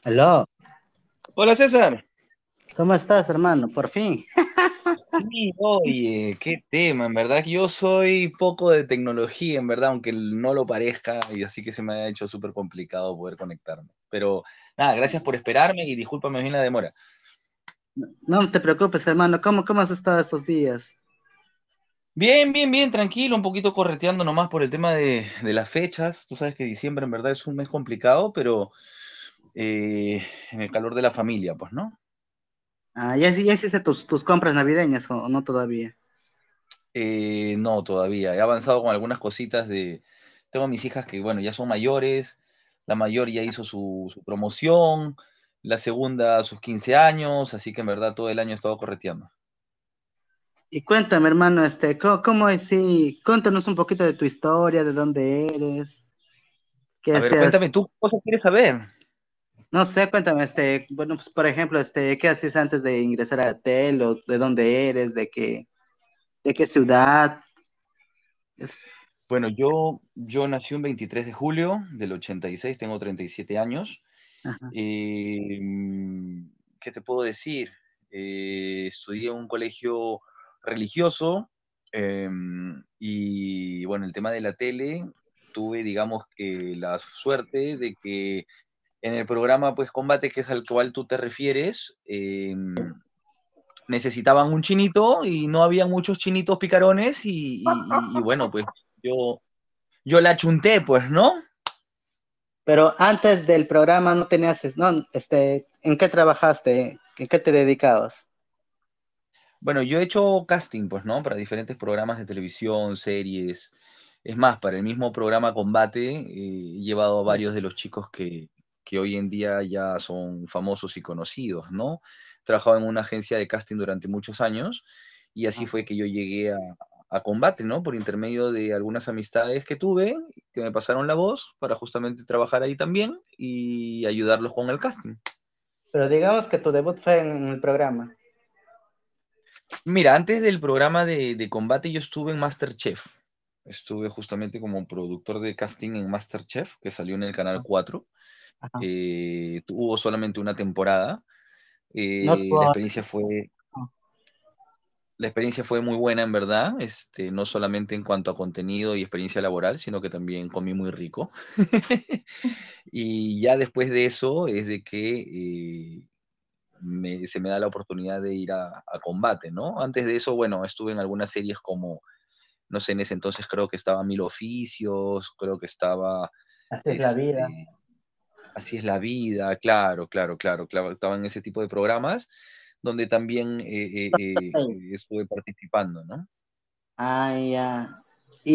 Aló, Hola César. ¿cómo estás, hermano? Por fin. Sí, oye, qué tema, en verdad que yo soy poco de tecnología, en verdad, aunque no lo parezca, y así que se me ha hecho súper complicado poder conectarme. Pero nada, gracias por esperarme y discúlpame bien la demora. No te preocupes, hermano. ¿Cómo has estado estos días? Bien, bien, bien, tranquilo, un poquito correteando nomás por el tema de las fechas. Tú sabes que diciembre en verdad es un mes complicado, pero en el calor de la familia, pues, ¿no? Ah, ¿ya hiciste tus compras navideñas o no todavía? No, todavía. He avanzado con algunas cositas de... Tengo mis hijas que, bueno, ya son mayores. La mayor ya hizo su promoción, la segunda sus 15 años, así que en verdad todo el año he estado correteando. Y cuéntame, hermano, ¿cómo es? Sí, cuéntanos un poquito de tu historia, de dónde eres, qué A ver, hacías. cuéntame tú, ¿qué cosa quieres saber? No sé, cuéntame, bueno, pues por ejemplo, ¿qué hacías antes de ingresar a TEL o de dónde eres, de qué ciudad? Es- Bueno, yo nací un 23 de julio del 86, tengo 37 años. ajá. Eh, ¿Qué te puedo decir? Estudié en un colegio religioso y bueno, el tema de la tele, tuve digamos que la suerte de que en el programa pues Combate, que es al cual tú te refieres, necesitaban un chinito y no había muchos chinitos picarones y bueno, pues yo la chunté pues, ¿no? Pero antes del programa no tenías, no, ¿en qué trabajaste? ¿En qué te dedicabas? Bueno, yo he hecho casting, pues, ¿no? Para diferentes programas de televisión, series. Es más, para el mismo programa Combate, he llevado a varios de los chicos que hoy en día ya son famosos y conocidos, ¿no? He trabajado en una agencia de casting durante muchos años y así fue que yo llegué a Combate, ¿no? Por intermedio de algunas amistades que tuve, que me pasaron la voz para justamente trabajar ahí también y ayudarlos con el casting. Pero digamos que tu debut fue en el programa. Mira, antes del programa de Combate yo estuve en MasterChef. Estuve justamente como productor de casting en MasterChef, que salió en el Canal 4. Ajá. Tuvo solamente una temporada. No, Eh, la experiencia fue, la experiencia fue muy buena, en verdad. No solamente en cuanto a contenido y experiencia laboral, sino que también comí muy rico. Y ya después de eso es de que se me da la oportunidad de ir a Combate, ¿no? Antes de eso, bueno, estuve en algunas series como no sé, en ese entonces creo que estaba Mil Oficios, creo que estaba, así es la vida. este, Así es la vida, claro, claro, claro, claro, estaba en ese tipo de programas donde también estuve participando, ¿no? Ah, ya.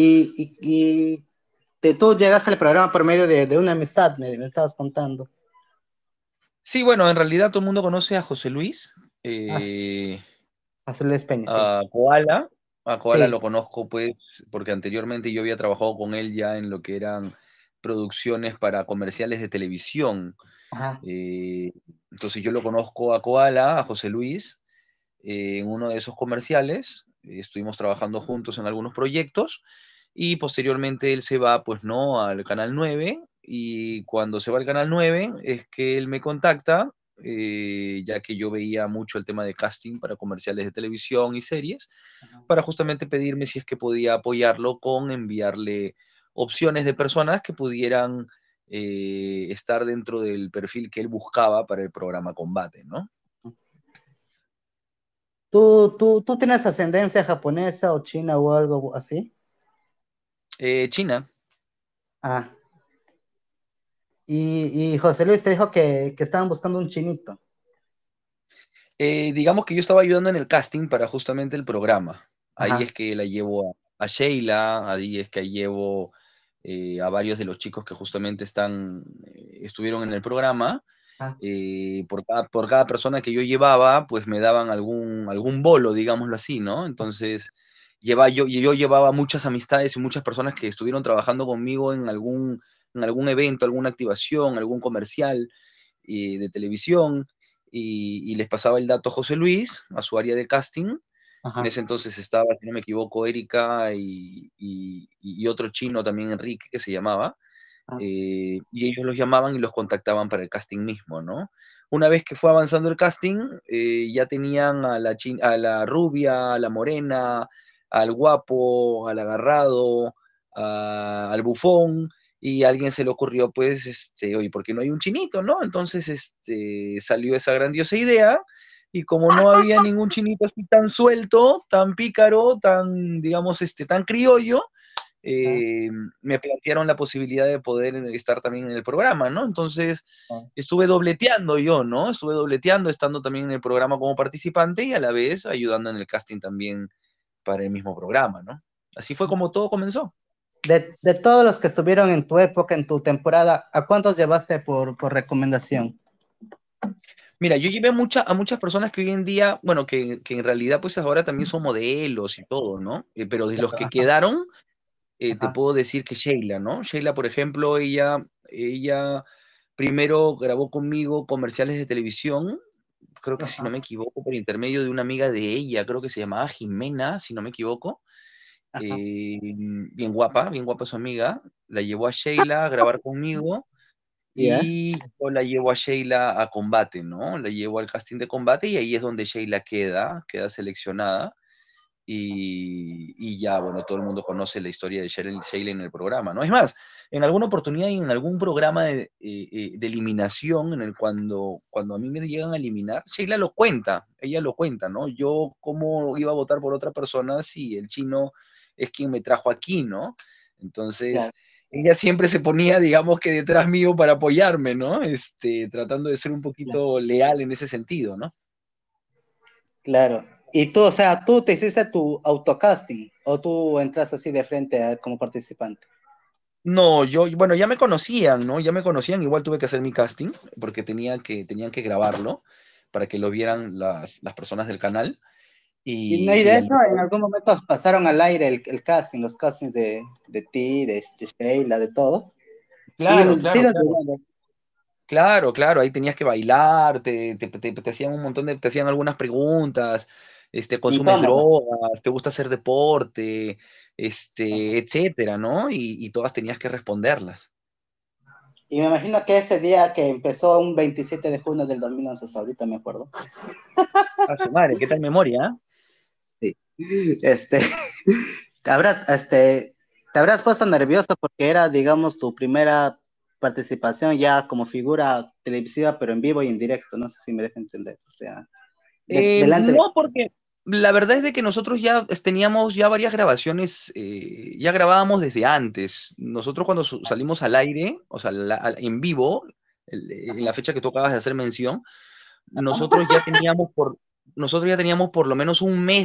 Y tú llegaste al programa por medio de una amistad, me estabas contando. Sí, bueno, en realidad todo el mundo conoce a José Luis, Ah, eh, Azul Peña, sí. a Koala. A Koala Sí. lo conozco pues porque anteriormente yo había trabajado con él ya en lo que eran producciones para comerciales de televisión. Ajá. Eh, entonces yo lo conozco a Koala, a José Luis, en uno de esos comerciales. Estuvimos trabajando juntos en algunos proyectos y posteriormente él se va, pues no, al Canal 9 y cuando se va al Canal 9 es que él me contacta, ya que yo veía mucho el tema de casting para comerciales de televisión y series, Ajá. para justamente pedirme si es que podía apoyarlo con enviarle opciones de personas que pudieran estar dentro del perfil que él buscaba para el programa Combate, ¿no? ¿Tú tienes ascendencia japonesa o china o algo así? China. Ah. Y José Luis te dijo que estaban buscando un chinito. Digamos que yo estaba ayudando en el casting para justamente el programa. Ahí Ajá. es que la llevo a Sheila, ahí es que llevo a varios de los chicos que justamente estuvieron en el programa. Ajá. Por cada persona que yo llevaba, pues me daban algún bolo, digámoslo así, ¿no? Entonces, yo llevaba muchas amistades y muchas personas que estuvieron trabajando conmigo en algún evento, alguna activación, algún comercial de televisión y les pasaba el dato a José Luis, a su área de casting. En Ajá. ese entonces estaba, si no me equivoco, Erika y otro chino también, Enrique, que se llamaba. Ah, y ellos los llamaban y los contactaban para el casting mismo, ¿no? Una vez que fue avanzando el casting, ya tenían a la rubia, a la morena, al guapo, al agarrado, al bufón, y a alguien se le ocurrió, pues, oye, ¿por qué no hay un chinito, no? Entonces, salió esa grandiosa idea, y como no había ningún chinito así tan suelto, tan pícaro, tan, digamos, tan criollo, ah, eh, me plantearon la posibilidad de poder estar también en el programa, ¿no? Entonces, ah. estuve dobleteando yo, ¿no? Estuve dobleteando, estando también en el programa como participante y a la vez ayudando en el casting también para el mismo programa, ¿no? Así fue como todo comenzó. De todos los que estuvieron en tu época, en tu temporada, ¿a cuántos llevaste por recomendación? Mira, yo llevé a muchas personas que hoy en día, bueno, que en realidad pues ahora también son modelos y todo, ¿no? Pero de los Claro, que ajá, quedaron, te ajá, puedo decir que Sheila, ¿no? Sheila, por ejemplo, ella primero grabó conmigo comerciales de televisión, creo que si no ajá, me equivoco, por intermedio de una amiga de ella, creo que se llamaba Jimena, si no me equivoco. ajá. Bien guapa su amiga. La llevó a Sheila a grabar conmigo ¿Ya? y yo la llevo a Sheila a combate, ¿no? La llevo al casting de combate y ahí es donde Sheila queda seleccionada. Y ya, bueno, todo el mundo conoce la historia de Sheila en el programa, ¿no? Es más, en alguna oportunidad y en algún programa de eliminación, cuando a mí me llegan a eliminar, Sheila lo cuenta, ella lo cuenta, ¿no? Yo cómo iba a votar por otra persona si el chino es quien me trajo aquí, ¿no? Claro, Entonces, ella siempre se ponía, digamos que detrás mío para apoyarme, ¿no? Tratando de ser un claro. poquito leal en ese sentido, ¿no? Claro. Y tú, o sea, tú te hiciste tu autocasting o tú entras así de frente como participante. No, bueno, ya me conocían, ¿no? Ya me conocían, igual tuve que hacer mi casting, porque tenían que grabarlo para que lo vieran las personas del canal. Y, no, y Y de al hecho, en algún momento pasaron al aire el casting, los castings de ti, de Sheila, de todos. Sí, claro, sí claro, los claro. llegaron. Claro, claro, ahí tenías que bailar, te hacían te hacían algunas preguntas, consumes Incómodo. drogas, te gusta hacer deporte, Ajá. etcétera, ¿no? Y todas tenías que responderlas. Y me imagino que ese día que empezó un 27 de junio del 2011, hasta ahorita me acuerdo. A su madre, ¿qué tal memoria? ¿Ah? Sí. Este, te te habrás puesto nervioso porque era, digamos, tu primera participación ya como figura televisiva, pero en vivo y en directo. No sé si me deja entender. O sea, delante de... No, porque la verdad es de que nosotros ya teníamos ya varias grabaciones, ya grabábamos desde antes. Nosotros cuando salimos al aire, o sea, en vivo, en la fecha que tú acabas de hacer mención, nosotros ya teníamos nosotros ya teníamos por lo menos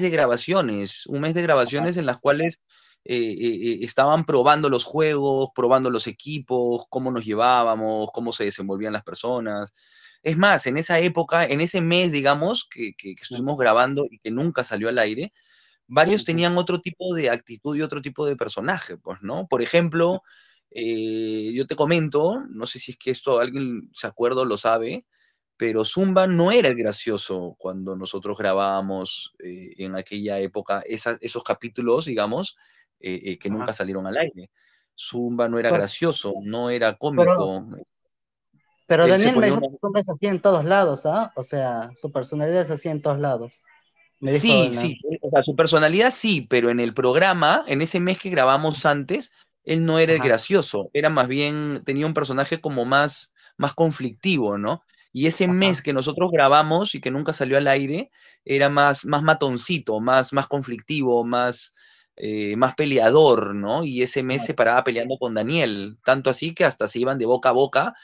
un mes de grabaciones en las cuales estaban probando los juegos, probando los equipos, cómo nos llevábamos, cómo se desenvolvían las personas. Es más, en esa época, en ese mes, digamos, que estuvimos grabando y que nunca salió al aire, varios tenían otro tipo de actitud y otro tipo de personaje, pues, ¿no? Por ejemplo, yo te comento, no sé si es que esto alguien se acuerda o lo sabe, pero Zumba no era el gracioso cuando nosotros grabábamos en aquella época esos capítulos, digamos, que nunca Ajá. salieron al aire. Zumba no era Por- gracioso, no era Pero, cómico. pero Él se Daniel me ponía dijo una... que tú ves así en todos lados, ¿ah? O sea, su personalidad es así en todos lados. Me dijo Sí, en la... sí, o sea, su personalidad sí, pero en el programa, en ese mes que grabamos antes, él no era el Ajá. gracioso, era más bien, tenía un personaje como más conflictivo, ¿no? Y ese mes Ajá. que nosotros grabamos y que nunca salió al aire, era más matoncito, más conflictivo, más peleador, ¿no? Y ese mes se paraba peleando con Daniel, tanto así que hasta se iban de boca a boca,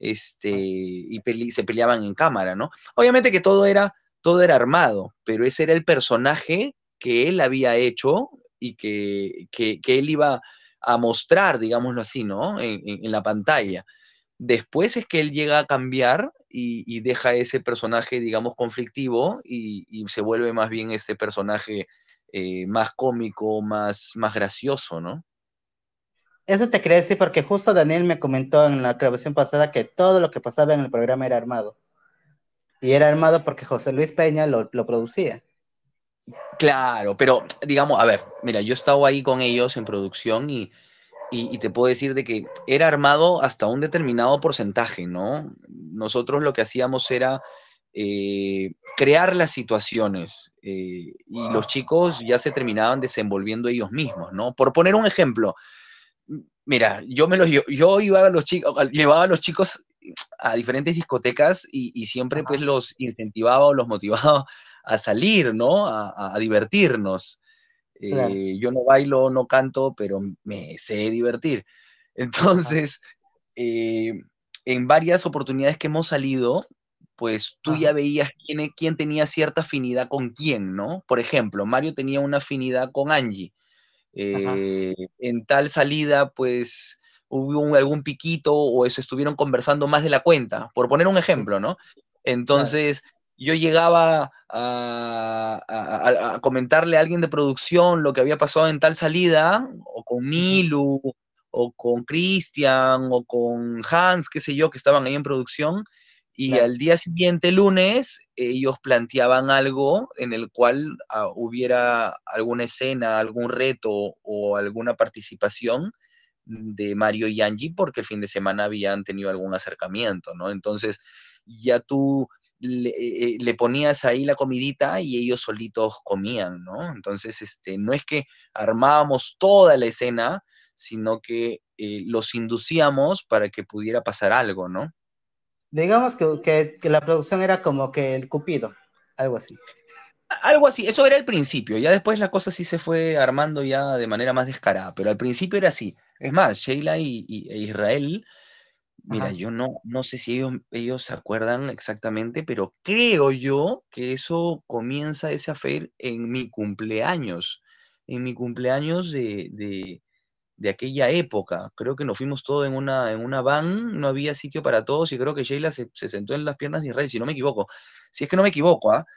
se peleaban en cámara, ¿no? Obviamente que todo era armado, pero ese era el personaje que él había hecho y que él iba a mostrar, digámoslo así, ¿no? En la pantalla. Después es que él llega a cambiar y deja ese personaje, digamos, conflictivo y se vuelve más bien este personaje más cómico, más gracioso, ¿no? Eso te quería decir porque justo Daniel me comentó en la grabación pasada que todo lo que pasaba en el programa era armado. Y era armado porque José Luis Peña lo producía. Claro, pero digamos, a ver, mira, yo he estado ahí con ellos en producción y te puedo decir de que era armado hasta un determinado porcentaje, ¿no? Nosotros lo que hacíamos era crear las situaciones y los chicos ya se terminaban desenvolviendo ellos mismos, ¿no? Por poner un ejemplo, mira, yo iba a los chicos, llevaba a los chicos a diferentes discotecas y siempre pues Ajá, los incentivaba o los motivaba a salir, ¿no? A divertirnos. claro. Yo no bailo, no canto, pero me sé divertir. Ajá, Entonces, eh, en varias oportunidades que hemos salido, pues tú ya ajá, veías quién tenía cierta afinidad con quién, ¿no? Por ejemplo, Mario tenía una afinidad con Angie. ajá, En tal salida, pues hubo algún piquito o eso, estuvieron conversando más de la cuenta, por poner un sí, ejemplo, ¿no? claro. Entonces, yo llegaba a comentarle a alguien de producción lo que había pasado en tal salida, o con Ujú, Milu, o con Christian, o con Hans, qué sé yo, que estaban ahí en producción, y claro. al día siguiente, lunes, ellos planteaban algo en el cual hubiera alguna escena, algún reto o alguna participación de Mario y Angie porque el fin de semana habían tenido algún acercamiento, ¿no? Entonces ya tú le ponías ahí la comidita y ellos solitos comían, ¿no? Entonces, no es que armábamos toda la escena, sino que los inducíamos para que pudiera pasar algo, ¿no? Digamos que la producción era como que el Cupido, algo así. Algo así, eso era el principio, ya después la cosa sí se fue armando ya de manera más descarada, pero al principio era así. Es más, Sheila e Israel, mira, Ajá. yo no sé si ellos se acuerdan exactamente, pero creo yo que eso comienza ese affair en mi cumpleaños de aquella época. Creo que nos fuimos todos en una van, no había sitio para todos y creo que Sheila se sentó en las piernas de Israel, si no me equivoco. Si es que no me equivoco, ¿ah?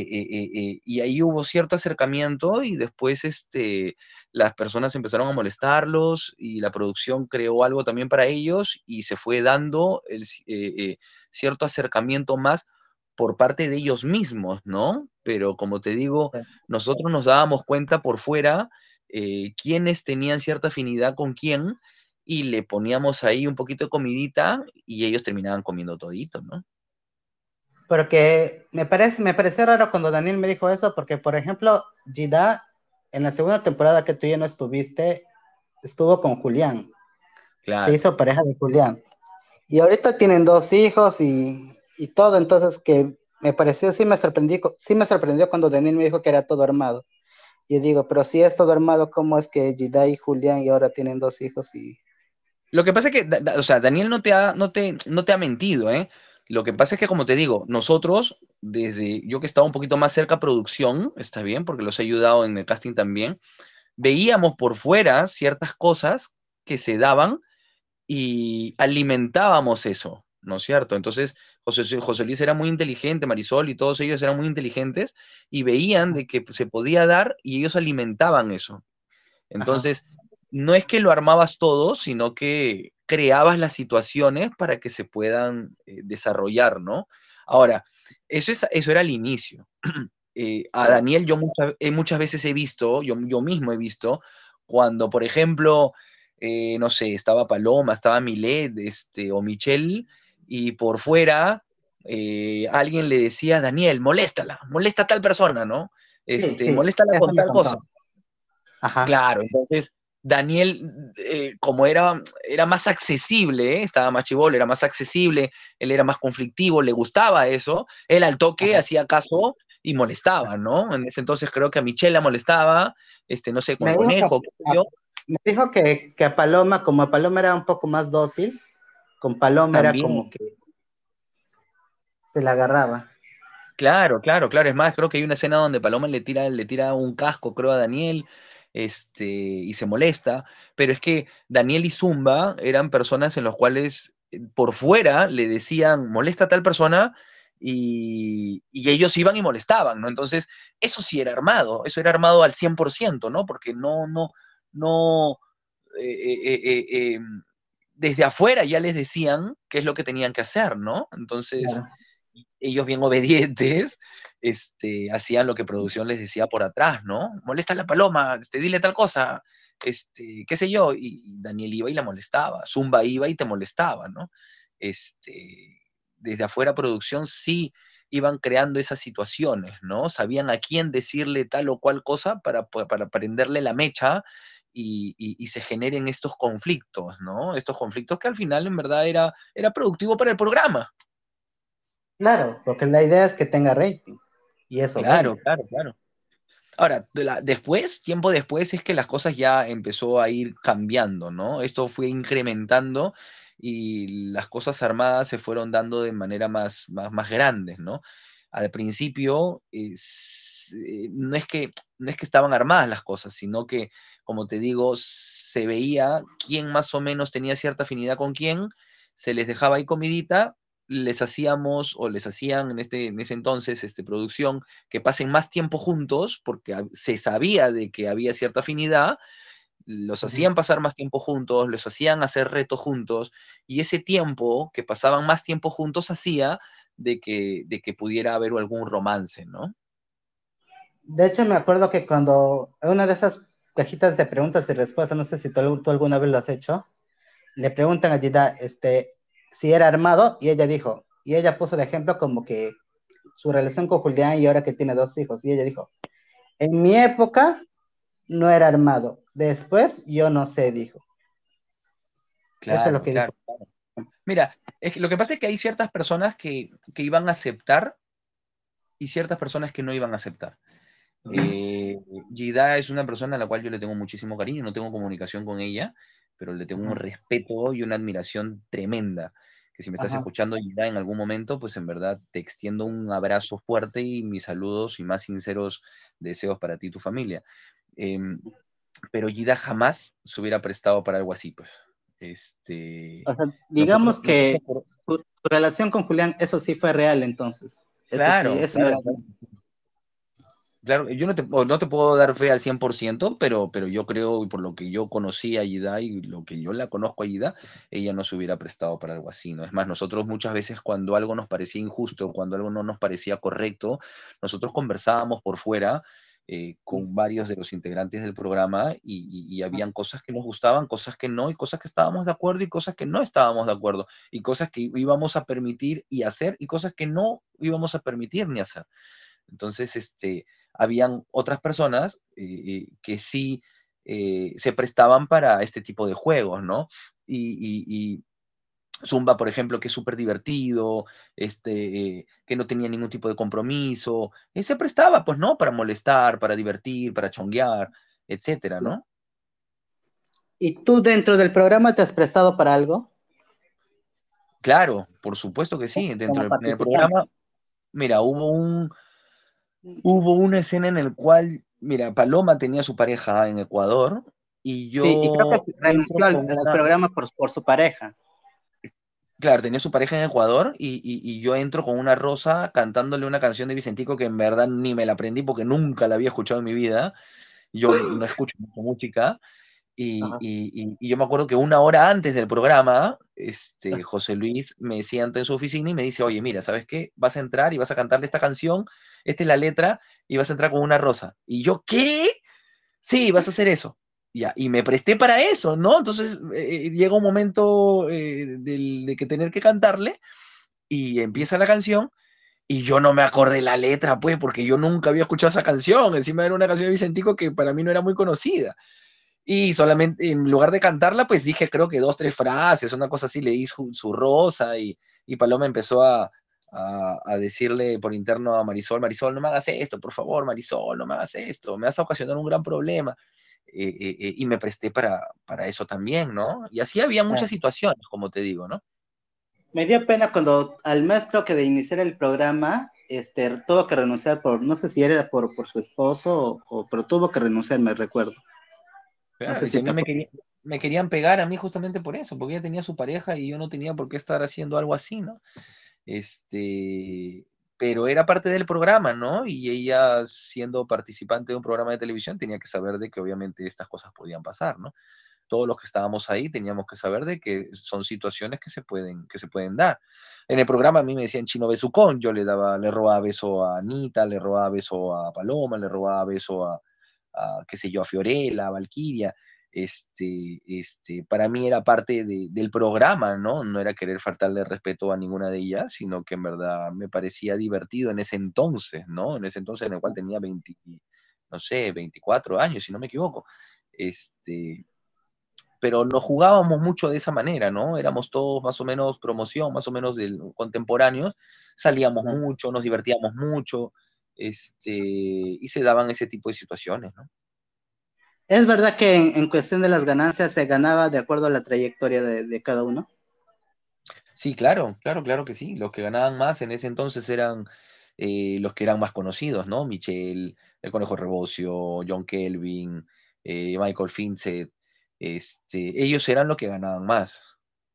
Y ahí hubo cierto acercamiento y después las personas empezaron a molestarlos y la producción creó algo también para ellos y se fue dando cierto acercamiento más por parte de ellos mismos, ¿no? Pero como te digo, nosotros nos dábamos cuenta por fuera quiénes tenían cierta afinidad con quién y le poníamos ahí un poquito de comidita y ellos terminaban comiendo todito, ¿no? Porque me pareció raro cuando Daniel me dijo eso, porque, por ejemplo, Gida, en la segunda temporada que tú ya no estuviste, estuvo con Julián, se Claro. hizo pareja de Julián. Y ahorita tienen dos hijos y todo, entonces que me pareció, sí me sorprendió cuando Daniel me dijo que era todo armado. Y yo digo, pero si es todo armado, ¿cómo es que Gida y Julián y ahora tienen dos hijos? Y Lo que pasa es que, o sea, Daniel no te ha mentido, ¿eh? Lo que pasa es que, como te digo, nosotros, desde yo que estaba un poquito más cerca a producción, está bien, porque los he ayudado en el casting también, veíamos por fuera ciertas cosas que se daban y alimentábamos eso, ¿no es cierto? Entonces, José Luis era muy inteligente, Marisol y todos ellos eran muy inteligentes y veían ajá, de que se podía dar y ellos alimentaban eso. ajá. Entonces, no es que lo armabas todo, sino que creabas las situaciones para que se puedan desarrollar, ¿no? Ahora, eso era el inicio. A Daniel yo muchas veces he visto, yo mismo he visto, cuando, por ejemplo, no sé, estaba Paloma, estaba Milet, o Michelle, y por fuera alguien le decía, Daniel, moléstala, molesta a tal persona, ¿no? Sí, sí, Moléstala eso con me tal cosa. contó. Ajá, Claro, entonces Daniel, como era más accesible, estaba más chibolo, era más accesible, él era más conflictivo, le gustaba eso, él al toque ajá. hacía caso y molestaba, ¿no? En ese entonces creo que a Michelle la molestaba, no sé, con Me dijo Conejo, qué sé a, yo, me dijo que a Paloma, como a Paloma era un poco más dócil, con Paloma era como también. que se la agarraba. Claro, claro, claro. Es más, creo que hay una escena donde Paloma le tira un casco, creo, a Daniel, y se molesta. Pero es que Daniel y Zumba eran personas en las cuales por fuera le decían, molesta a tal persona, y ellos iban y molestaban, ¿no? Entonces, eso era armado al 100%, ¿no? Porque no, eh, eh, eh, eh, desde afuera ya les decían qué es lo que tenían que hacer, ¿no? Entonces Claro. ellos bien obedientes, hacían lo que producción les decía por atrás, ¿no? Molesta a la paloma, dile tal cosa. qué sé yo, y Daniel iba y la molestaba, Zumba iba y te molestaba, ¿no? Desde afuera producción sí iban creando esas situaciones, ¿no? Sabían a quién decirle tal o cual cosa para prenderle la mecha y se generen estos conflictos, ¿no? Estos conflictos que al final en verdad era productivo para el programa. Claro, porque la idea es que tenga rating y eso Claro, vende. claro, claro. Ahora, después, tiempo después, es que las cosas ya empezó a ir cambiando, ¿no? Esto fue incrementando y las cosas armadas se fueron dando de manera más grandes, ¿no? Al principio, no es que estaban armadas las cosas, sino que, como te digo, se veía quién más o menos tenía cierta afinidad con quién, se les dejaba ahí comidita, les hacíamos o les hacían en ese entonces producción que pasen más tiempo juntos, porque se sabía de que había cierta afinidad, los Ujú. hacían pasar más tiempo juntos, los hacían hacer retos juntos, y ese tiempo, que pasaban más tiempo juntos, hacía de que pudiera haber algún romance, ¿no? De hecho, me acuerdo que cuando en una de esas cajitas de preguntas y respuestas, no sé si tú alguna vez lo has hecho, le preguntan a Gida, si era armado, y ella dijo, y ella puso de ejemplo como que su relación con Julián y ahora que tiene dos hijos, y ella dijo, en mi época no era armado, después yo no sé, dijo. Eso es lo Claro, que dijo. claro. Mira, es que lo que pasa es que hay ciertas personas que iban a aceptar y ciertas personas que no iban a aceptar. Gida es una persona a la cual yo le tengo muchísimo cariño, no tengo comunicación con ella, pero le tengo un Ajá, respeto y una admiración tremenda. Que si me estás ajá. escuchando, Gida, en algún momento, pues en verdad te extiendo un abrazo fuerte y mis saludos y más sinceros deseos para ti y tu familia. Em, pero Gida jamás se hubiera prestado para algo así, pues. O sea, Nosotros, digamos nosotros que por- tu relación con Julián, eso sí fue real entonces. Eso sí, claro, eso no claro, era. claro. Claro, yo no te puedo dar fe al 100%, pero yo creo, y por lo que yo conocí a Yida y lo que yo la conozco a Yida, ella no se hubiera prestado para algo así, ¿no? Es más, nosotros muchas veces cuando algo nos parecía injusto, cuando algo no nos parecía correcto, nosotros conversábamos por fuera con varios de los integrantes del programa y habían cosas que nos gustaban, cosas que no, y cosas que estábamos de acuerdo y cosas que no estábamos de acuerdo, y cosas que íbamos a permitir y hacer y cosas que no íbamos a permitir ni hacer. Entonces, habían otras personas que sí se prestaban para este tipo de juegos, ¿no? Y Zumba, por ejemplo, que es súper divertido, que no tenía ningún tipo de compromiso, se prestaba, pues, ¿no? Para molestar, para divertir, para chonguear, etcétera, ¿no? ¿Y tú dentro del programa te has prestado para algo Claro, por supuesto que sí. como En el participante? programa, mira, hubo una escena en el cual, mira, Paloma tenía su pareja en Ecuador y Sí, y creo que yo entro renunció con al una, programa por su pareja. claro, tenía su pareja en Ecuador y yo entro con una rosa cantándole una canción de Vicentico que en verdad ni me la aprendí porque nunca la había escuchado en mi vida. Yo no escucho mucha música Ajá. y yo me acuerdo que una hora antes del programa, José Luis me sienta en su oficina y me dice, oye, mira, ¿sabes qué? Vas a entrar y vas a cantarle esta canción, esta es la letra, y vas a entrar con una rosa. Y yo, ¿qué? Sí, vas a hacer eso. Ya, y me presté para eso, ¿no? Entonces llega un momento de que tener que cantarle y empieza la canción y yo no me acordé la letra, pues, porque yo nunca había escuchado esa canción. Encima era una canción de Vicentico que para mí no era muy conocida. Y solamente, en lugar de cantarla, pues dije, creo que dos, tres frases, una cosa así, le di su rosa y Paloma empezó a decirle por interno a Marisol, Marisol, no me hagas esto, por favor, Marisol, no me hagas esto, me vas a ocasionar un gran problema. Y me presté para eso también, ¿no? Y así había Ah, muchas situaciones, como te digo, ¿no? me dio pena cuando al mes creo que de iniciar el programa, tuvo que renunciar no sé si era por su esposo pero tuvo que renunciar, me recuerdo. No Claro, sé y si si a te mí acuerdas. me querían pegar a mí justamente por eso, porque ella tenía su pareja y yo no tenía por qué estar haciendo algo así, ¿no? Pero era parte del programa, ¿no? Y ella, siendo participante de un programa de televisión, tenía que saber de que obviamente estas cosas podían pasar, ¿no? Todos los que estábamos ahí teníamos que saber de que son situaciones que se pueden dar. En el programa a mí me decían chino besucón, yo le robaba beso a Anita, le robaba beso a Paloma, le robaba beso qué sé yo, a Fiorella, a Valkyria, para mí era parte del programa, ¿no? No era querer faltarle respeto a ninguna de ellas, sino que en verdad me parecía divertido en ese entonces, ¿no? En ese entonces en el cual tenía 20, no sé, 24 años, si no me equivoco. Este, pero nos jugábamos mucho de esa manera, ¿no? Éramos todos más o menos promoción, más o menos contemporáneos, salíamos Claro. mucho, nos divertíamos mucho, y se daban ese tipo de situaciones, ¿no? ¿Es verdad que en cuestión de las ganancias se ganaba de acuerdo a la trayectoria de cada uno? Sí, claro, claro, claro que sí. Los que ganaban más en ese entonces eran los que eran más conocidos, ¿no? Michelle, el Conejo Rebocio, John Kelvin, Michael Finset, ellos eran los que ganaban más.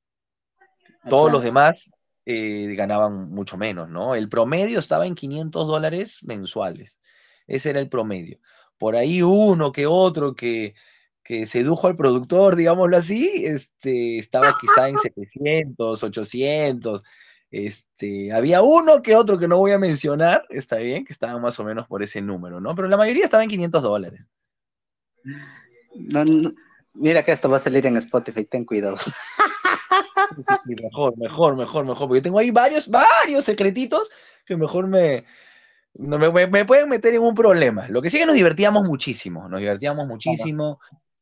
Ah, Todos los claro. demás ganaban mucho menos, ¿no? El promedio estaba en $500 mensuales. Ese era el promedio. Por ahí uno que otro que sedujo al productor, digámoslo así, estaba quizá en 700, 800. Había uno que otro que no voy a mencionar, está bien, que estaban más o menos por ese número, ¿no? Pero la mayoría estaba en $500. No, no, mira que esto va a salir en Spotify, ten cuidado. Sí, sí, sí, mejor, mejor, mejor, mejor, porque tengo ahí varios secretitos que mejor no me pueden meter en un problema. Lo que sí que nos divertíamos Claro. muchísimo,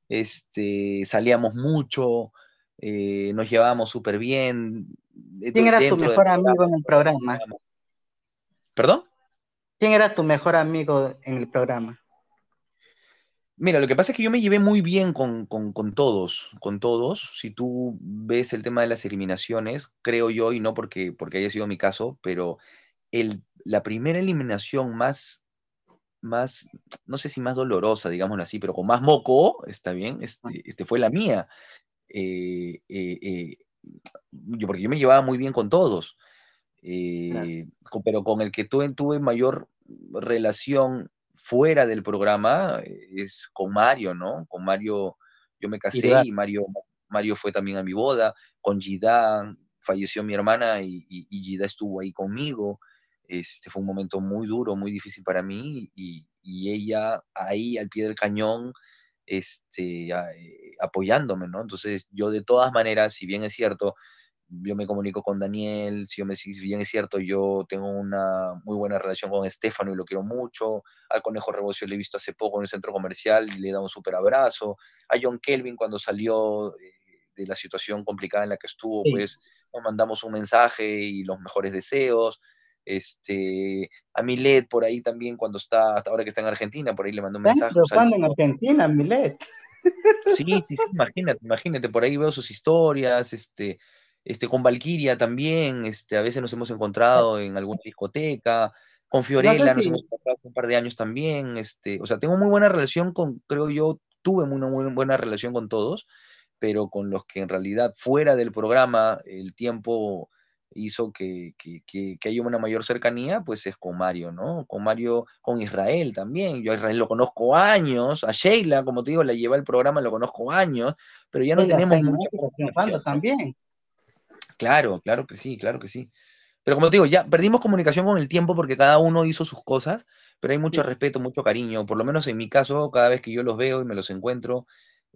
salíamos mucho, nos llevábamos súper bien, ¿Quién era tu dentro del mejor amigo programa. en el programa? ¿Perdón? ¿Quién era tu mejor amigo en el programa? Mira, lo que pasa es que yo me llevé muy bien con todos, con todos. Si tú ves el tema de las eliminaciones, creo yo, y no porque haya sido mi caso, pero la primera eliminación más, no sé si más dolorosa, digámoslo así, pero con más moco, está bien, fue la mía. Porque yo me llevaba muy bien con todos, Claro. pero con el que tuve mayor relación fuera del programa es con Mario, ¿no? Con Mario yo me Y casé Duarte. y Mario fue también a mi boda, con Gida falleció mi hermana y Gida estuvo ahí conmigo. Fue un momento muy duro, muy difícil para mí y ella ahí al pie del cañón apoyándome, ¿no? Entonces yo de todas maneras, si bien es cierto, yo me comunico con Daniel, si bien es cierto, yo tengo una muy buena relación con Estefano y lo quiero mucho, al Conejo Rebocio le he visto hace poco en el centro comercial y le he dado un súper abrazo, a John Kelvin cuando salió de la situación complicada en la que estuvo, Sí. pues nos mandamos un mensaje y los mejores deseos, a Milet por ahí también cuando hasta ahora que está en Argentina, por ahí le mandó un Están mensaje, un triunfando en saludo. Argentina, Milet. Sí, sí, sí, imagínate, por ahí veo sus historias, con Valkyria también, a veces nos hemos encontrado en alguna discoteca, con No sé Fiorella nos si, hemos encontrado hace un par de años también, o sea, tengo muy buena relación creo yo, tuve muy buena relación con todos, pero con los que en realidad fuera del programa el tiempo hizo que haya una mayor cercanía, pues es con Mario, ¿no? Con Mario, con Israel también. Yo a Israel lo conozco años, a Sheila, como te digo, la lleva al programa, lo conozco años, pero ya no ella está tenemos en mucha México triunfando comunicación, ¿no? también. Claro, claro que sí, claro que sí. Pero como te digo, ya perdimos comunicación con el tiempo porque cada uno hizo sus cosas, pero hay mucho Sí. respeto, mucho cariño. Por lo menos en mi caso, cada vez que yo los veo y me los encuentro,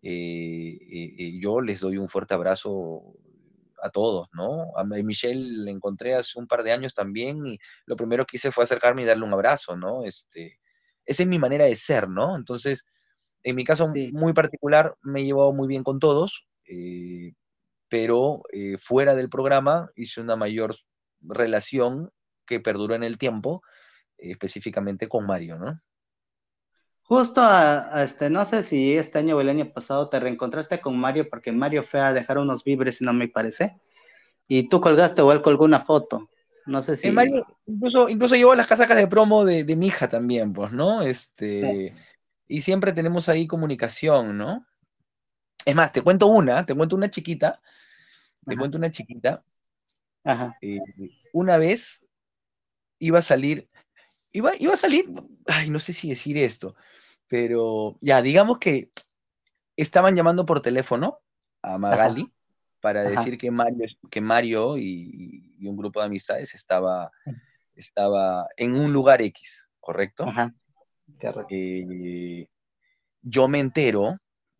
yo les doy un fuerte abrazo a todos, ¿no? A Michelle le encontré hace un par de años también y lo primero que hice fue acercarme y darle un abrazo, ¿no? Esa es mi manera de ser, ¿no? Entonces, en mi caso Sí. muy particular, me he llevado muy bien con todos, pero fuera del programa hice una mayor relación que perduró en el tiempo, específicamente con Mario, ¿no? Justo no sé si este año o el año pasado te reencontraste con Mario porque Mario fue a dejar unos víveres, si no me parece, y tú colgaste o él colgó una foto. No sé si... Mario incluso llevó las casacas de promo de mi hija también, pues, ¿no? Y siempre tenemos ahí comunicación, ¿no? Es más, te cuento una chiquita, te Ajá, cuento una chiquita. ajá. eh, una vez iba a salir, iba a salir, ay, no sé si decir esto, pero ya, digamos que estaban llamando por teléfono a Ajá, Magali para ajá, decir que Mario y un grupo de amistades estaba en un lugar X, ¿correcto? ajá, correcto. Eh, yo me entero,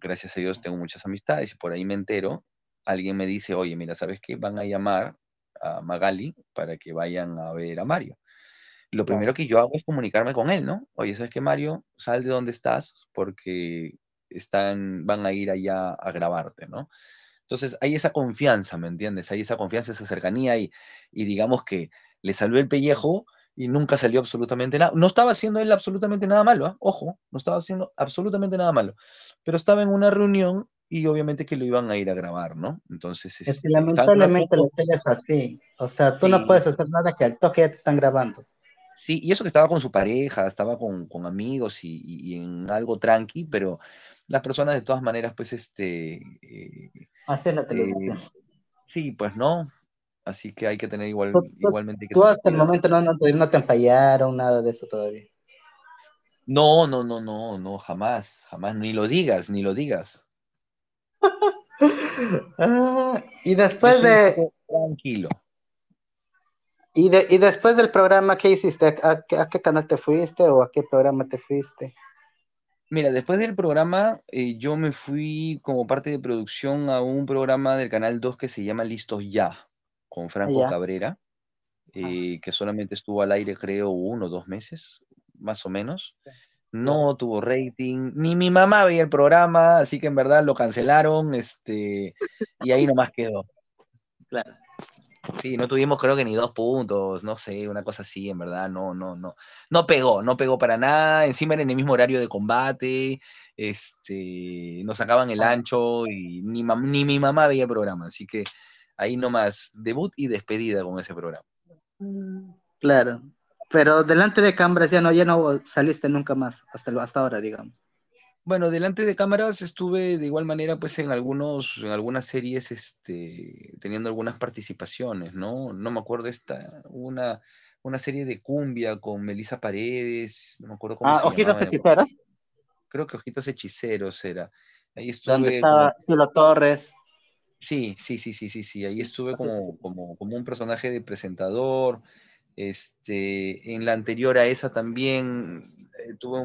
gracias a Dios tengo muchas amistades y por ahí me entero, alguien me dice, oye, mira, ¿sabes qué? Van a llamar a Magali para que vayan a ver a Mario. Lo Claro. primero que yo hago es comunicarme con él, ¿no? Oye, ¿sabes qué, Mario? Sal de donde estás porque van a ir allá a grabarte, ¿no? Entonces hay esa confianza, ¿me entiendes? Hay esa confianza, esa cercanía y digamos que le salió el pellejo y nunca salió absolutamente nada. No estaba haciendo él absolutamente nada malo, ¿ah? Ojo, no estaba haciendo absolutamente nada malo, pero estaba en una reunión y obviamente que lo iban a ir a grabar, ¿no? Entonces, Es que estaban con unas lamentablemente la fotos, tele es así. O sea, tú no sí, puedes hacer nada que al toque ya te están grabando. sí, y eso que estaba con su pareja, estaba con amigos y en algo tranqui, pero las personas de todas maneras, pues, Así es la eh, televisión. sí, pues no, así que hay que tener Tú, tú- igualmente hay que tú tener hasta el cuidado. momento no te empallaron, nada de eso todavía. No, no, no, no, no, jamás, jamás, ni lo digas, ni lo digas. Y Yo después soy un de, poco tranquilo. y después del programa, ¿qué hiciste? A qué canal te fuiste o a qué programa te fuiste? Mira, después del programa, yo me fui como parte de producción a un programa del Canal 2 que se llama Listos Ya, con Franco Allá. Cabrera, que solamente estuvo al aire creo 1 o 2 meses, más o menos. Claro, No tuvo rating, ni mi mamá veía el programa, así que en verdad lo cancelaron, y ahí nomás quedó. claro. Sí, no tuvimos creo que ni 2 puntos, no sé, una cosa así, en verdad, no, no, no. No pegó para nada, encima era en el mismo horario de combate, nos sacaban el Ah, ancho y ni mi mamá veía el programa, así que ahí nomás, debut y despedida con ese programa. claro. Pero delante de cámaras ya no saliste nunca más, hasta ahora, digamos. Bueno, delante de cámaras estuve de igual manera pues en algunas series, teniendo algunas participaciones, ¿no? No me acuerdo una serie de cumbia con Melissa Paredes, no me acuerdo cómo Ah, se Ojitos llamaba, Hechiceros, creo que Ojitos Hechiceros era. Ahí donde estuve como, estaba Cielo Torres. sí, sí, sí, sí, sí, sí, ahí estuve Ojitos. como un personaje de presentador. En la anterior a esa también tuve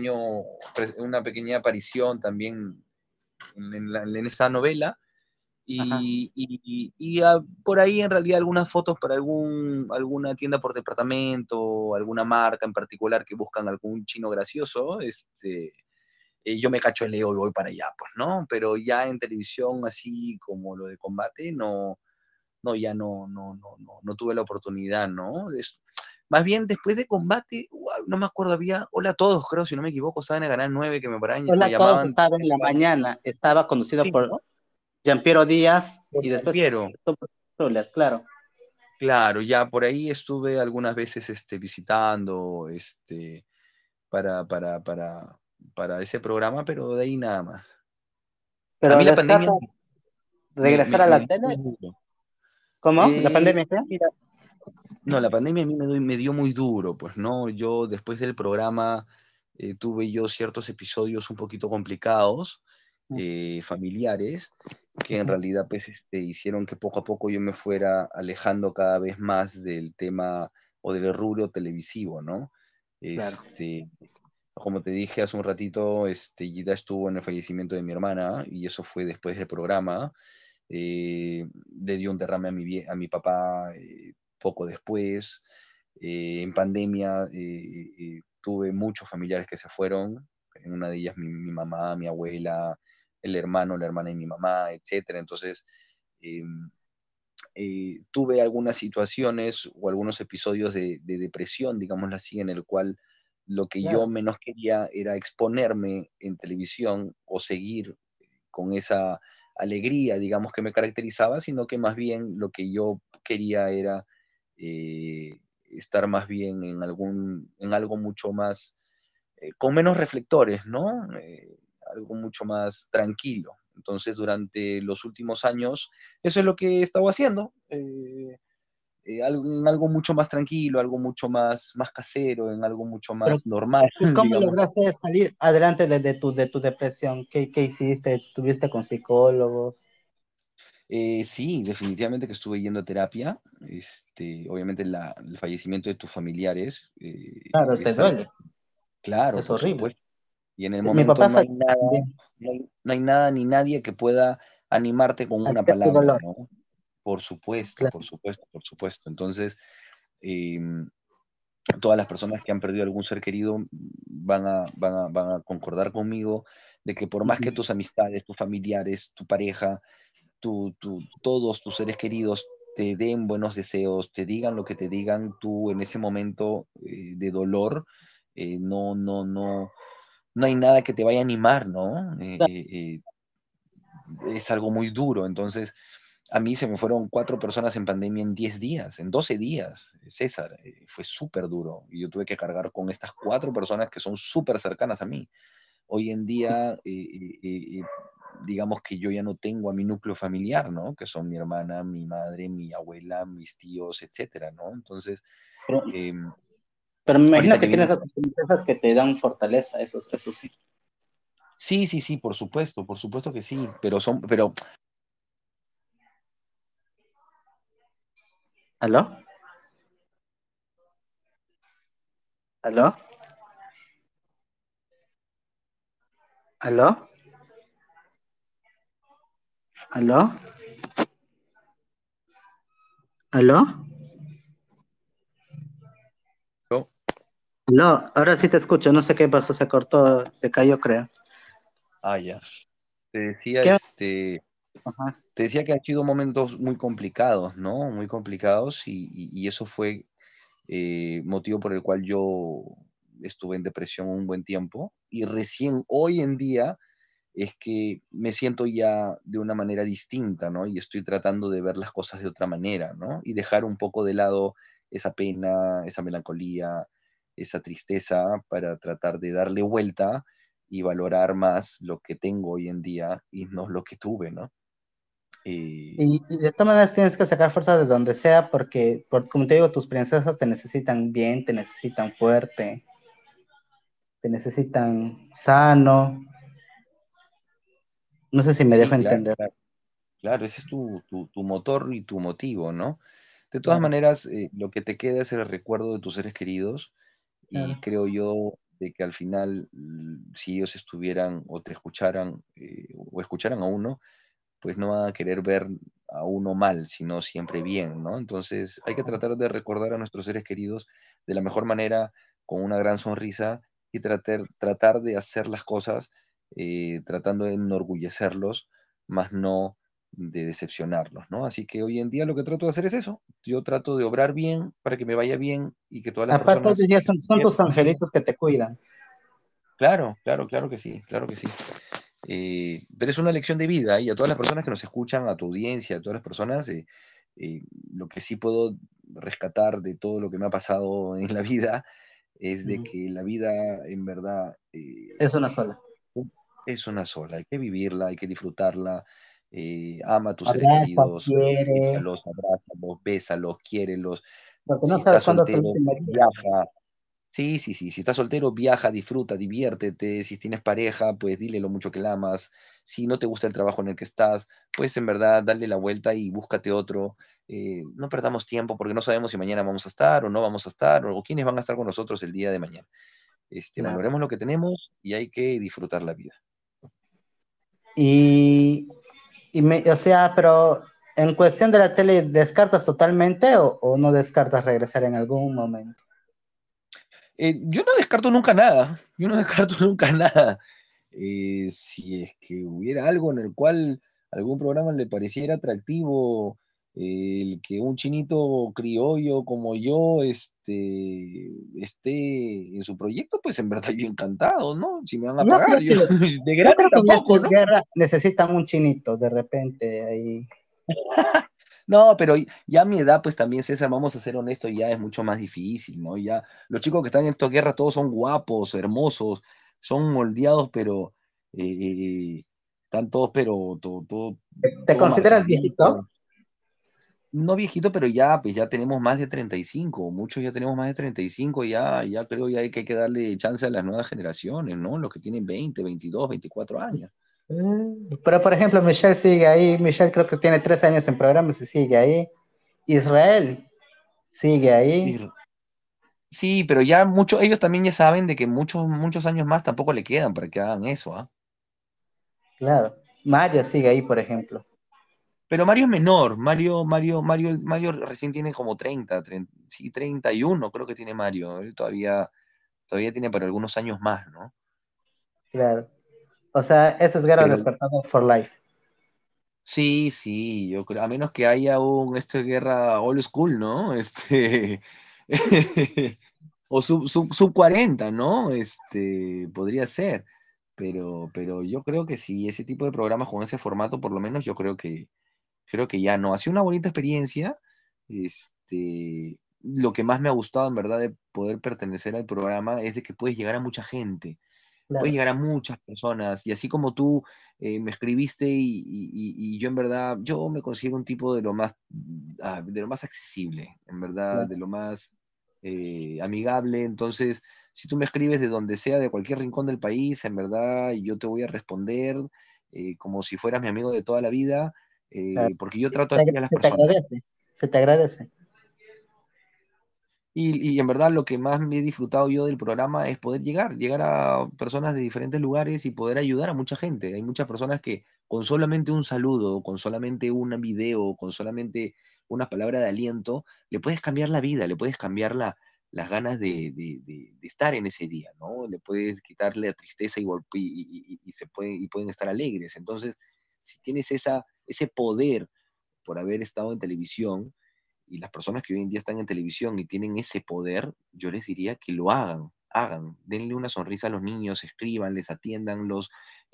una pequeña aparición también en esa novela. Ajá. Por ahí en realidad algunas fotos para alguna tienda por departamento, alguna marca en particular que buscan algún chino gracioso, yo me cacho el Leo y voy para allá, pues, ¿no? Pero ya en televisión, así como lo de combate, no, no, ya no tuve la oportunidad, ¿no? Más bien después de combate, no me acuerdo, había Hola a todos, creo, si no me equivoco, estaban en el Canal 9 que Hola me a todos, llamaban. estaba en la mañana, estaba conducido Sí, por ¿no? Giampiero Díaz Por y después Piero. Zuller, claro. Claro, ya por ahí estuve algunas veces visitando para ese programa, pero de ahí nada más. A Pero mí la pandemia descarta regresar a me la dio tele. muy duro. ¿Cómo? ¿La Eh, pandemia qué? Mira, no, la pandemia a mí me dio muy duro, pues no, yo después del programa tuve yo ciertos episodios un poquito complicados, familiares, que en Ujú, realidad pues hicieron que poco a poco yo me fuera alejando cada vez más del tema o del rubro televisivo, ¿no? claro. Este, Como te dije hace un ratito, Gida estuvo en el fallecimiento de mi hermana y eso fue después del programa. Le dio un derrame a mi papá poco después. En pandemia tuve muchos familiares que se fueron. En una de ellas mi mamá, mi abuela, el hermano, la hermana de mi mamá, etcétera. Entonces, eh, tuve algunas situaciones o algunos episodios de depresión, digámoslo así, en el cual lo que yo Claro. menos quería era exponerme en televisión o seguir con esa alegría, digamos, que me caracterizaba, sino que más bien lo que yo quería era estar más bien en algo mucho más, con menos reflectores, ¿no? Algo mucho más tranquilo. Entonces, durante los últimos años, eso es lo que he estado haciendo. En algo mucho más tranquilo, algo mucho más casero, en algo mucho Pero más normal, ¿y cómo digamos. lograste salir adelante de tu depresión? ¿Qué hiciste? ¿Tuviste con psicólogos? Sí, definitivamente que estuve yendo a terapia. Obviamente el fallecimiento de tus familiares Claro, te es algo, duele. claro, Es por horrible. supuesto. Y en el Mi momento papá no fue hay nada, también, no hay nada ni nadie que pueda animarte con una aliviar tu palabra, dolor, ¿no? Por supuesto, por claro. supuesto, por supuesto. Entonces, eh, todas las personas que han perdido algún ser querido van a concordar conmigo de que por más Ujú. que tus amistades, tus familiares, tu pareja, todos tus seres queridos te den buenos deseos, te digan lo que te digan, tú en ese momento de dolor, no hay nada que te vaya a animar, ¿no? Es algo muy duro. Entonces, a mí se me fueron 4 personas en pandemia en 10 días, en 12 días, César. Fue súper duro. Y yo tuve que cargar con estas 4 personas que son súper cercanas a mí. Hoy en día, digamos que yo ya no tengo a mi núcleo familiar, ¿no? Que son mi hermana, mi madre, mi abuela, mis tíos, etcétera, ¿no? Entonces, Pero, eh, pero me imagino ahorita que que tienes vienes... otras princesas que te dan fortaleza, eso sí. Sí, sí, sí, por supuesto que sí, pero ¿Aló? ¿Aló? ¿Aló? ¿Aló? ¿Aló? ¿Aló? Ahora sí te escucho, no sé qué pasó, se cortó, se cayó, creo. ya. Te decía, ¿Qué? Ajá. te decía que han sido momentos muy complicados, ¿no? Muy complicados y eso fue motivo por el cual yo estuve en depresión un buen tiempo y recién hoy en día es que me siento ya de una manera distinta, ¿no? Y estoy tratando de ver las cosas de otra manera, ¿no? Y dejar un poco de lado esa pena, esa melancolía, esa tristeza para tratar de darle vuelta y valorar más lo que tengo hoy en día y no lo que tuve, ¿no? Eh, Y de todas maneras tienes que sacar fuerza de donde sea porque, como te digo, tus princesas te necesitan bien, te necesitan fuerte, te necesitan sano. No sé si me dejo sí, claro, entender. claro, claro, ese es tu motor y tu motivo, ¿no? De todas Claro, maneras, lo que te queda es el recuerdo de tus seres queridos y claro. creo yo de que al final, si ellos estuvieran o te escucharan o escucharan a uno, pues no van a querer ver a uno mal, sino siempre bien, ¿no? Entonces hay que tratar de recordar a nuestros seres queridos de la mejor manera, con una gran sonrisa y tratar de hacer las cosas tratando de enorgullecerlos, más no de decepcionarlos, ¿no? Así que hoy en día lo que trato de hacer es eso. Yo trato de obrar bien para que me vaya bien y que todas las Aparte, personas ellos ya que son quiero tus angelitos que te cuidan. claro, claro, claro que sí, claro que sí. Pero es una lección de vida y a todas las personas que nos escuchan, a tu audiencia, a todas las personas, eh, lo que sí puedo rescatar de todo lo que me ha pasado en la vida es de Ujú. que la vida en verdad Es una sola. es una sola, hay que vivirla, hay que disfrutarla, ama a tus seres Abraza, queridos, quiere, échalos, abrázalos, bésalos, quiérelos, porque no si sabes estás cuándo es el soltero, último día. viaja. Sí, sí, sí. Si estás soltero, viaja, disfruta, diviértete. Si tienes pareja, pues dile lo mucho que la amas. Si no te gusta el trabajo en el que estás, pues en verdad dale la vuelta y búscate otro. No perdamos tiempo porque no sabemos si mañana vamos a estar o no vamos a estar o quiénes van a estar con nosotros el día de mañana. Claro. Valoremos lo que tenemos y hay que disfrutar la vida. Y, o sea, pero en cuestión de la tele, ¿descartas totalmente o no descartas regresar en algún momento? Yo no descarto nunca nada. Yo no descarto nunca nada. Si es que hubiera algo en el cual algún programa le pareciera atractivo, el que un chinito criollo como yo esté en su proyecto, pues en verdad yo encantado, ¿no? Si me van a Yo pagar, creo yo que, de yo gratis creo que en tampoco, esta ¿no? guerra necesitan un chinito de repente ahí. No, pero ya a mi edad, pues también, César, vamos a ser honestos, ya es mucho más difícil, ¿no? Ya los chicos que están en esta guerra todos son guapos, hermosos, son moldeados, pero están todos, pero ¿Te todo consideras viejito? marcadito. No viejito, pero ya, pues ya tenemos más de 35, muchos ya tenemos más de 35, ya creo ya que hay que darle chance a las nuevas generaciones, ¿no? Los que tienen 20, 22, 24 años. Pero por ejemplo, Michelle sigue ahí. Michelle creo que tiene 3 años en programas y sigue ahí. Israel sigue ahí. Sí, pero ya muchos, ellos también ya saben de que muchos, muchos años más tampoco le quedan para que hagan eso, ¿ah? Claro. Mario sigue ahí, por ejemplo. Pero Mario es menor, Mario recién tiene como 30, sí, 31 creo que tiene Mario. Él todavía tiene para algunos años más, ¿no? Claro. O sea, eso es Guerra Pero Despertando for Life. sí, sí, yo creo, a menos que haya guerra old school, ¿no? O sub 40, ¿no? Podría ser. Pero yo creo que sí, ese tipo de programas con ese formato, por lo menos yo creo que ya no. Ha sido una bonita experiencia. Lo que más me ha gustado, en verdad, de poder pertenecer al programa es de que puedes llegar a mucha gente, puedes Claro, llegar a muchas personas. Y así como tú me escribiste y yo en verdad, yo me considero un tipo de lo más accesible, en verdad, de claro. lo más amigable. Entonces, si tú me escribes de donde sea, de cualquier rincón del país, en verdad, yo te voy a responder como si fueras mi amigo de toda la vida, Claro. porque yo trato así a las Se te personas. agradece, se te agradece. Y en verdad lo que más me he disfrutado yo del programa es poder llegar a personas de diferentes lugares y poder ayudar a mucha gente. Hay muchas personas que con solamente un saludo, con solamente un video, con solamente una palabra de aliento, le puedes cambiar la vida, le puedes cambiar las ganas de estar en ese día, ¿no? Le puedes quitarle la tristeza y pueden estar alegres. Entonces, si tienes ese poder por haber estado en televisión, y las personas que hoy en día están en televisión y tienen ese poder, yo les diría que lo hagan, denle una sonrisa a los niños, escríbanles, atiéndanlos,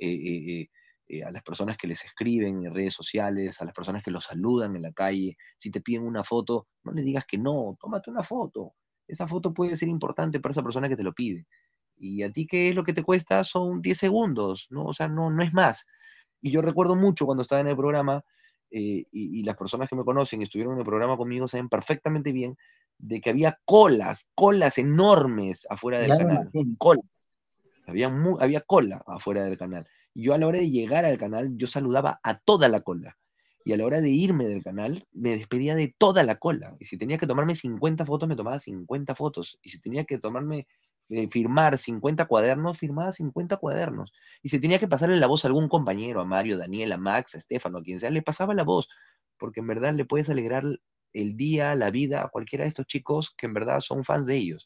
a las personas que les escriben en redes sociales, a las personas que los saludan en la calle. Si te piden una foto, no les digas que no, tómate una foto. Esa foto puede ser importante para esa persona que te lo pide. Y a ti, ¿qué es lo que te cuesta? Son 10 segundos, ¿no? O sea, no, no es más. Y yo recuerdo mucho cuando estaba en el programa, y las personas que me conocen y estuvieron en el programa conmigo saben perfectamente bien de que había colas enormes afuera del Ya me canal. imagino. Cola. Había cola afuera del canal. Y yo a la hora de llegar al canal, yo saludaba a toda la cola. Y a la hora de irme del canal, me despedía de toda la cola. Y si tenía que tomarme 50 fotos, me tomaba 50 fotos. Y si tenía que firmar 50 cuadernos, firmaba 50 cuadernos. Y si tenía que pasarle la voz a algún compañero, a Mario, Daniel, a Max, a Estefano, a quien sea, le pasaba la voz. Porque en verdad le puedes alegrar el día, la vida a cualquiera de estos chicos que en verdad son fans de ellos.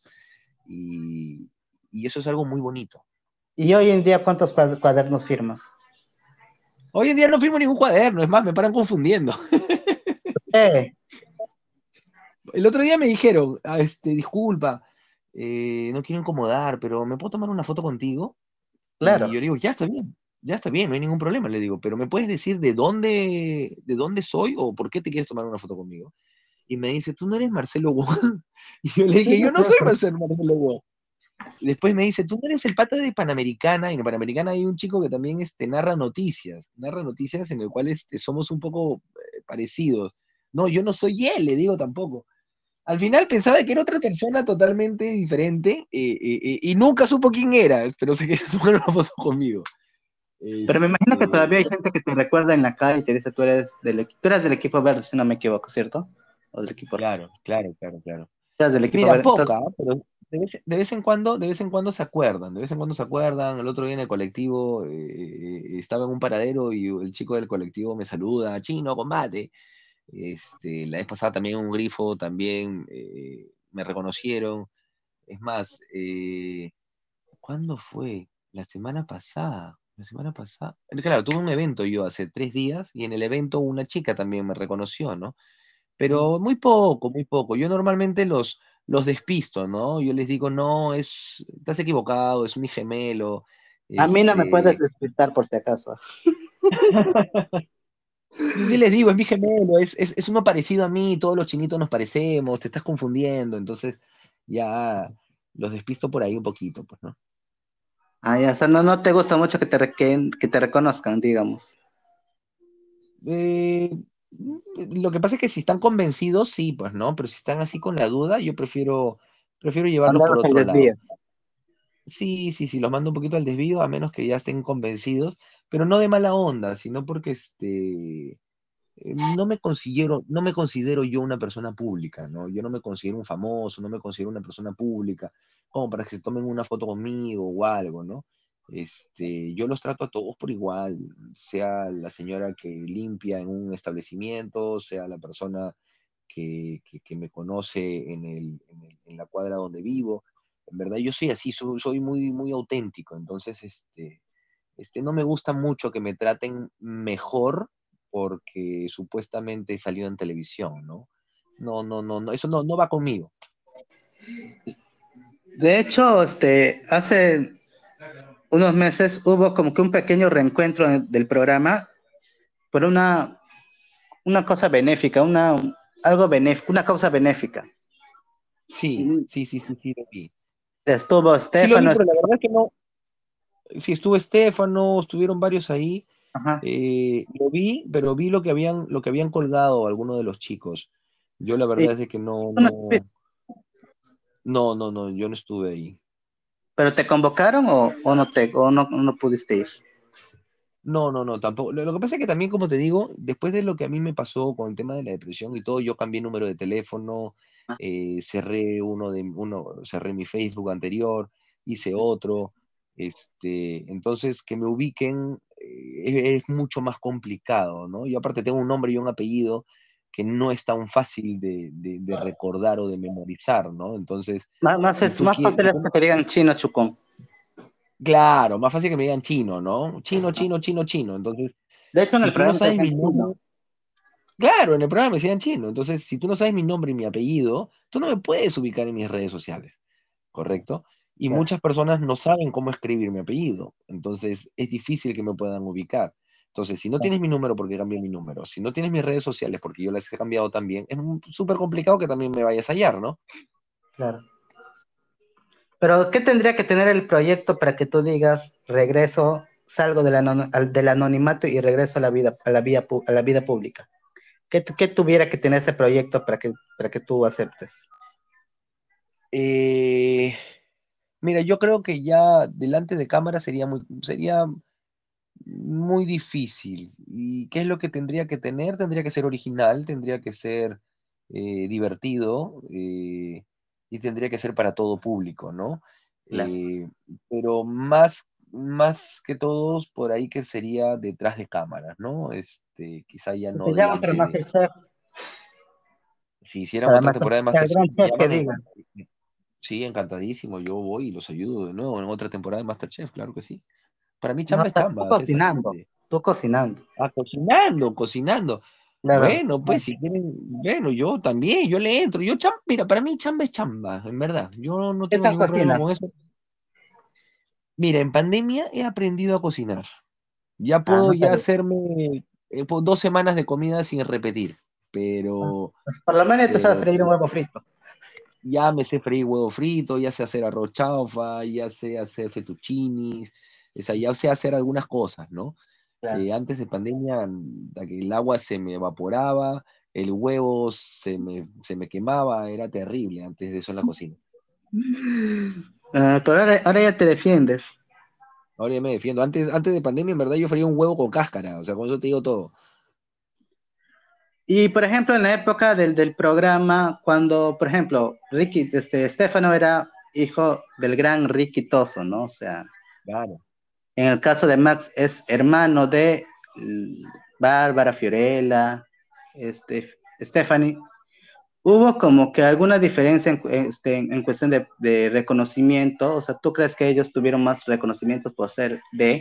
Y, y eso es algo muy bonito. Y hoy en día, ¿cuántos cuadernos firmas? Hoy en día no firmo ningún cuaderno, es más, me paran confundiendo. Eh, El otro día me dijeron, disculpa, no quiero incomodar, pero ¿me puedo tomar una foto contigo? Y yo claro. le digo, ya está bien, no hay ningún problema, le digo, pero ¿me puedes decir de dónde soy o por qué te quieres tomar una foto conmigo? Y me dice, ¿tú no eres Marcelo Wong? Y yo le dije, yo no soy Marcelo Wong. Y después me dice, tú no eres el pata de Panamericana, y en Panamericana hay un chico que también narra noticias en el cual somos un poco parecidos. No, yo no soy él, le digo tampoco. Al final pensaba que era otra persona totalmente diferente, y nunca supo quién era, pero se quedó tomar una foto conmigo. Pero me imagino que Este, todavía hay gente que te recuerda en la calle y te dice, tú eres del equipo verde, si no me equivoco, ¿cierto? O del equipo rojo. claro, claro, claro, claro. Tú eres del equipo Mira, verde. poca, pero de vez en cuando se acuerdan, de vez en cuando se acuerdan. El otro día en el colectivo estaba en un paradero y el chico del colectivo me saluda, chino, combate. La vez pasada también en un grifo, también me reconocieron. Es más, ¿cuándo fue? La semana pasada. La semana pasada. Claro, tuve un evento yo hace 3 días y en el evento una chica también me reconoció, ¿no? Pero muy poco, muy poco. Yo normalmente los despisto, ¿no? Yo les digo, no, estás equivocado, es mi gemelo. A mí no me puedes Este, despistar por si acaso. yo sí les digo, es mi gemelo, es uno parecido a mí, todos los chinitos nos parecemos, te estás confundiendo, entonces ya los despisto por ahí un poquito, pues, ¿no? Ah, ya, o sea, no te gusta mucho que te reconozcan, digamos. Eh, lo que pasa es que si están convencidos, sí, pues, ¿no? Pero si están así con la duda, yo prefiero llevarlos por Mandarlos al otro lado. desvío. Sí, sí, sí, los mando un poquito al desvío, a menos que ya estén convencidos, pero no de mala onda, sino porque no me considero yo una persona pública, ¿no? Yo no me considero un famoso, no me considero una persona pública, como para que se tomen una foto conmigo o algo, ¿no? Yo los trato a todos por igual, sea la señora que limpia en un establecimiento, sea la persona que me conoce en la cuadra donde vivo. En verdad, yo soy así, soy muy, muy auténtico, entonces, no me gusta mucho que me traten mejor porque supuestamente salió en televisión, ¿no? No, no, no, no, eso no va conmigo. De hecho, hace unos meses hubo como que un pequeño reencuentro del programa por una cosa benéfica, algo benéfico, una causa benéfica. Sí, sí, sí, sí, sí, lo vi. Estuvo Sí lo vi, Estefano. pero la verdad es que no. Sí, estuvo Estefano, estuvieron varios ahí. Ajá. Lo vi, pero vi lo que habían colgado algunos de los chicos. Yo la Y verdad es de que no, tú no no, no, no, no, yo no estuve ahí. ¿pero te convocaron o no pudiste ir? No, no, no, tampoco. Lo que pasa es que también, como te digo, después de lo que a mí me pasó con el tema de la depresión y todo, yo cambié número de teléfono, Ah, cerré mi Facebook anterior, hice otro. Entonces, que me ubiquen es mucho más complicado, ¿no? Yo aparte tengo un nombre y un apellido que no es tan fácil de recordar o de memorizar, ¿no? Entonces, si tú más quieres, fácil es que te digan chino chucón. claro, más fácil que me digan chino, ¿no? Chino, chino, chino, chino. Entonces, De hecho, en si el tú no programa te sabes decían mi nombre, chino. claro, en el programa me decían chino. Entonces, si tú no sabes mi nombre y mi apellido, tú no me puedes ubicar en mis redes sociales, ¿correcto? Y Claro. muchas personas no saben cómo escribir mi apellido. Entonces, es difícil que me puedan ubicar. Entonces, si no tienes mi número, porque cambié mi número. Si no tienes mis redes sociales, porque yo las he cambiado también, es súper complicado que también me vayas a hallar, ¿no? Claro. Pero, ¿qué tendría que tener el proyecto para que tú digas, regreso, salgo del anonimato y regreso a la vida pública? ¿Qué tuviera que tener ese proyecto para que tú aceptes? Eh, Mira, yo creo que ya delante de cámara sería muy difícil. ¿Y qué es lo que tendría que tener? Tendría que ser original, tendría que ser divertido y tendría que ser para todo público, ¿no? Claro. Pero más que todos, por ahí que sería detrás de cámaras, ¿no? Quizá ya Si no te llaman para delante de... Masterchef, Si hicieran otra temporada de el Masterchef, gran me chef que llaman, diga. sí, encantadísimo, yo voy y los ayudo de nuevo en otra temporada de Masterchef, claro que sí. Para mí No, chamba es chamba, César. tú cocinando. Ah, cocinando, cocinando. Claro. Bueno, pues si quieren, bueno, yo también, yo le entro. Mira, para mí chamba es chamba, en verdad. Yo no ¿Qué tengo tal ningún problema cocinas? con eso. Mira, en pandemia he aprendido a cocinar. Ya Ah, puedo no ya sabía. hacerme 2 semanas de comida sin repetir, pero, Pues por lo menos te sabes pero freír un huevo frito. ya me sé freír huevo frito, ya sé hacer arroz chaufa, ya sé hacer fettuccinis, o sea, ya sé hacer algunas cosas, ¿no? Claro. Antes de pandemia, que el agua se me evaporaba, el huevo se me quemaba, era terrible antes de eso en la cocina. Pero ahora ya te defiendes. Ahora ya me defiendo. Antes de pandemia, en verdad, yo freía un huevo con cáscara, o sea, con eso te digo todo. Y por ejemplo, en la época del programa, cuando, por ejemplo, Estefano era hijo del gran Ricky Toso, ¿no? O sea, Claro. en el caso de Max es hermano de Bárbara Fiorella, Stephanie. ¿Hubo como que alguna diferencia en cuestión de reconocimiento? O sea, ¿tú crees que ellos tuvieron más reconocimiento por ser de?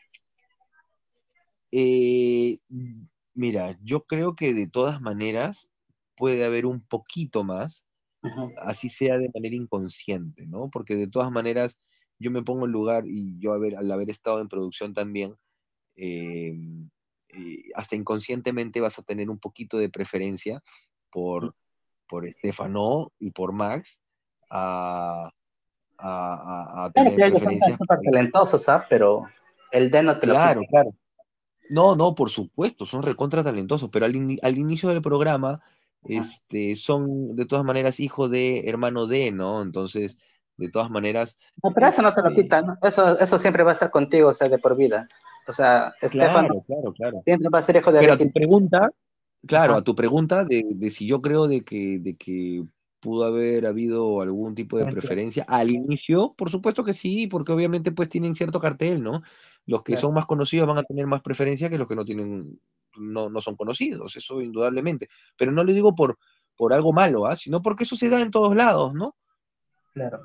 Eh, Mira, yo creo que de todas maneras puede haber un poquito más, Ujú. así sea de manera inconsciente, ¿no? Porque de todas maneras yo me pongo en lugar y yo al haber estado en producción también, eh, hasta inconscientemente vas a tener un poquito de preferencia por Estefano y por Max a, a Claro tener que ellos son preferencias por súper alguien. talentosos, ¿ah? Pero el D no te lo quita. Claro, claro. No, no, por supuesto, son recontra talentosos, pero al inicio del programa, Ajá. son de todas maneras hijo de hermano de, ¿no? Entonces, de todas maneras, No, pero eso no te lo este, quita, ¿no? Eso siempre va a estar contigo, o sea, de por vida. O sea, Estefano claro, claro, claro. siempre va a ser hijo de Pero a Ricky. tu pregunta, claro, Ajá, a tu pregunta de si yo creo de que pudo haber habido algún tipo de entiendo, preferencia al inicio, por supuesto que sí, porque obviamente pues tienen cierto cartel, ¿no? Los que claro, son más conocidos van a tener más preferencia que los que no tienen, no son conocidos, eso indudablemente. Pero no le digo por algo malo, ¿ah? Sino porque eso se da en todos lados, ¿no? claro.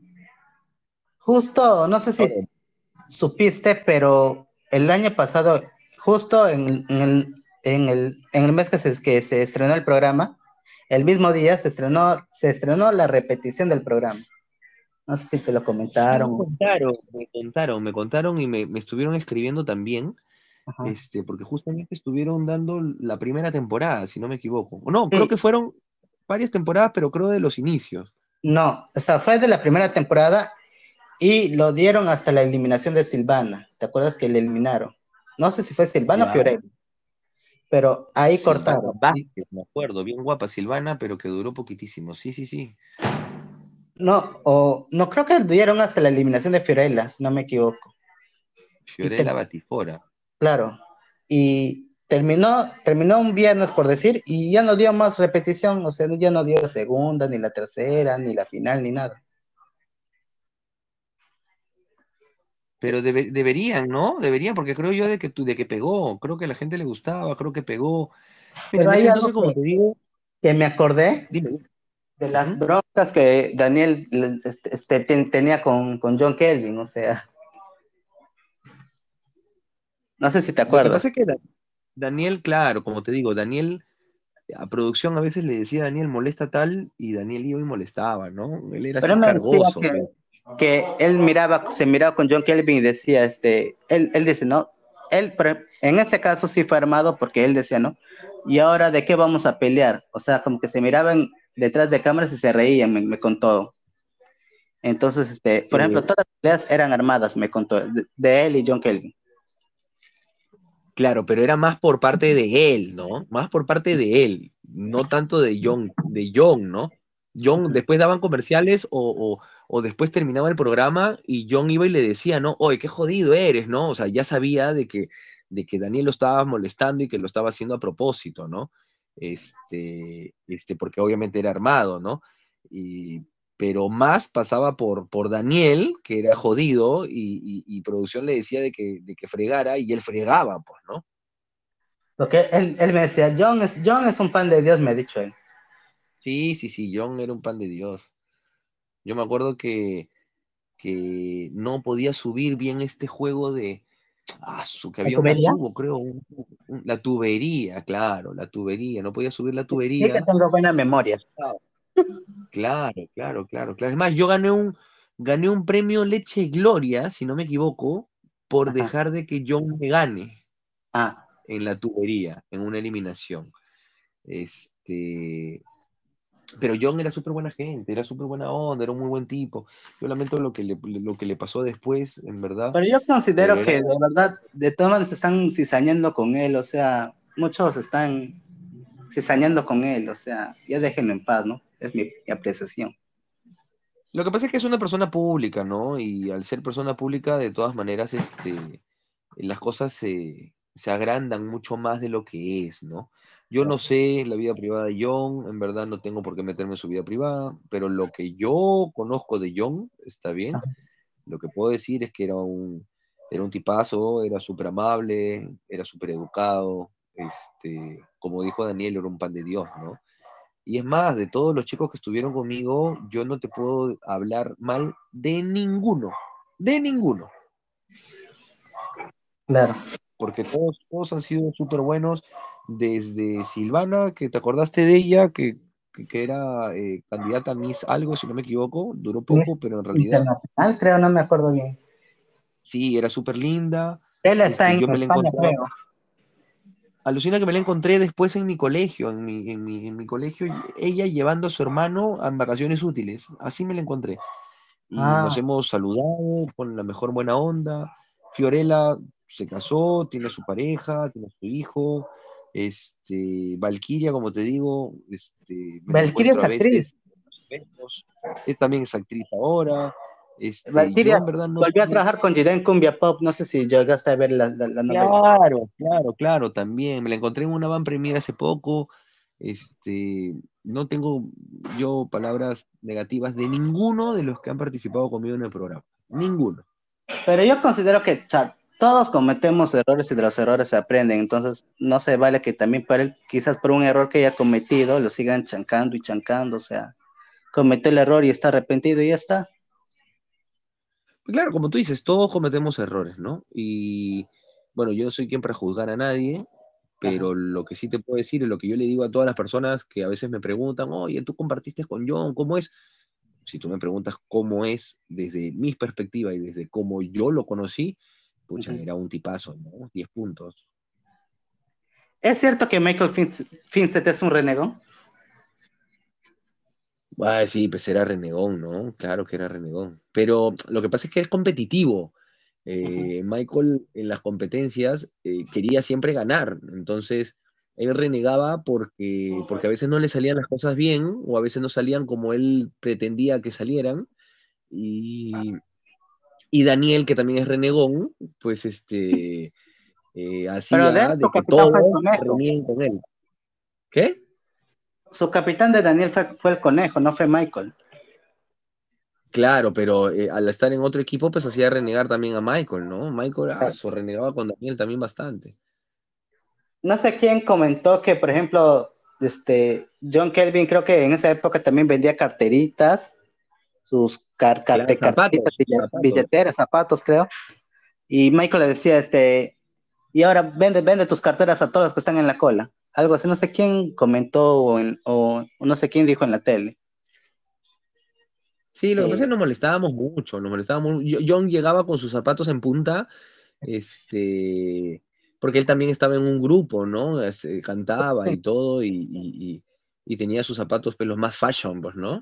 Justo, no sé si Ahora, supiste, pero el año pasado, justo en el mes que se estrenó el programa, el mismo día se estrenó la repetición del programa. No sé si te lo sí comentaron. me contaron y me estuvieron escribiendo también, Ajá. porque justamente estuvieron dando la primera temporada, si no me equivoco. O no, creo Sí, que fueron varias temporadas, pero creo de los inicios. no, o sea, fue de la primera temporada y lo dieron hasta la eliminación de Silvana. ¿Te acuerdas que le eliminaron? No sé si fue Silvana o Ya. Fiorella, pero ahí Silvana cortaron. Vázquez, me acuerdo, bien guapa Silvana, pero que duró poquitísimo. Sí, sí, sí. No, no creo que dieron hasta la eliminación de Fiorella, si no me equivoco. Y Fiorella Batifora. claro, y terminó un viernes por decir, y ya no dio más repetición, o sea, ya no dio la segunda, ni la tercera, ni la final, ni nada. Pero deberían, ¿no? Deberían, porque creo yo de que pegó. Creo que a la gente le gustaba, creo que pegó. Mira, Pero en hay ese algo entonces, como te digo, que me acordé dime. Dime. de las Ujú. broncas que Daniel tenía con John Kelvin, o sea, no sé si te Lo que acuerdas. pasa es que Daniel, claro, como te digo, Daniel, a producción a veces le decía Daniel molesta tal y Daniel iba y molestaba, ¿no? Él era Pero así él me decía cargoso. que él se miraba con John Kelvin y decía, él dice, ¿no? En ese caso sí fue armado porque él decía, ¿no? ¿Y ahora de qué vamos a pelear? O sea, como que se miraban detrás de cámaras y se reían, me contó. Entonces, por ejemplo, Eh, todas las peleas eran armadas, me contó, de él y John Kelvin. claro, pero era más por parte de él, ¿no? Más por parte de él, no tanto de John, ¿no? John, Ujú. después daban comerciales o después terminaba el programa y John iba y le decía, ¿no? Oye, qué jodido eres, ¿no? O sea, ya sabía de que Daniel lo estaba molestando y que lo estaba haciendo a propósito, ¿no? Porque obviamente era armado, ¿no? Y, pero más pasaba por Daniel, que era jodido, y producción le decía de que fregara, y él fregaba, pues, ¿no? Porque él me decía, John es un pan de Dios, me ha dicho él. Sí, sí, sí, John era un pan de Dios. Yo me acuerdo que no podía subir bien este juego que ¿La había una tubería? tubo, creo, la tubería, claro, la tubería, no podía subir la Sí que tubería. tengo buena memoria. Claro, claro, claro, claro. Es más, yo gané un premio Leche Gloria, si no me equivoco, por Ajá. dejar de que John me gane Ah, en la tubería, en una eliminación. Este, pero John era súper buena gente, era súper buena onda, era un muy buen tipo. Yo lamento lo que le pasó después, en verdad, pero yo pero considero era, que de verdad, de todas maneras están cizañando con él, o sea, muchos están cizañando con él, o sea, ya déjenlo en paz, ¿no? Es mi apreciación. lo que pasa es que es una persona pública, ¿no? Y al ser persona pública, de todas maneras, las cosas se agrandan mucho más de lo que es, ¿no? Yo no sé la vida privada de John, en verdad no tengo por qué meterme en su vida privada, pero lo que yo conozco de John, está bien. Lo que puedo decir es que era un tipazo, era súper amable, era súper educado, como dijo Daniel, era un pan de Dios, ¿no? Y es más, de todos los chicos que estuvieron conmigo, yo no te puedo hablar mal de ninguno, Claro. porque todos han sido súper buenos, desde Silvana, que te acordaste de ella, que era candidata a Miss algo, si no me equivoco, duró Miss poco, pero en realidad Internacional, creo, no me acuerdo bien. sí, era súper linda. Él está en Yo me la España, encontraba. creo. Alucina que me la encontré después en mi colegio, en mi colegio, ella llevando a su hermano en vacaciones útiles. Así me la encontré. Y nos Ah, hemos saludado con la mejor buena onda. Fiorella se casó, tiene su pareja, tiene su hijo. Valkyria, como te digo, me la Valkyria encuentro es a actriz. veces en los eventos. Es también es actriz ahora. Yo Valkyria en verdad no volvió a tuve. trabajar con Jiden Cumbia Pop, no sé si llegaste a ver la novela. Claro, claro, claro, también. Me la encontré en una van premier hace poco. No tengo yo palabras negativas de ninguno de los que han participado conmigo en el programa. Ninguno. Pero yo considero que, o sea, todos cometemos errores y de los errores se aprenden, entonces no se vale que también para él, quizás por un error que haya cometido, lo sigan chancando y chancando, o sea, cometió el error y está arrepentido y ya está. Claro, como tú dices, todos cometemos errores, ¿no? Y bueno, yo no soy quien para juzgar a nadie, Ajá. pero lo que sí te puedo decir es lo que yo le digo a todas las personas que a veces me preguntan, oye, tú compartiste con John, ¿cómo es? Si tú me preguntas cómo es desde mi perspectiva y desde cómo yo lo conocí, pucha, Ujú. era un tipazo, ¿no? 10 puntos. ¿Es cierto que Michael Vincent es un renegón? Ah, sí, pues era renegón, ¿no? Claro que era renegón. Pero lo que pasa es que es competitivo. Ujú. Michael en las competencias quería siempre ganar. Entonces, él renegaba porque a veces no le salían las cosas bien o a veces no salían como él pretendía que salieran. Y, y Daniel, que también es renegón, pues Pero de él, hacía su de que capitán fue el todos conejo. renieguen con él. ¿Qué? Su capitán de Daniel fue el conejo, no fue Michael. Claro, pero al estar en otro equipo, pues hacía renegar también a Michael, ¿no? Michael, renegaba con Daniel también bastante. No sé quién comentó que, por ejemplo, John Kelvin creo que en esa época también vendía carteritas, sus Claro, carteritas, zapatos, zapatos. billeteras, zapatos, creo. Y Michael le decía, y ahora vende tus carteras a todos los que están en la cola. Algo así, no sé quién comentó o no sé quién dijo en la tele. Sí, lo que pasa es Eh, que nos molestábamos mucho, nos molestábamos. John llegaba con sus zapatos en punta, este, porque él también estaba en un grupo, ¿no? Cantaba y todo, y tenía sus zapatos, pues, los más fashion, pues, ¿no?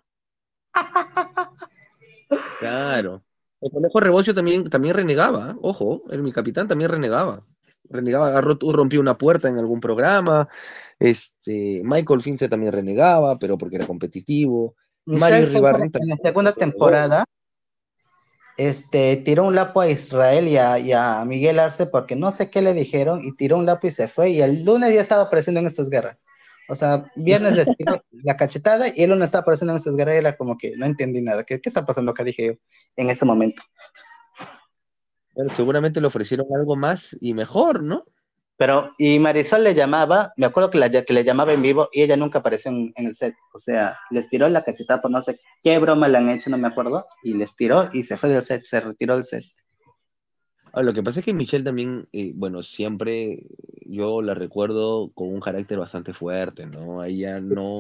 Claro. El Conejo Rebocio también renegaba, ojo, mi capitán también renegaba. Renegaba, rompió una puerta en algún programa. Michael Fince también renegaba, pero porque era competitivo. Michelle Mario Pfeiffer Ribarren en la también segunda renegó. temporada tiró un lapo a Israel y a Miguel Arce porque no sé qué le dijeron y tiró un lapo y se fue y el lunes ya estaba apareciendo en estas guerras. O sea, viernes les tiró la cachetada y el lunes estaba apareciendo en estas guerras y era como que no entendí nada. ¿Qué está pasando acá? Dije yo en ese momento. Bueno, seguramente le ofrecieron algo más y mejor, ¿no? Pero, y Marisol le llamaba, me acuerdo que le llamaba en vivo y ella nunca apareció en el set. O sea, les tiró la cachetada por no sé qué broma le han hecho, no me acuerdo, y les tiró y se fue del set, se retiró del set. Lo que pasa es que Michelle también, bueno, siempre yo la recuerdo con un carácter bastante fuerte, ¿no? Ella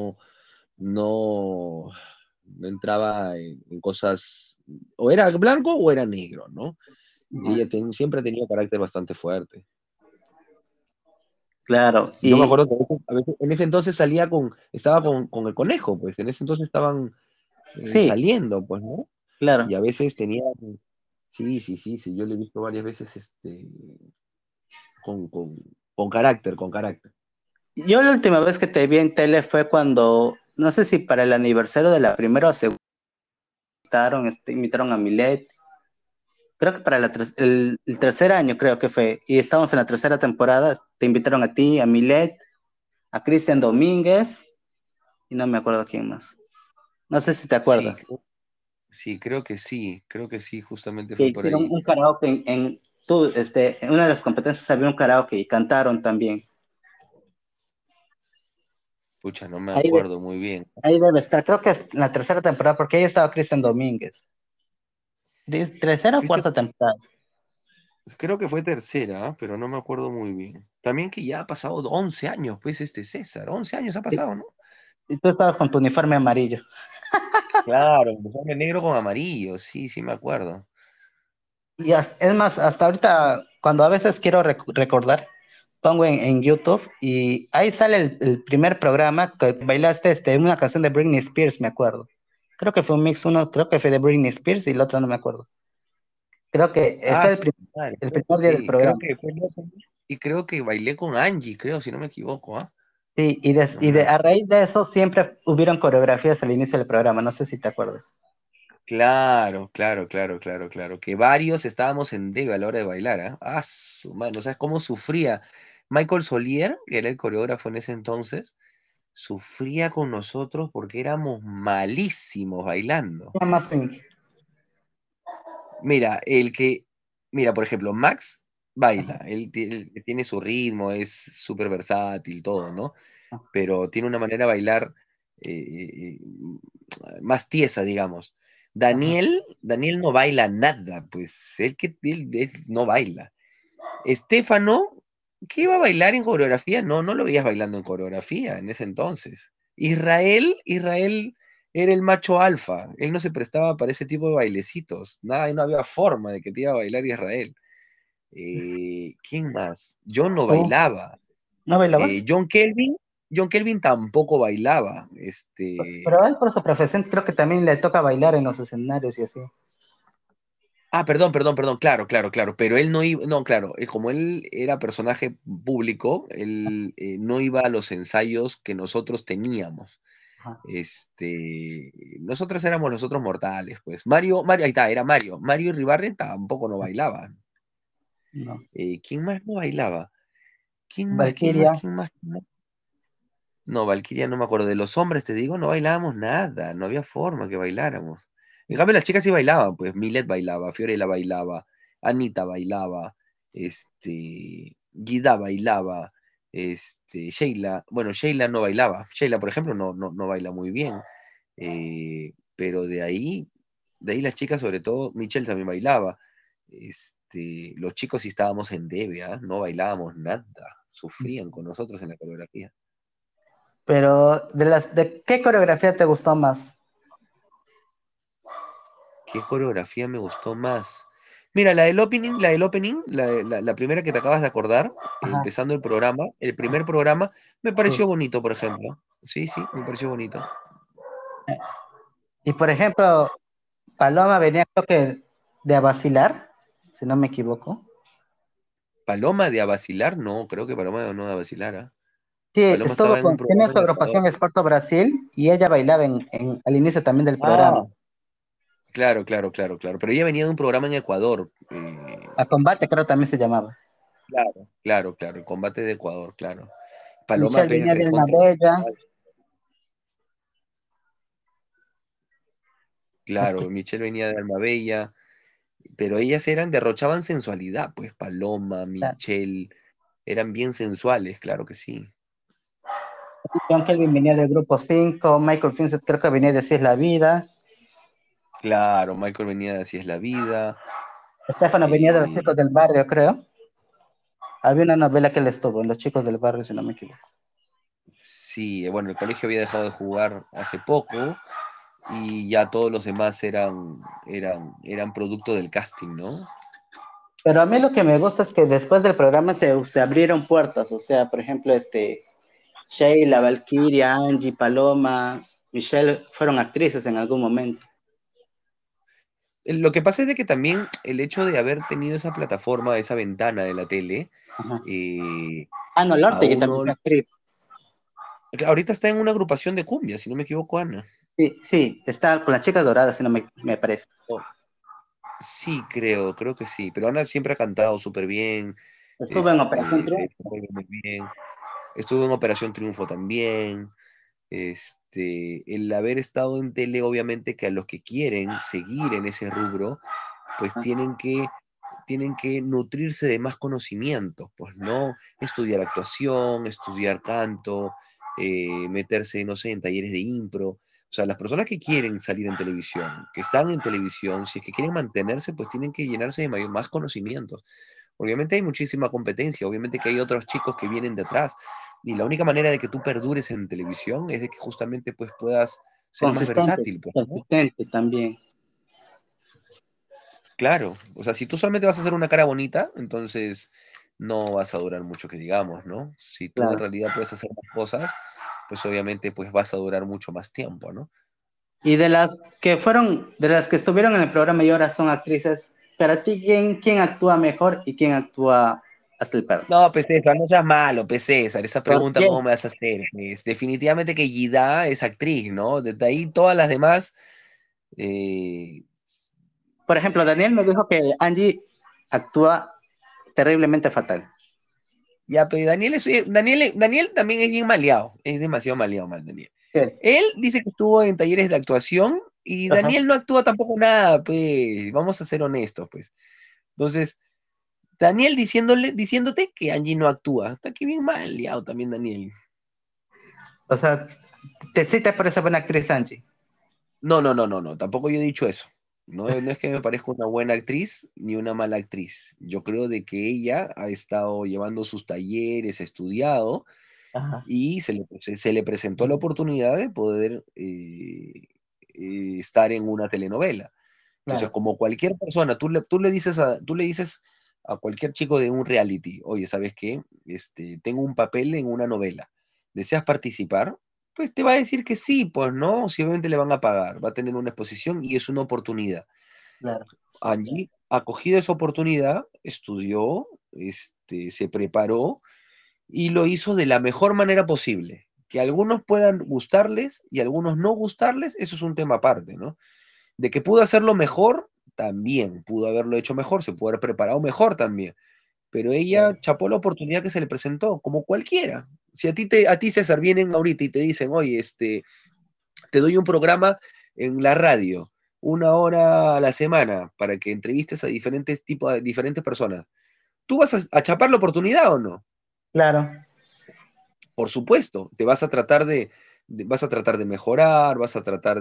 no, no entraba en cosas, o era blanco o era negro, ¿no? Ella siempre ha tenido carácter bastante fuerte. Claro, Yo me y acuerdo que en ese entonces estaba con el conejo, pues en ese entonces estaban sí, saliendo, pues, ¿no? claro. Y a veces tenía, sí, sí, sí, sí, yo lo he visto varias veces con, con, con carácter, con carácter. Yo la última vez que te vi en tele fue cuando, no sé si para el aniversario de la primera o segunda, invitaron a Milet, creo que para el tercer año creo que fue, y estábamos en la tercera temporada, te invitaron a ti, a Milet, a Cristian Domínguez, y no me acuerdo quién más. No sé si te Sí, acuerdas. sí, creo que sí, justamente Que fue por hicieron ahí. un karaoke en una de las competencias había un karaoke y cantaron también. Pucha, no me Ahí, acuerdo muy bien. ahí debe estar, creo que es la tercera temporada, porque ahí estaba Cristian Domínguez. ¿Tercera o Cristian, cuarta temporada? creo que fue tercera, pero no me acuerdo muy bien. También que ya ha pasado 11 años, pues César, 11 años ha Y, pasado, ¿no? y tú estabas con tu uniforme amarillo. Claro, uniforme negro con amarillo, sí, sí me acuerdo. Y es más, hasta ahorita, cuando a veces quiero recordar, pongo en YouTube y ahí sale el primer programa que bailaste una canción de Britney Spears, me acuerdo. Creo que fue un mix, uno creo que fue de Britney Spears y el otro no me acuerdo. Creo que Ah, fue su madre, el creo que primer día del sí, creo programa. que fue el otro. Y creo que bailé con Angie, creo, si no me equivoco, ¿ah? Sí, No me a raíz de eso siempre hubieron coreografías al inicio del programa, no sé si te acuerdas. Claro, claro, claro, claro, claro. Que varios estábamos en debe a la hora de bailar, ¿ah? Ah, su mano, ¿sabes cómo sufría? Michael Solier, que era el coreógrafo en ese entonces, sufría con nosotros porque éramos malísimos bailando. Nada más en- Mira, mira, por ejemplo, Max baila, él tiene su ritmo, es súper versátil, todo, ¿no? Pero tiene una manera de bailar más tiesa, digamos. Ajá. Daniel no baila nada, pues él no baila. Estefano, ¿qué iba a bailar en coreografía? No, no lo veías bailando en coreografía en ese entonces. Israel era el macho alfa, él no se prestaba para ese tipo de bailecitos, nada, no había forma de que te iba a bailar Israel. ¿Quién más? Yo no ¿Tú bailaba. no bailabas? Eh, John Kelvin, John Kelvin tampoco bailaba. Pero a él por su profesión creo que también le toca bailar en los escenarios y así. Perdón, claro, claro, claro, pero él no iba, no, claro, como él era personaje público, él no iba a los ensayos que nosotros teníamos. Ajá. Nosotros éramos los otros mortales, pues. Ahí está, era Mario. Mario Ribarren tampoco no bailaba. No. ¿Quién más no bailaba? ¿Quién más? ¿Quién más? Valkyria. ¿Quién más? ¿Quién más? No, Valkyria no me acuerdo. De los hombres, te digo, no bailábamos nada. No había forma que bailáramos. En cambio, las chicas sí bailaban, pues. Milet bailaba, Fiorella bailaba, Anita bailaba, Guida bailaba, Sheila. Bueno, Sheila no bailaba. Sheila, por ejemplo, no baila muy bien. Pero de ahí las chicas, sobre todo, Michelle también bailaba. Los chicos sí estábamos en debe, ¿ah? No bailábamos nada. Sufrían con nosotros en la coreografía. Pero ¿de qué coreografía te gustó más? ¿Qué coreografía me gustó más? Mira, la primera que te acabas de acordar, Ajá. empezando el primer programa, me pareció bonito, por ejemplo. Sí, sí, me pareció bonito. Y por ejemplo, Paloma venía creo que de a vacilar, si no me equivoco. Paloma de a vacilar, no, creo que Paloma no de a vacilar, ¿ah? Sí, Paloma estaba en un tenía programa su en Ecuador. agrupación Esparto Brasil y ella bailaba al inicio también del programa. Ah, claro, claro, claro, claro. Pero ella venía de un programa en Ecuador. A combate creo también se llamaba. Claro, claro, claro, el combate de Ecuador, claro. Paloma Michelle Pérez venía de Alma recontra. Bella. Claro, Michelle venía de Almabella. Pero ellas derrochaban sensualidad, pues Paloma, Michelle, eran bien sensuales, claro que sí. John Kelvin venía del grupo 5, Michael Vincent creo que venía de Así es la vida, Claro, Michael venía de Así es la vida. Estefano venía de Los eh, Chicos del Barrio, creo. Había una novela que él estuvo, en Los Chicos del Barrio, si no me equivoco. sí, bueno, el colegio había dejado de jugar hace poco y ya todos los demás eran producto del casting, ¿no? Pero a mí lo que me gusta es que después del programa se abrieron puertas, o sea, por ejemplo, Sheila, Valkyria, Angie, Paloma, Michelle fueron actrices en algún momento. Lo que pasa es de que también el hecho de haber tenido esa plataforma, esa ventana de la tele, Ajá. eh, Ana a Lorte, que también uno... fue actriz. Ahorita está en una agrupación de cumbia, si no me equivoco, Ana. Sí, sí, está con la chica dorada, si no me parece. Sí, creo que sí, pero Ana siempre ha cantado súper bien, Estuvo en Operación se Triunfo. desenvuelve muy bien. Estuvo en Operación Triunfo también. El haber estado en tele, obviamente que a los que quieren seguir en ese rubro, pues tienen que nutrirse de más conocimientos, pues no estudiar actuación, estudiar canto, meterse, no sé, en talleres de impro. O sea, las personas que quieren salir en televisión, que están en televisión, si es que quieren mantenerse, pues tienen que llenarse de más conocimientos. Obviamente hay muchísima competencia, obviamente que hay otros chicos que vienen detrás, y la única manera de que tú perdures en televisión es de que justamente pues puedas ser más Consistente, versátil, pues, ¿no? consistente también. Claro, o sea, si tú solamente vas a hacer una cara bonita, entonces no vas a durar mucho que digamos, ¿no? Si tú en Claro. realidad puedes hacer más cosas, pues obviamente pues vas a durar mucho más tiempo, ¿no? Y de las que estuvieron en el programa y ahora son actrices, para ti, ¿quién actúa mejor y quién actúa hasta el perro? No, pues César, no seas malo, pues César, esa ¿Por pregunta qué? cómo me vas a hacer. Pues, definitivamente que Gida es actriz, ¿no? Desde ahí todas las demás, Eh, Por ejemplo, Daniel me dijo que Angie actúa terriblemente fatal. ya, pero Daniel también es bien maleado, es demasiado maleado, mal Daniel. Sí. Él dice que estuvo en talleres de actuación y Ajá. Daniel no actúa tampoco nada, pues, vamos a ser honestos, pues. Entonces, Daniel diciéndote que Angie no actúa, está que bien maleado también Daniel. O sea, sí te parece buena actriz, Angie. No, tampoco yo he dicho eso. No es que me parezca una buena actriz ni una mala actriz. Yo creo de que ella ha estado llevando sus talleres, estudiado Ajá. y se le presentó la oportunidad de poder estar en una telenovela. Entonces, Claro, como cualquier persona, tú le dices a cualquier chico de un reality, oye, ¿sabes qué? Tengo un papel en una novela. ¿Deseas participar? Pues te va a decir que sí, pues no, si obviamente le van a pagar, va a tener una exposición y es una oportunidad. claro, Allí ha cogido esa oportunidad, estudió, se preparó y lo hizo de la mejor manera posible. Que algunos puedan gustarles y algunos no gustarles, eso es un tema aparte, ¿no? De que pudo hacerlo mejor, también pudo haberlo hecho mejor, se pudo haber preparado mejor también. Pero ella claro. chapó la oportunidad que se le presentó, como cualquiera. Si a ti César vienen ahorita y te dicen, oye, te doy un programa en la radio, 1 hora a la semana, para que entrevistes a diferentes tipos, a diferentes personas. ¿Tú vas a chapar la oportunidad o no? Claro, Por supuesto, te vas a tratar vas a tratar de mejorar, vas a tratar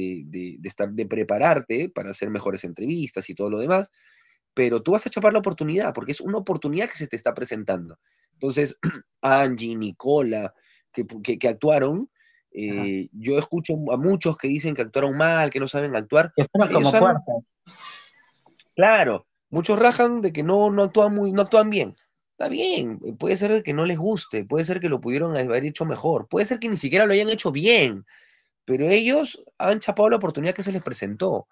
de prepararte para hacer mejores entrevistas y todo lo demás, pero tú vas a chapar la oportunidad, porque es una oportunidad que se te está presentando. Entonces, Angie, Nicola, que actuaron, ajá. yo escucho a muchos que dicen que actuaron mal, que no saben actuar. Que fueron Ellos como han, cuartas. claro, muchos rajan de que no actúan no actúan bien. Está bien, puede ser de que no les guste, puede ser que lo pudieron haber hecho mejor, puede ser que ni siquiera lo hayan hecho bien, pero ellos han chapado la oportunidad que se les presentó.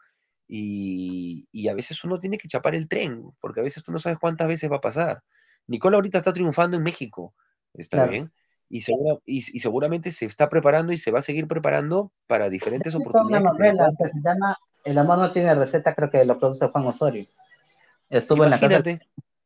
Y a veces uno tiene que chapar el tren, porque a veces tú no sabes cuántas veces va a pasar. Nicole ahorita está triunfando en México, ¿está Claro. bien? Y seguramente se está preparando y se va a seguir preparando para diferentes Hizo una oportunidades que se le novela puedan que presentar. se llama El amor no tiene receta, creo que lo produce Juan Osorio. Estuvo en la casa. Imagínate,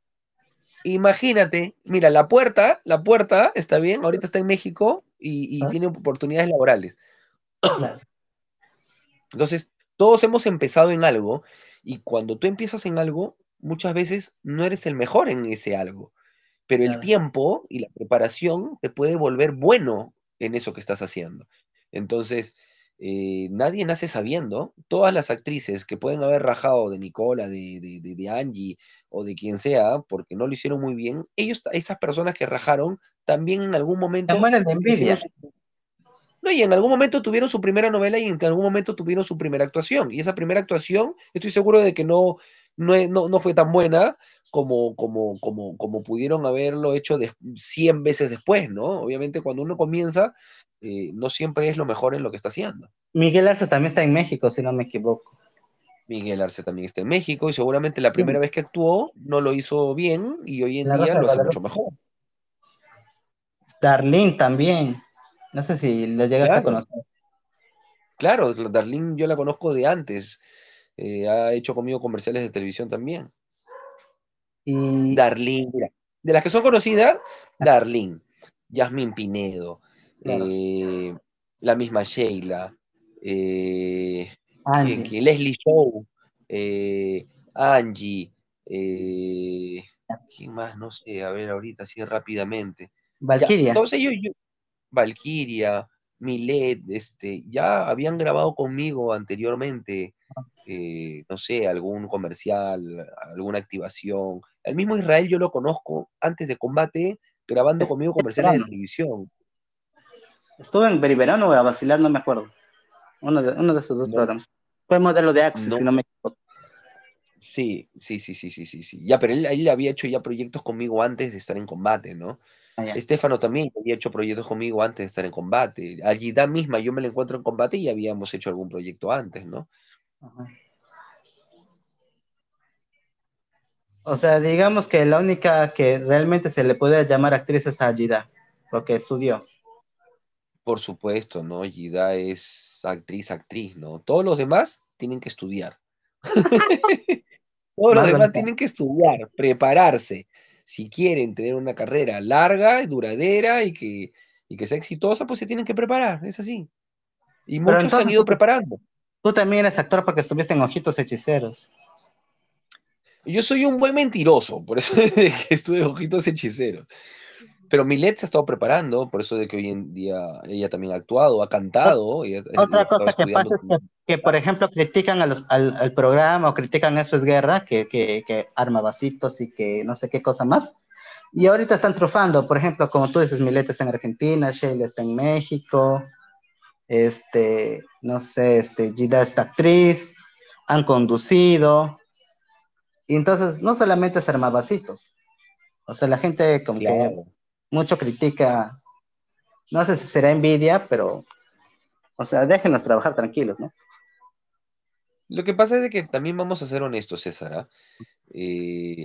imagínate, mira, la puerta está bien, ahorita está en México y ¿Ah? tiene oportunidades laborales. Claro, Entonces, todos hemos empezado en algo y cuando tú empiezas en algo, muchas veces no eres el mejor en ese algo, pero el claro. tiempo y la preparación te puede volver bueno en eso que estás haciendo. Entonces, nadie nace sabiendo. Todas las actrices que pueden haber rajado de Nicola, de Angie o de quien sea, porque no lo hicieron muy bien, esas personas que rajaron, también en algún Se momento mueren de hicieron envidia. no, y en algún momento tuvieron su primera novela y en algún momento tuvieron su primera actuación. Y esa primera actuación, estoy seguro de que no fue tan buena como pudieron haberlo hecho 100 veces después, ¿no? Obviamente cuando uno comienza, no siempre es lo mejor en lo que está haciendo. Miguel Arce también está en México, si no me equivoco. Miguel Arce también está en México y seguramente la Sí, primera vez que actuó no lo hizo bien y hoy en La día Rosa de lo hace mucho Guadalupe. mejor. Darlene también. No sé si lo llegaste a Claro, conocer. claro, Darlene yo la conozco de antes. Ha hecho conmigo comerciales de televisión también. Y Darlene, mira, de las que son conocidas, Darlene, Yasmín Pinedo, claro, eh, la misma Sheila, Angie, Leslie Show, Angie, eh, ¿quién más? No sé, a ver ahorita, así rápidamente. Ya, Valkyria. todos ellos, Valkyria, Milet, ya habían grabado conmigo anteriormente, no sé, algún comercial, alguna activación. El mismo Israel yo lo conozco antes de Combate, grabando conmigo comerciales de Verano. televisión. Estuvo en Beriverano o a vacilar, no me acuerdo. Uno de esos dos No, programas. Fue modelo de Axis, si no, no me equivoco. sí. Ya, pero él había hecho ya proyectos conmigo antes de estar en Combate, ¿no? Ah, ya. Estefano también había hecho proyectos conmigo antes de estar en Combate. A Gida misma yo me la encuentro en Combate y habíamos hecho algún proyecto antes, ¿no? Ajá. O sea, digamos que la única que realmente se le puede llamar actriz es a Gida, porque estudió. Por supuesto, ¿no? Gida es actriz, ¿no? Todos los demás tienen que estudiar. Todos los Más demás bonita. tienen que estudiar, prepararse. Si quieren tener una carrera larga, duradera y que sea exitosa, pues se tienen que preparar, es así. Y Pero muchos se han entonces ido preparando. tú también eres actor porque estuviste en Ojitos Hechiceros. Yo soy un buen mentiroso, por eso es de que estuve Ojitos Hechiceros. Pero Milet se ha estado preparando, por eso de que hoy en día ella también ha actuado, ha cantado, ella Otra estaba cosa que estudiando pasa es también. por ejemplo, critican al programa o critican Eso es Guerra, que arma vasitos y que no sé qué cosa más. Y ahorita están trufando, por ejemplo, como tú dices, Milet está en Argentina, Sheila está en México, no sé, Gida está actriz, han conducido, y entonces no solamente es armavacitos, o sea, la gente como que Claro. mucho critica, no sé si será envidia, pero, o sea, déjenos trabajar tranquilos, ¿no? Lo que pasa es de que también vamos a ser honestos, César, ¿ah? Eh,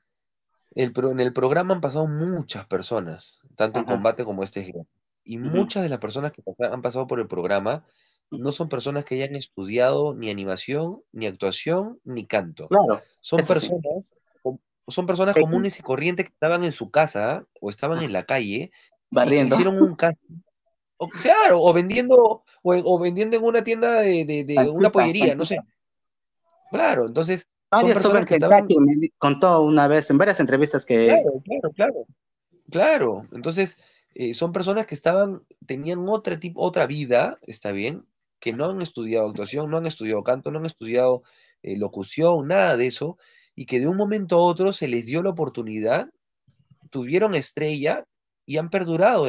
en el programa han pasado muchas personas, tanto en Ajá, combate como este giro. Y ujú, muchas de las personas que han pasado por el programa no son personas que hayan estudiado ni animación, ni actuación, ni canto. claro, Son eso sí. personas, son personas comunes y corrientes que estaban en su casa o estaban en la calle y que Barriendo, hicieron un casting, o, claro, o vendiendo en una tienda de una panchita, pollería, no sé. panchita. Claro, entonces Ah, son yo estuve personas en que estaban, Kentucky, contó una vez en varias entrevistas que, claro, claro, claro. Claro, entonces son personas que tenían otra vida, está bien, que no han estudiado actuación, no han estudiado canto, no han estudiado locución, nada de eso, y que de un momento a otro se les dio la oportunidad, tuvieron estrella y han perdurado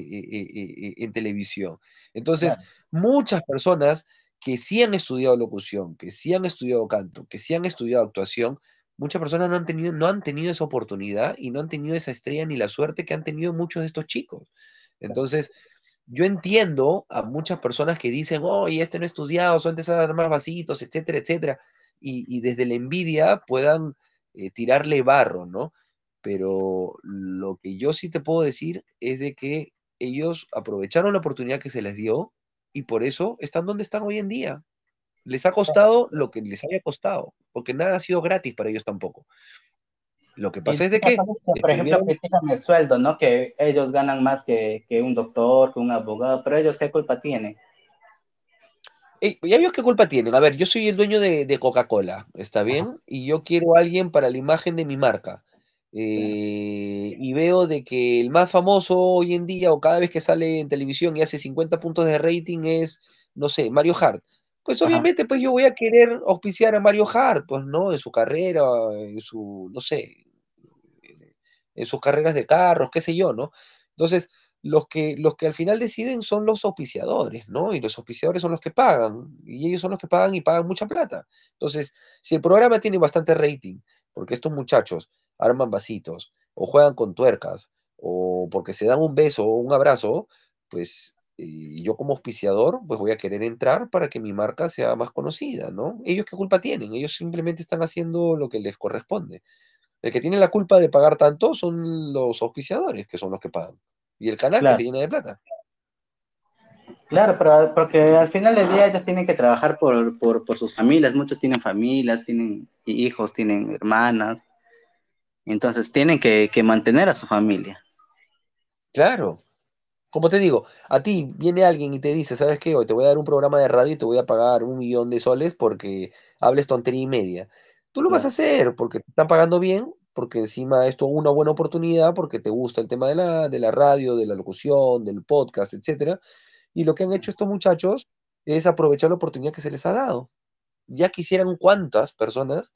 en televisión. Entonces, claro, muchas personas que sí han estudiado locución, que sí han estudiado canto, que sí han estudiado actuación, muchas personas no han tenido esa oportunidad y no han tenido esa estrella ni la suerte que han tenido muchos de estos chicos. Entonces, yo entiendo a muchas personas que dicen, oye, este no ha estudiado, son de esas más vasitos, etcétera, etcétera, y desde la envidia puedan tirarle barro, ¿no? Pero lo que yo sí te puedo decir es de que ellos aprovecharon la oportunidad que se les dio y por eso están donde están hoy en día. Les ha costado lo que les haya costado, porque nada ha sido gratis para ellos tampoco. Lo que y pasa es de una que cosa es que, por ejemplo, estuvieron. critican el sueldo, ¿no? Que ellos ganan más que un doctor, que un abogado, pero ellos, ¿qué culpa tienen? ¿Y ellos qué culpa tienen? A ver, yo soy el dueño de Coca-Cola, ¿está Ajá, bien? Y yo quiero a alguien para la imagen de mi marca. claro, Y veo de que el más famoso hoy en día, o cada vez que sale en televisión y hace 50 puntos de rating, es, no sé, Mario Hart. Pues ajá, obviamente, pues yo voy a querer auspiciar a Mario Hart, pues, ¿no? En su carrera, en su, no sé, en sus carreras de carros, qué sé yo, ¿no? Entonces, los que al final deciden son los auspiciadores, ¿no? Y los auspiciadores son los que pagan, y ellos son los que pagan y pagan mucha plata. Entonces, si el programa tiene bastante rating, porque estos muchachos arman vasitos, o juegan con tuercas, o porque se dan un beso o un abrazo, pues yo como auspiciador, pues voy a querer entrar para que mi marca sea más conocida, ¿no? ¿Ellos qué culpa tienen? Ellos simplemente están haciendo lo que les corresponde. El que tiene la culpa de pagar tanto son los auspiciadores, que son los que pagan. Y el canal que se claro. llena de plata. Claro, pero porque al final del día ellos tienen que trabajar por sus familias, muchos tienen familias, tienen hijos, tienen hermanas, entonces tienen que mantener a su familia. Claro. Como te digo, a ti viene alguien y te dice, ¿sabes qué? Hoy te voy a dar un programa de radio y te voy a pagar 1 millón de soles porque hables tontería y media. Tú lo vas a Claro, hacer porque te están pagando bien, porque encima esto es una buena oportunidad, porque te gusta el tema de la radio, de la locución, del podcast, etcétera. Y lo que han hecho estos muchachos es aprovechar la oportunidad que se les ha dado. Ya quisieran cuántas personas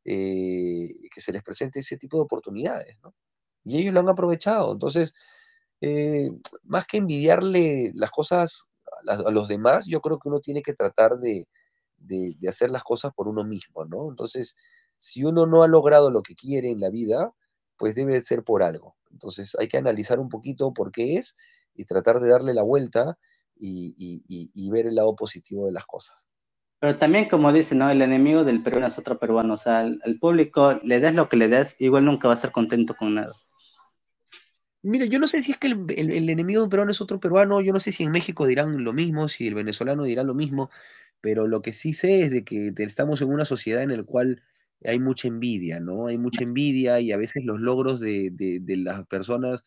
que se les presente ese tipo de oportunidades, ¿no? Y ellos lo han aprovechado. Entonces, eh, más que envidiarle las cosas a los demás, yo creo que uno tiene que tratar de hacer las cosas por uno mismo, ¿no? Entonces, si uno no ha logrado lo que quiere en la vida, pues debe ser por algo. Entonces, hay que analizar un poquito por qué es y tratar de darle la vuelta y ver el lado positivo de las cosas. pero también como dice, ¿no? El enemigo del peruano es otro peruano, o sea, al público le des lo que le des, igual nunca va a estar contento con nada. Mira, yo no sé si es que el enemigo de un peruano es otro peruano, yo no sé si en México dirán lo mismo, si el venezolano dirá lo mismo, pero lo que sí sé es de que estamos en una sociedad en la cual hay mucha envidia, ¿no? Hay mucha envidia y a veces los logros de las personas,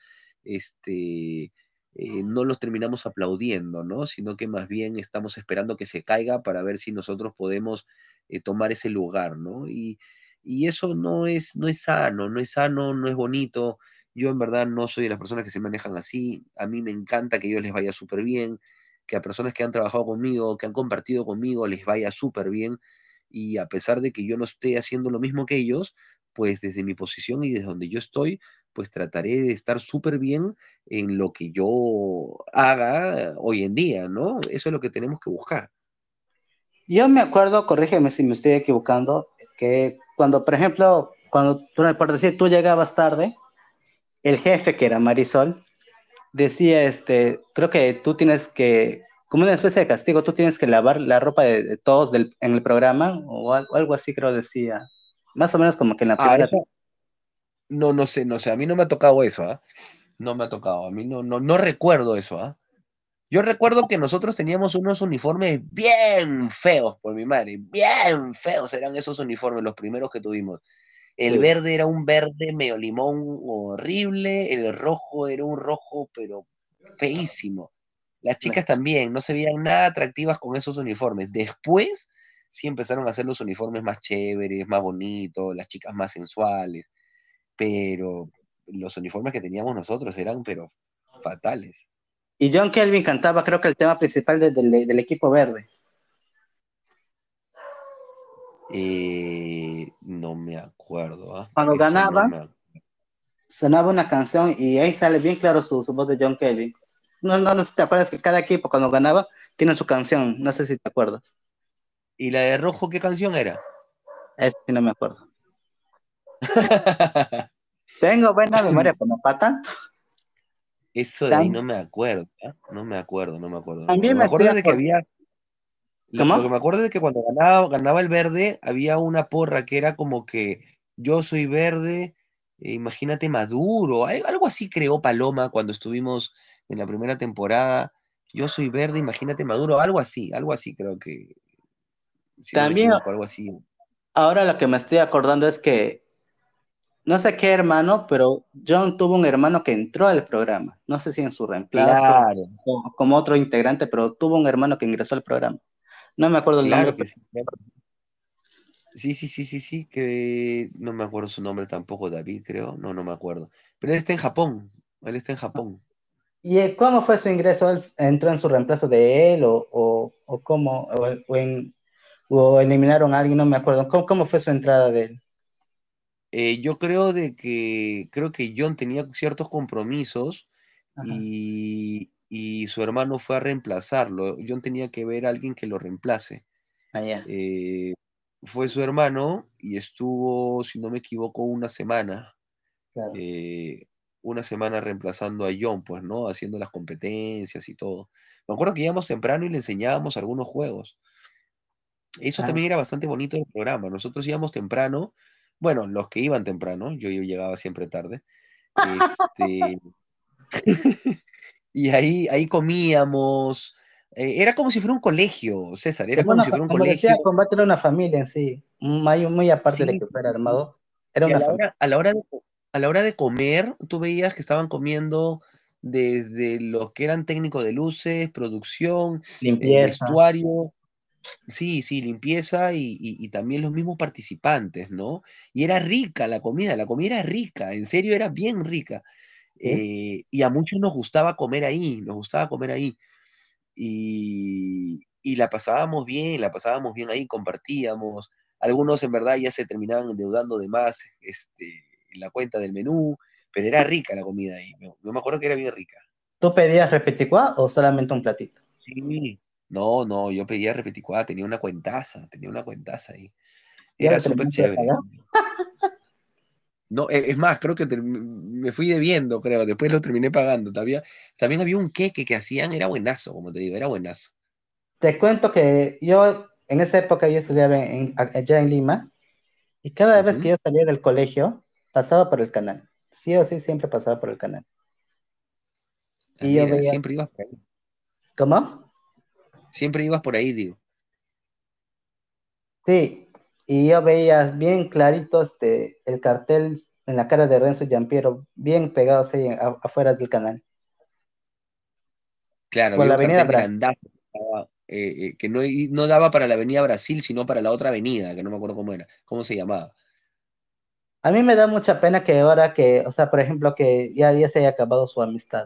no los terminamos aplaudiendo, ¿no? Sino que más bien estamos esperando que se caiga para ver si nosotros podemos tomar ese lugar, ¿no? Y eso no es sano, no es sano, no es bonito. Yo en verdad no soy de las personas que se manejan así. A mí me encanta que a ellos les vaya súper bien, que a personas que han trabajado conmigo, que han compartido conmigo, les vaya súper bien. Y a pesar de que yo no esté haciendo lo mismo que ellos, pues desde mi posición y desde donde yo estoy, pues trataré de estar súper bien en lo que yo haga hoy en día, ¿no? Eso es lo que tenemos que buscar. Yo me acuerdo, corrígeme si me estoy equivocando, que cuando, por ejemplo, cuando, por decir, tú llegabas tarde, el jefe, que era Marisol, decía, creo que tú tienes que, como una especie de castigo, tú tienes que lavar la ropa de todos en el programa, o algo así creo decía. Más o menos como que en la Ah, primera. eso, no, no sé, a mí no me ha tocado eso, ¿ah? No me ha tocado, a mí no recuerdo eso, ¿ah? Yo recuerdo que nosotros teníamos unos uniformes bien feos, por mi madre, bien feos eran esos uniformes, los primeros que tuvimos. El Sí. verde era un verde medio limón horrible, el rojo era un rojo pero feísimo. Las chicas también no se veían nada atractivas con esos uniformes. Después sí empezaron a hacer los uniformes más chéveres, más bonitos, las chicas más sensuales, pero los uniformes que teníamos nosotros eran pero fatales. Y John Kelvin cantaba, creo que el tema principal del equipo verde. No me acuerdo, ¿ah? Cuando Eso no ganaba, me acuerdo. sonaba una canción y ahí sale bien claro su voz de John Kelvin. No, no, no sé si te acuerdas que cada equipo cuando ganaba tiene su canción, no sé si te acuerdas. ¿Y la de rojo qué canción era? Eso sí no me acuerdo. Tengo buena memoria, pero no para tanto. Eso de ahí no Tam- me acuerdo, ¿ah? No me acuerdo, no me acuerdo. Lo También que me me estoy acuerdo es de que acordando. había, lo que ¿Cómo? me acuerdo es de que cuando ganaba el verde, había una porra que era como que yo soy verde, imagínate Maduro, algo así creó Paloma cuando estuvimos en la primera temporada. Yo soy verde, imagínate Maduro, algo así creo que, si no me También equivoco, algo así. ahora lo que me estoy acordando es que no sé qué hermano, pero John tuvo un hermano que entró al programa. No sé si en su reemplazo Claro, o como otro integrante, pero tuvo un hermano que ingresó al programa. No me acuerdo el nombre, claro que pero sí. Claro. Sí, sí, sí, sí, sí, que no me acuerdo su nombre tampoco, David, creo. No me acuerdo. Pero él está en Japón. Él está en Japón. ¿y cómo fue su ingreso? ¿Él entró en su reemplazo de él o cómo? O eliminaron a alguien? No me acuerdo. ¿Cómo fue su entrada de él? Yo creo que John tenía ciertos compromisos Ajá, y su hermano fue a reemplazarlo. John tenía que ver a alguien que lo reemplace. allá, Eh, Fue su hermano y estuvo, si no me equivoco, claro. eh, una semana reemplazando a John, pues, ¿no? Haciendo las competencias y todo. Me acuerdo que íbamos temprano y le enseñábamos algunos juegos. Eso Ah, también era bastante bonito del programa. Nosotros íbamos temprano, bueno, los que iban temprano, yo llegaba siempre tarde, este, y ahí comíamos. Era como si fuera un colegio, César, era como si fuera un como decía, colegio. combate era una familia en sí, muy aparte de Sí, que sí, fuera sí. armado, era Y una familia. a la hora de comer, tú veías que estaban comiendo desde los que eran técnicos de luces, producción, Limpieza, vestuario, sí, sí, limpieza y también los mismos participantes, ¿no? Y era rica la comida era rica, en serio era bien rica. ¿sí? Y a muchos nos gustaba comer ahí, nos gustaba comer ahí. Y la pasábamos bien ahí, compartíamos. Algunos en verdad ya se terminaban endeudando de más en la cuenta del menú, pero era rica la comida ahí. Yo me acuerdo que era bien rica. ¿Tú pedías repeticuá o solamente un platito? Sí. No, no, yo pedía repeticuada, tenía una cuentaza ahí. Ya Era lo súper terminaste de chévere. pagar. No, es más, creo que me fui debiendo, creo. Después lo terminé pagando. También había un queque que hacían, era buenazo, como te digo, era buenazo. Te cuento que yo, en esa época yo estudiaba allá en Lima, y cada vez que Ujú. yo salía del colegio, pasaba por el canal. Sí o sí, siempre pasaba por el canal. Ah, Y yo mira, veía, siempre ibas por ahí. ¿cómo? Siempre ibas por ahí, digo. Sí, y yo veía bien clarito el cartel en la cara de Renzo y Giampiero, bien pegados ahí afuera del canal. Claro, Por había la un avenida cartel Brasil. grandazo que no daba para la avenida Brasil, sino para la otra avenida, que no me acuerdo cómo era, cómo se llamaba. A mí me da mucha pena que ahora que, o sea, por ejemplo, que ya se haya acabado su amistad.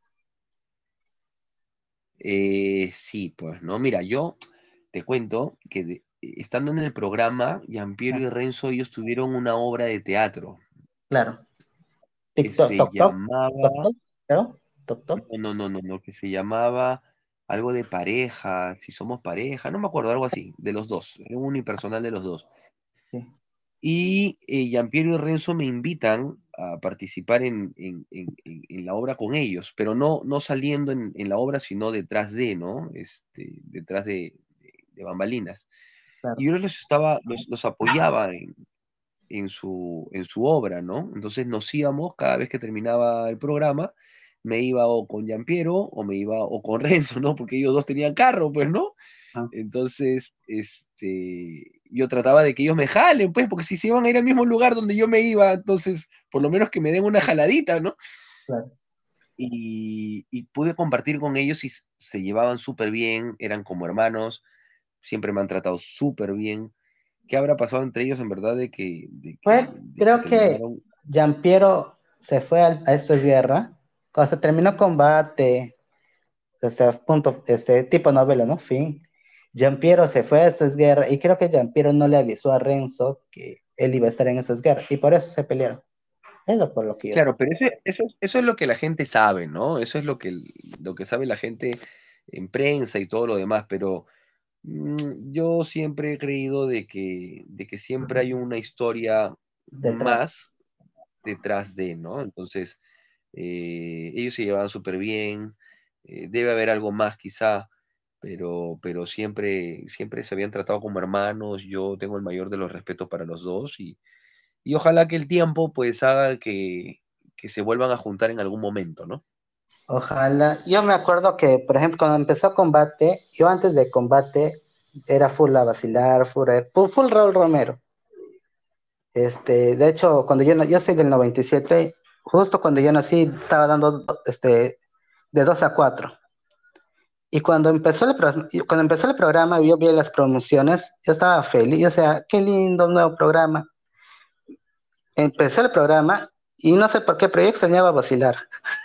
Sí, pues, ¿no? Mira, yo te cuento que estando en el programa, Giampiero Ah, y Renzo, ellos tuvieron una obra de teatro claro. que TikTok, se Tok Tok, Tok llamaba, Tok, ¿no? Tok Tok. no, que se llamaba algo de pareja, si somos pareja, no me acuerdo, algo así, de los dos, era un unipersonal de los dos. Sí, Y Giampiero y Renzo me invitan a participar en la obra con ellos, pero no saliendo en la obra, sino detrás de, ¿no? Detrás de bambalinas. Y claro. yo los apoyaba en su obra, ¿no? Entonces nos íbamos, cada vez que terminaba el programa, me iba o con Giampiero o me iba o con Renzo, ¿no? Porque ellos dos tenían carro, pues, ¿no? Ah, Entonces, yo trataba de que ellos me jalen, pues, porque si se iban a ir al mismo lugar donde yo me iba, entonces, por lo menos que me den una jaladita, ¿no? claro. Y pude compartir con ellos y se llevaban súper bien, eran como hermanos, siempre me han tratado súper bien. ¿Qué habrá pasado entre ellos en verdad de que Creo que terminaron? Giampiero se fue a Esto es Guerra. Cuando se terminó combate, punto, tipo novela, ¿no? Fin. Giampiero se fue a Esto es Guerra y creo que Giampiero no le avisó a Renzo que él iba a estar en Esto es Guerra y por eso se pelearon. Es lo por lo que yo sé. Claro, pero eso es lo que la gente sabe, ¿no? Eso es lo que sabe la gente en prensa y todo lo demás, pero yo siempre he creído de que siempre hay una historia Detrás. más detrás de, ¿no? Entonces, ellos se llevaban súper bien, debe haber algo más quizá, pero siempre se habían tratado como hermanos, yo tengo el mayor de los respetos para los dos y ojalá que el tiempo pues haga que se vuelvan a juntar en algún momento, ¿no? Ojalá. Yo me acuerdo que, por ejemplo, cuando empezó combate, yo antes de combate era full a vacilar, full Raúl Romero. De hecho, cuando yo soy del 97, justo cuando yo nací, estaba dando de 2 a 4. Y cuando empezó el programa, yo vi las promociones, yo estaba feliz, o sea, qué lindo nuevo programa. Empezó el programa y no sé por qué, pero yo extrañaba vacilar.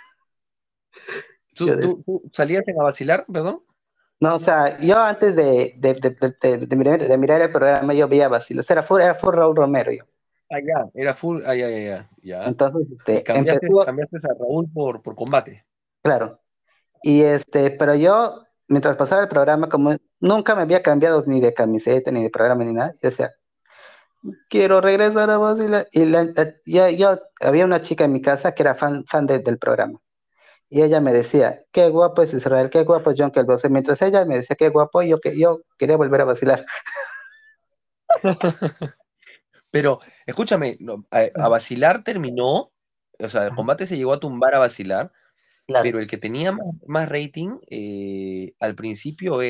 Yo ¿Tú, tú, tú salías a vacilar, perdón? No, o sea, yo antes de mirar el programa, yo veía vacilos, era full Raúl Romero yo. Ah, ya, era full, ah, ya, ya, ya, ya. Entonces, Y cambiaste, empezó, cambiaste a Raúl por combate. claro, y pero yo, mientras pasaba el programa, como nunca me había cambiado ni de camiseta, ni de programa, ni nada, yo decía, quiero regresar a vacilar. Y yo, había una chica en mi casa que era fan del programa. Y ella me decía, qué guapo es Israel, qué guapo es John Kelbose. Mientras ella me decía, qué guapo, yo quería volver a vacilar. Pero, escúchame, no, a vacilar terminó, o sea, el combate se llegó a tumbar a vacilar, pero Claro, el que tenía más rating al principio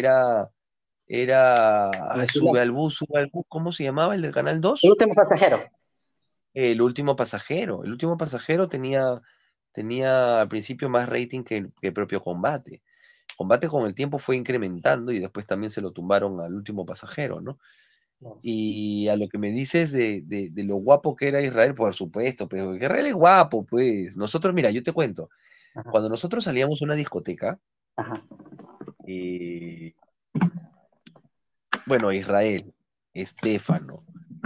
ay, vacilar. Sube al bus, ¿cómo se llamaba? ¿El del Canal El 2? último pasajero. El último pasajero tenía al principio más rating que el propio combate. Combate con el tiempo fue incrementando y después también se lo tumbaron al último pasajero, ¿no? No. Y a lo que me dices de lo guapo que era Israel, por supuesto, pero Israel es guapo, pues. Nosotros, mira, yo te cuento, Ajá, cuando nosotros salíamos a una discoteca, ajá. eh, bueno, Israel, Estefano,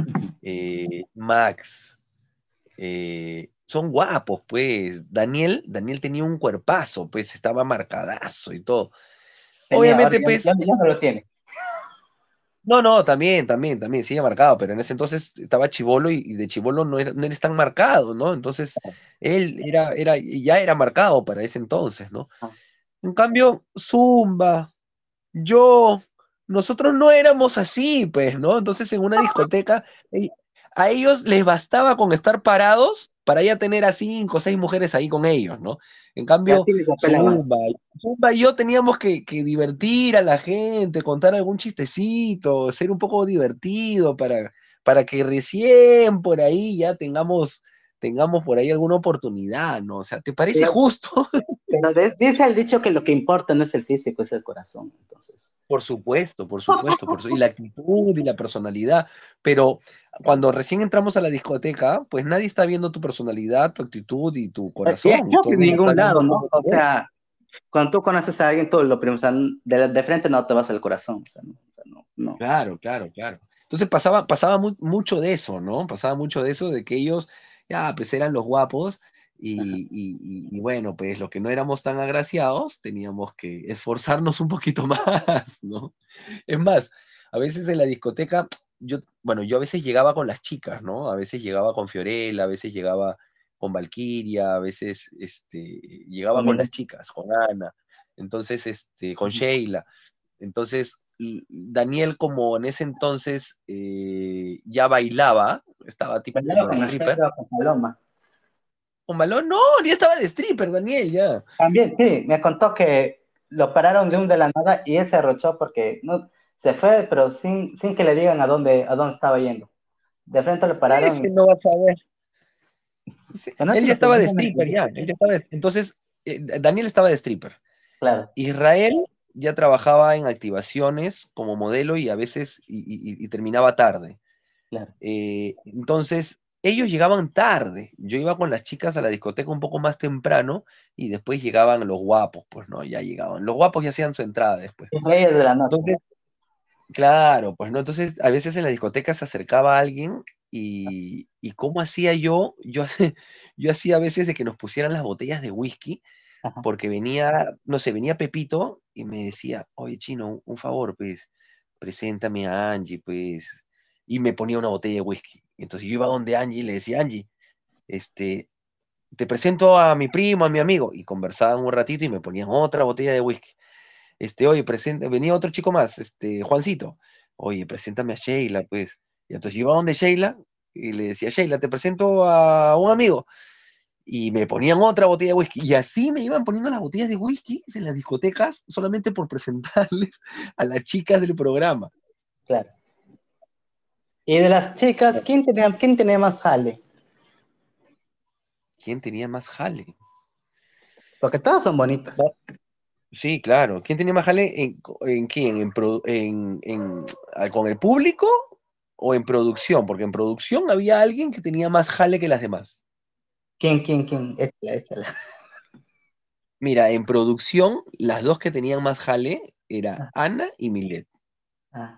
Max, son guapos, pues. Daniel tenía un cuerpazo, pues, estaba marcadazo y todo. Ahora Obviamente, pues, ya no lo tiene. no, también, sigue marcado, pero en ese entonces estaba chibolo y de chibolo no eres tan marcado, ¿no? Entonces, él ya era marcado para ese entonces, ¿no? Ajá. En cambio, Zumba, yo, nosotros no éramos así, pues, ¿no? Entonces, en una discoteca, a ellos les bastaba con estar parados para ya tener a 5 o 6 mujeres ahí con ellos, ¿no? En Ya cambio, tienes la pelada. Zumba y yo teníamos que divertir a la gente, contar algún chistecito, ser un poco divertido para que recién por ahí ya tengamos por ahí alguna oportunidad, ¿no? O sea, ¿te parece justo? Pero dice el dicho que lo que importa no es el físico, es el corazón. Entonces, Por supuesto, por supuesto, y la actitud y la personalidad, pero cuando recién entramos a la discoteca, pues nadie está viendo tu personalidad, tu actitud y tu y corazón, creo todo que el en mundo está ningún lado, viendo ¿no? cómo O tú eres. sea, cuando tú conoces a alguien, todo lo primero, o sea, de frente no te vas al corazón, o sea, no, o sea, no, no. Claro, claro, claro. Entonces pasaba mucho de eso, ¿no? Pasaba mucho de eso, de que ellos, ya, pues eran los guapos y bueno, pues los que no éramos tan agraciados teníamos que esforzarnos un poquito más, ¿no? Es más, a veces en la discoteca, bueno, yo a veces llegaba con las chicas, ¿no? A veces llegaba con Fiorella, a veces llegaba con Valkyria, a veces llegaba con las chicas, con Ana, entonces, con Sheila. Entonces, Daniel, como en ese entonces ya bailaba, estaba tipo Bailaba como de con stripper. Alfredo, con Paloma. ¿Con balón? No, ya estaba de stripper, Daniel, ya. También, sí, me contó que lo pararon de la nada y él se arrochó porque no, se fue, pero sin que le digan a dónde estaba yendo. De frente lo pararon Ese y no vas a ver. bueno, Él eso ya lo que estaba de dijo en la stripper, ya. entrevista. Él ya estaba entonces, Daniel estaba de stripper. Claro, Israel ya trabajaba en activaciones como modelo y a veces y terminaba tarde. claro. Entonces, ellos llegaban tarde. Yo iba con las chicas a la discoteca un poco más temprano y después llegaban los guapos, pues no, ya llegaban. Los guapos ya hacían su entrada después. Y Reyes de la Noche. Entonces, claro, pues no, entonces a veces en la discoteca se acercaba alguien y ¿cómo hacía yo? Yo hacía a veces de que nos pusieran las botellas de whisky Ajá. porque venía, no sé, venía Pepito y me decía, oye, Chino, un favor, pues, preséntame a Angie, pues, y me ponía una botella de whisky. Entonces yo iba donde Angie y le decía, Angie, este, te presento a mi primo, a mi amigo, y conversaban un ratito y me ponían otra botella de whisky. Oye, venía otro chico más, Juancito, oye, preséntame a Sheila, pues. Y entonces yo iba donde Sheila y le decía, Sheila, te presento a un amigo y me ponían otra botella de whisky. Y así me iban poniendo las botellas de whisky en las discotecas solamente por presentarles a las chicas del programa. Claro. Y de las chicas, quién tenía más jale? ¿Quién tenía más jale? Porque todas son bonitas. No, sí, claro. ¿Quién tenía más jale? ¿En quién? ¿Con el público o en producción? Porque en producción había alguien que tenía más jale que las demás. ¿Quién? Échala. Mira, en producción, las dos que tenían más jale era Ah, Ana y Milet. ah,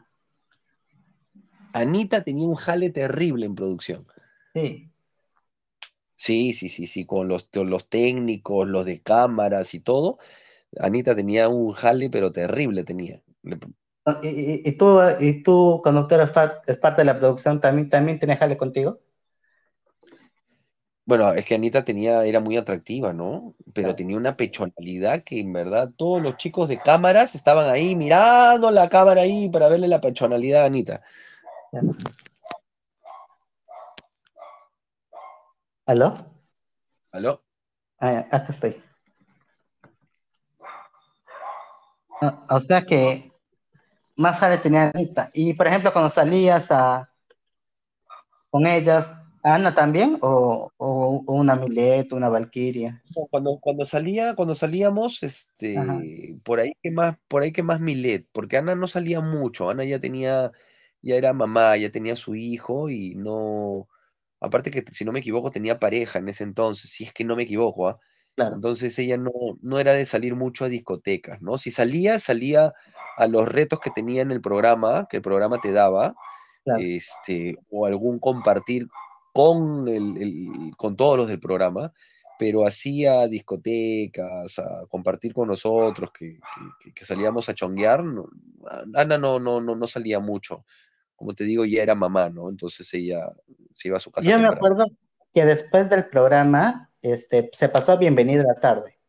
Anita tenía un jale terrible en producción. sí. Sí, sí, sí, sí, con los técnicos, los de cámaras y todo. Anita tenía un jale, pero terrible tenía. Y tú, cuando tú eres es parte de la producción, también tenés jale contigo. Bueno, es que Anita era muy atractiva, ¿no? Pero Claro. tenía una pechonalidad que en verdad todos los chicos de cámaras estaban ahí mirando la cámara ahí para verle la pechonalidad a Anita. Claro. ¿Aló? ¿Aló? Ah, ya, acá estoy. O sea que más jale tenía Anita. Y por ejemplo, cuando salías con ellas, ¿Ana también? ¿O una Milet, una Valquiria? No, cuando salíamos, Ajá, por ahí que más Milet, porque Ana no salía mucho, Ana ya era mamá, ya tenía su hijo y no, aparte que si no me equivoco tenía pareja en ese entonces, si es que no me equivoco, ¿ah? claro, Entonces ella no era de salir mucho a discotecas, ¿no? Si salía a los retos que tenía en el programa, que el programa te daba, claro. o algún compartir con todos los del programa, pero hacía discotecas, a compartir con nosotros, que salíamos a chonguear, Ana no salía mucho. Como te digo, ya era mamá, ¿no? Entonces ella se iba a su casa Yo me temprano. acuerdo que después del programa, se pasó a Bienvenida a la Tarde.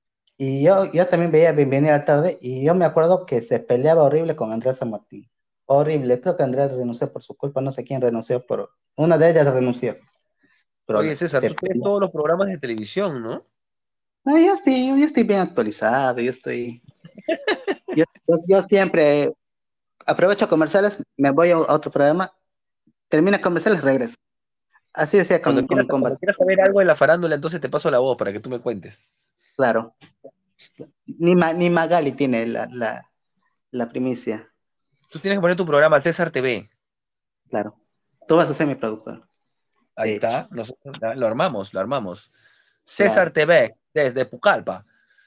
Y yo también veía Bienvenida a la Tarde y yo me acuerdo que se peleaba horrible con Andrés San Martín. horrible. Creo que Andrea renunció por su culpa, no sé quién renunció por... Una de ellas renunció, pero Oye, César, se tú tienes peleó. todos los programas de televisión, ¿no? No, yo sí, yo estoy bien actualizado, yo estoy... yo siempre aprovecho comerciales, me voy a otro programa, termina comerciales, regreso. Así decía con Cuando Combat, quieras saber algo de la farándula, entonces te paso la voz para que tú me cuentes. claro. Ni Magali tiene la primicia, Tú tienes que poner tu programa César TV. claro. Tú vas a ser mi productor, Ahí de hecho, está, nosotros ya lo armamos, lo armamos. César claro. TV, desde Pucallpa.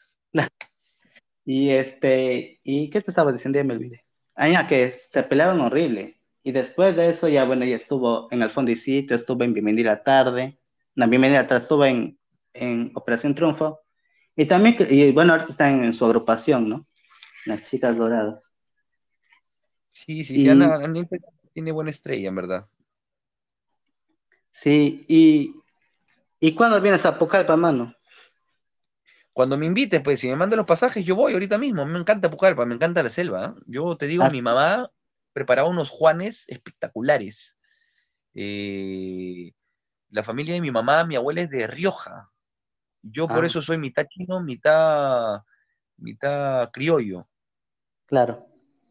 ¿Y qué te estaba diciendo? Ya me olvidé. Ah, ya, que se peleaban horrible. Y después de eso, ya bueno, ya estuvo en Al Fondo y Sitio, estuvo en Bienvenida a la Tarde. No, Bienvenida a la Tarde estuvo en Operación Triunfo. Y también, y bueno, ahorita están en su agrupación, ¿no? Las Chicas Doradas. Sí, sí, sí, Y Ana tiene buena estrella, en verdad. sí, ¿y cuándo vienes a Pucallpa, mano? Cuando me invites, pues, si me mandas los pasajes, yo voy ahorita mismo. Me encanta Pucallpa, me encanta la selva. ¿Ah? Yo te digo, Ah, mi mamá preparaba unos Juanes espectaculares. Eh, la familia de mi mamá, mi abuela es de Rioja. Yo por ah, eso soy mitad chino, mitad criollo. claro.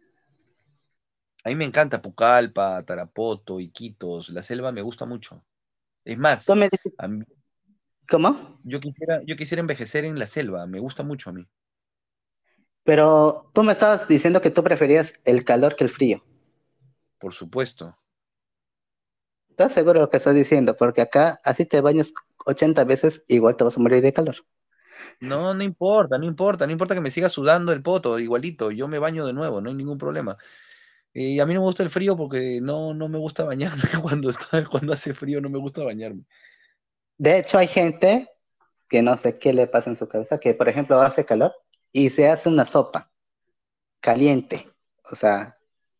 A mí me encanta Pucallpa, Tarapoto, Iquitos, la selva me gusta mucho. Es Tú más, me dices, a mí- ¿cómo? yo quisiera envejecer en la selva, me gusta mucho a mí, Pero tú me estabas diciendo que tú preferías el calor que el frío. por supuesto. ¿Estás seguro de lo que estás diciendo? Porque acá, así te bañas 80 veces, igual te vas a morir de calor. No, no importa, no importa, no importa que me siga sudando el poto, igualito, yo me baño de nuevo, no hay ningún problema. Y a mí no me gusta el frío porque no me gusta bañarme cuando hace frío, no me gusta bañarme. De hecho, hay gente que no sé qué le pasa en su cabeza, que por ejemplo hace calor y se hace una sopa caliente. O sea,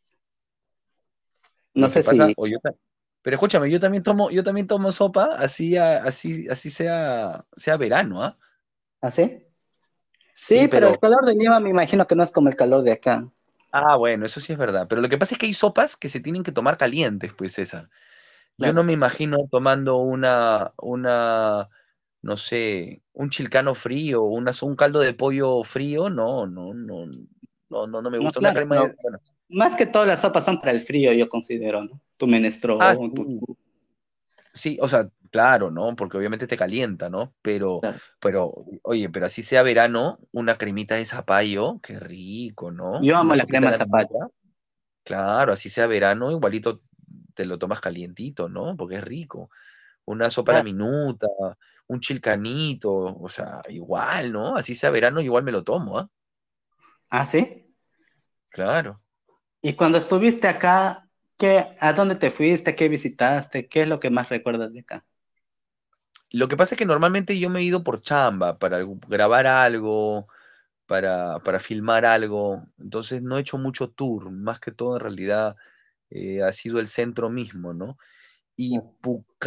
no Lo que sé pasa, si pero escúchame, yo también tomo sopa, así sea verano, ¿ah? así. Sí, Sí, pero el pero, calor de Lima me imagino que no es como el calor de acá. bueno, eso sí es verdad. Pero lo que pasa es que hay sopas que se tienen que tomar calientes, pues, César. Yo no Claro. me imagino tomando no sé, un chilcano frío, un caldo de pollo frío, no me No, gusta. Una claro, crema pero bueno. más que todas las sopas son para el frío, yo considero, ¿no? Tu menestrón, Sí, sí, o sea, claro, ¿no? Porque obviamente te calienta, ¿no? claro. Oye, pero así sea verano, una cremita de zapallo, qué rico, ¿no? Yo Una amo la sopita crema de zapallo. naranjita, claro, así sea verano, igualito te lo tomas calientito, ¿no? Porque es rico. Una sopa a la Claro. minuta, un chilcanito, o sea, igual, ¿no? Así sea verano, igual me lo tomo, ¿ah? ¿Ah, sí? Claro. Y cuando estuviste acá, a dónde te fuiste? ¿Qué visitaste? ¿Qué es lo que más recuerdas de acá? Lo que pasa es que normalmente yo me he ido por chamba, para grabar algo, para filmar algo, entonces no he hecho mucho tour, más que todo en realidad ha sido el centro mismo, ¿no? Y Claro.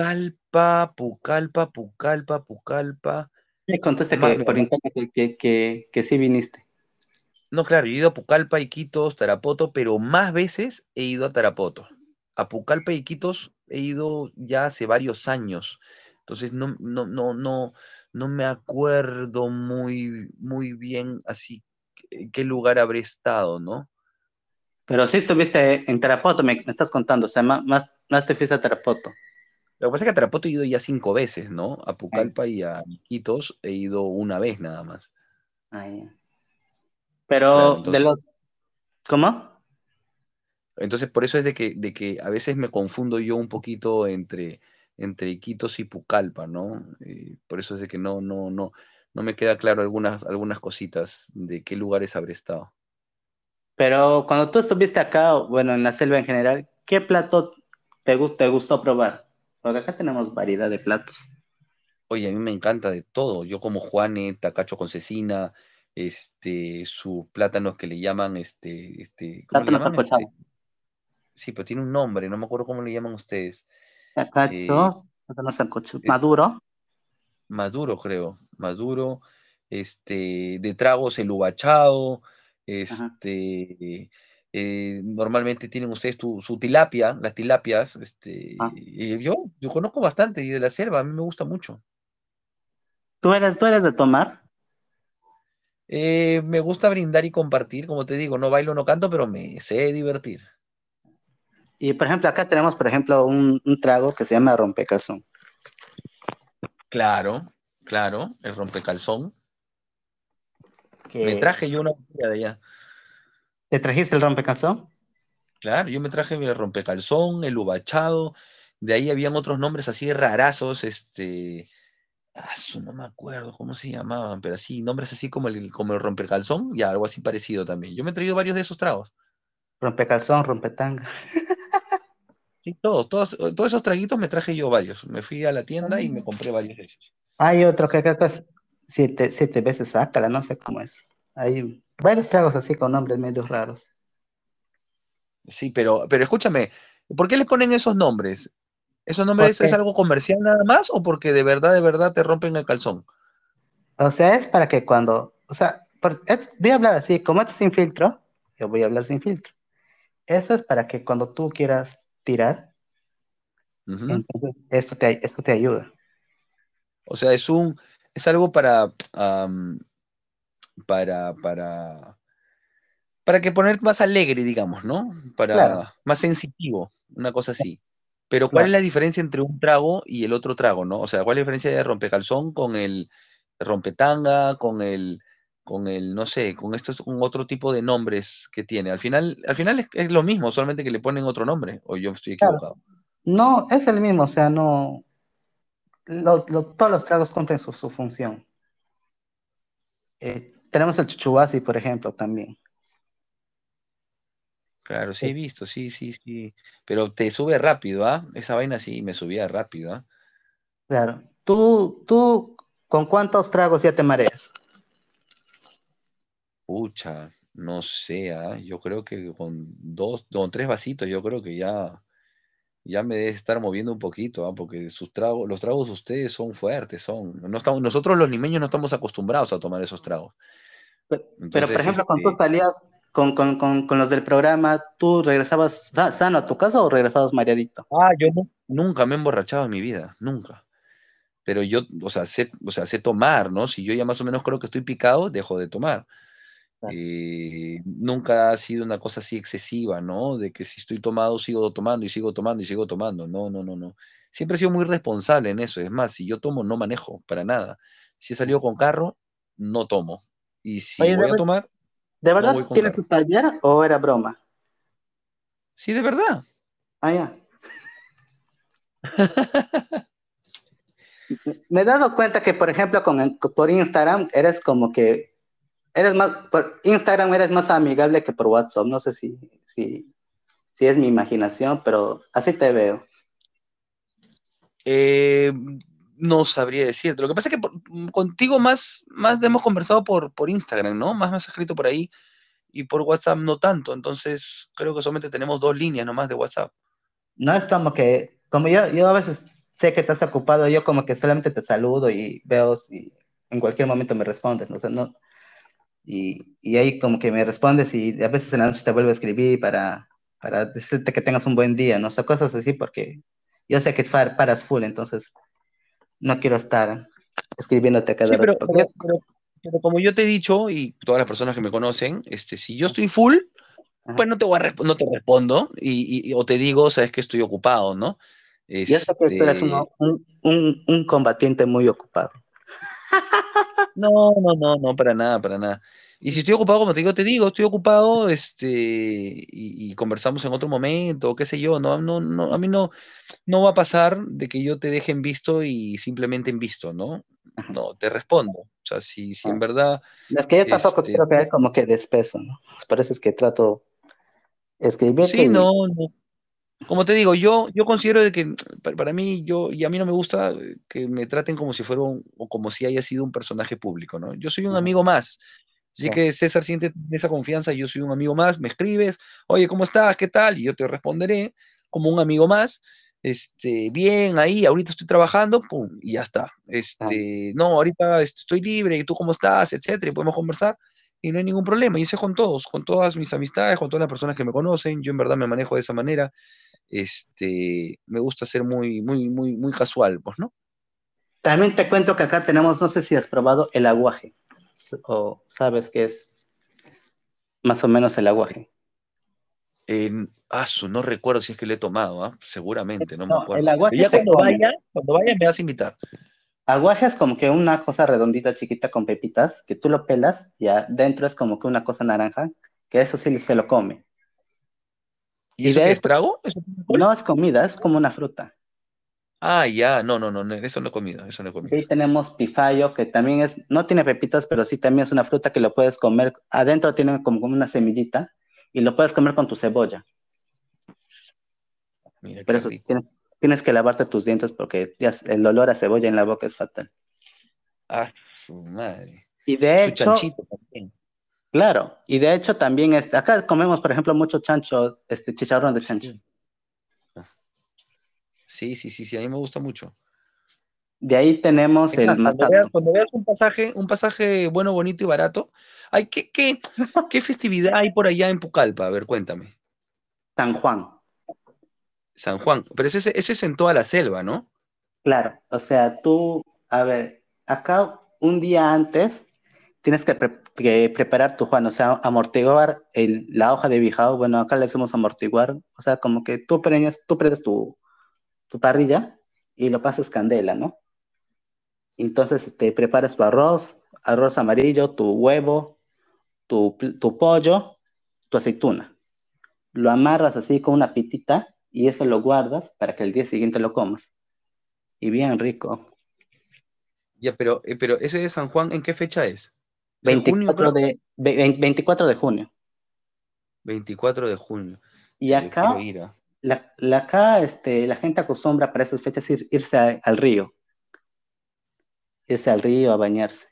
Pucallpa, Me contaste que mira, por internet que sí viniste. no, claro, yo he ido a Pucallpa, Iquitos, Tarapoto, pero más veces he ido a Tarapoto. A Pucallpa y Iquitos he ido ya hace varios años. Entonces no me acuerdo muy bien así qué lugar habré estado, ¿no? Pero sí estuviste en Tarapoto, me estás contando, o sea, más te fuiste a Tarapoto. Lo que pasa es que a Tarapoto he ido ya 5 veces, ¿no? A Ahí, Pucallpa y a Iquitos he ido una vez nada más. ahí. Claro, Pero de entonces, los, ¿cómo? entonces por eso es de que a veces me confundo yo un poquito entre Iquitos y Pucallpa, ¿no? Por eso es de que no me queda claro algunas cositas de qué lugares habré estado. Pero cuando tú estuviste acá, o bueno, en la selva en general, ¿qué plato te gustó probar? Porque acá tenemos variedad de platos. Oye, a mí me encanta de todo. Yo como Juane, tacacho con cecina, sus plátanos que le llaman, ¿cómo le Plátano llaman? sancochado. Sí, pero tiene un nombre, no me acuerdo cómo le llaman ustedes. Eh, Cacacho, plátano sancocho, eh, maduro. Maduro, creo. Maduro, de tragos el uvachado, Ajá. Normalmente tienen ustedes su tilapia, las tilapias, Ah, y yo conozco bastante y de la selva, a mí me gusta mucho. ¿tú eres de tomar? Me gusta brindar y compartir, como te digo, no bailo, no canto, pero me sé divertir. Y por ejemplo, acá tenemos, por ejemplo, un trago que se llama rompecazón. Claro, claro, el rompecalzón. Me Que traje yo una botella de allá. ¿te trajiste el rompecazón? Claro, yo me traje el rompecalzón, el ubachado, de ahí habían otros nombres así rarazos, no me acuerdo cómo se llamaban, pero así, nombres así como el rompecalzón, ya algo así parecido también. Yo me he traído varios de esos tragos. Rompecalzón, rompetanga. Sí, todos esos traguitos me traje yo varios. Me fui a la tienda y me compré varios de esos. Hay otro que creo que es siete veces sácala, no sé cómo es. Hay varios tragos así con nombres medio raros. Sí, pero escúchame, ¿por qué les ponen esos nombres? ¿Esos nombres es Porque, algo comercial nada más o porque de verdad te rompen el calzón? o sea, es para que cuando, o sea, voy a hablar así, como esto es sin filtro, yo voy a hablar sin filtro. Eso es para que cuando tú quieras tirar, Ujú. entonces esto te ayuda. O sea, es algo para, para, para que poner más alegre, digamos, ¿no? Claro, Para más sensitivo, una cosa así. Pero ¿cuál es claro. la diferencia entre un trago y el otro trago, no? O sea, ¿cuál es la diferencia de rompecalzón con el rompetanga, no sé, con otro tipo de nombres que tiene? Al final es lo mismo, solamente que le ponen otro nombre, o yo estoy Claro. equivocado. No, es el mismo, o sea, no, todos los tragos cumplen su función. Tenemos el chuchuasi, por ejemplo, también. Claro, sí Eh, he visto, sí, sí, sí. Pero te sube rápido, ¿ah? Esa vaina sí me subía rápido, ¿ah? Claro. ¿Tú, con cuántos tragos ya te mareas? Pucha, no sé, ¿ah? Yo creo que con tres vasitos, yo creo que ya me debe estar moviendo un poquito, ¿ah? Porque los tragos de ustedes son fuertes, nosotros los limeños no estamos acostumbrados a tomar esos tragos. Pero, por Entonces, ejemplo, cuando tú salías con los del programa, ¿tú regresabas sano a tu casa o regresabas mareadito? yo nunca me he emborrachado en mi vida, nunca. Pero yo, o sea, sé tomar, ¿no? Si yo ya más o menos creo que estoy picado, dejo de tomar. Claro. Nunca ha sido una cosa así excesiva, ¿no? De que si estoy tomado, sigo tomando y sigo tomando y sigo tomando. No, no, no, no. Siempre he sido muy responsable en eso. Es más, si yo tomo, no manejo para nada. Si he salido con carro, no tomo. Y si Oye, voy a tomar, ¿de no voy verdad con tienes tu carro. taller o era broma? Sí, de verdad. Ah, ya. Me he dado cuenta que, por ejemplo, por Instagram por Instagram eres más amigable que por WhatsApp. No sé si es mi imaginación, pero así te veo. Eh, no sabría decirte. Lo que pasa es que contigo más hemos conversado por Instagram, ¿no? Más me has escrito por ahí y por WhatsApp no tanto. Entonces, creo que solamente tenemos 2 líneas nomás de WhatsApp. No es como yo a veces sé que estás ocupado, yo como que solamente te saludo y veo si en cualquier momento me respondes, ¿no? O sea, no, y ahí como que me respondes y a veces en la noche te vuelvo a escribir para decirte que tengas un buen día, ¿no? O sea, cosas así porque yo sé que paras full, entonces no quiero estar escribiéndote a cada Sí, rato. pero como yo te he dicho, y todas las personas que me conocen, si yo estoy full, Ajá. pues no te respondo, o te digo, sabes que estoy ocupado, ¿no? Yo sé que tú eres Este, un combatiente muy ocupado. no, no, no, no, para nada, para nada. Y si estoy ocupado, como te digo, estoy ocupado, y conversamos en otro momento, qué sé yo, no, no, no, a mí no va a pasar de que yo te deje en visto y simplemente en visto, ¿no? No, te respondo. O sea, si en Ah. verdad, Es que yo tampoco este, quiero caer como que de espeso, ¿no? Pues por eso es que trato de escribirte sí, y... no, no. Como te digo, yo considero de que para mí, y a mí no me gusta que me traten como si fuera o como si haya sido un personaje público, ¿no? Yo soy un Ajá, amigo más. Así claro. que César siente esa confianza, yo soy un amigo más, me escribes, oye, ¿cómo estás? ¿Qué tal? Y yo te responderé como un amigo más, bien, ahí, ahorita estoy trabajando, pum, y ya está. Ah, No, ahorita estoy libre, ¿y tú cómo estás? Etcétera, y podemos conversar, y no hay ningún problema. Y hice con todos, con todas mis amistades, con todas las personas que me conocen. Yo en verdad me manejo de esa manera. Me gusta ser muy, muy, muy, muy casual, pues, ¿no? También te cuento que acá tenemos, no sé si has probado el aguaje, o sabes qué es más o menos el aguaje. No recuerdo si es que le he tomado, ¿ah? Seguramente, no me No, el acuerdo. Pero aguaje ya se come. cuando vaya me vas a invitar. Aguaje es como que una cosa redondita, chiquita, con pepitas, que tú lo pelas y adentro es como que una cosa naranja, que eso sí se lo come. ¿Y Y eso de qué es eso trago? ¿Eso tiene alcohol? no es comida, es como una fruta. Ah, ya, no, no, no, no, eso no he comido, eso no he De comido. ahí tenemos pifayo, que también es, no tiene pepitas, pero sí también es una fruta que lo puedes comer. Adentro tiene como una semillita y lo puedes comer con tu cebolla. Mira Pero qué eso rico. tienes que lavarte tus dientes porque ya el olor a cebolla en la boca es fatal. Ah, su madre. Y de Su hecho, chanchito también. claro, y de hecho también acá comemos, por ejemplo, mucho chancho, chicharrón de chancho. Sí. Ah, sí, sí, sí, sí, a mí me gusta mucho. De ahí tenemos Es el más, masato, cuando veas un pasaje bueno, bonito y barato, ¿qué festividad hay por allá en Pucallpa? A ver, cuéntame. San Juan. San Juan, pero eso es en toda la selva, ¿no? Claro, o sea, tú, a ver, acá un día antes tienes que preparar tu Juan, o sea, amortiguar la hoja de bijao, bueno, acá le decimos amortiguar, o sea, como que tú prendes tu parrilla y lo pasas candela, ¿no? Entonces te preparas tu arroz amarillo, tu huevo, tu pollo, tu aceituna. Lo amarras así con una pitita y eso lo guardas para que el día siguiente lo comas. Y bien rico. Ya, pero ese de San Juan, ¿en qué fecha es? ¿Es en junio, 24 creo? de, 24 de junio. 24 de junio. Y Sí, yo quiero acá, ir a. acá la gente acostumbra para esas fechas irse al río, irse al río a bañarse.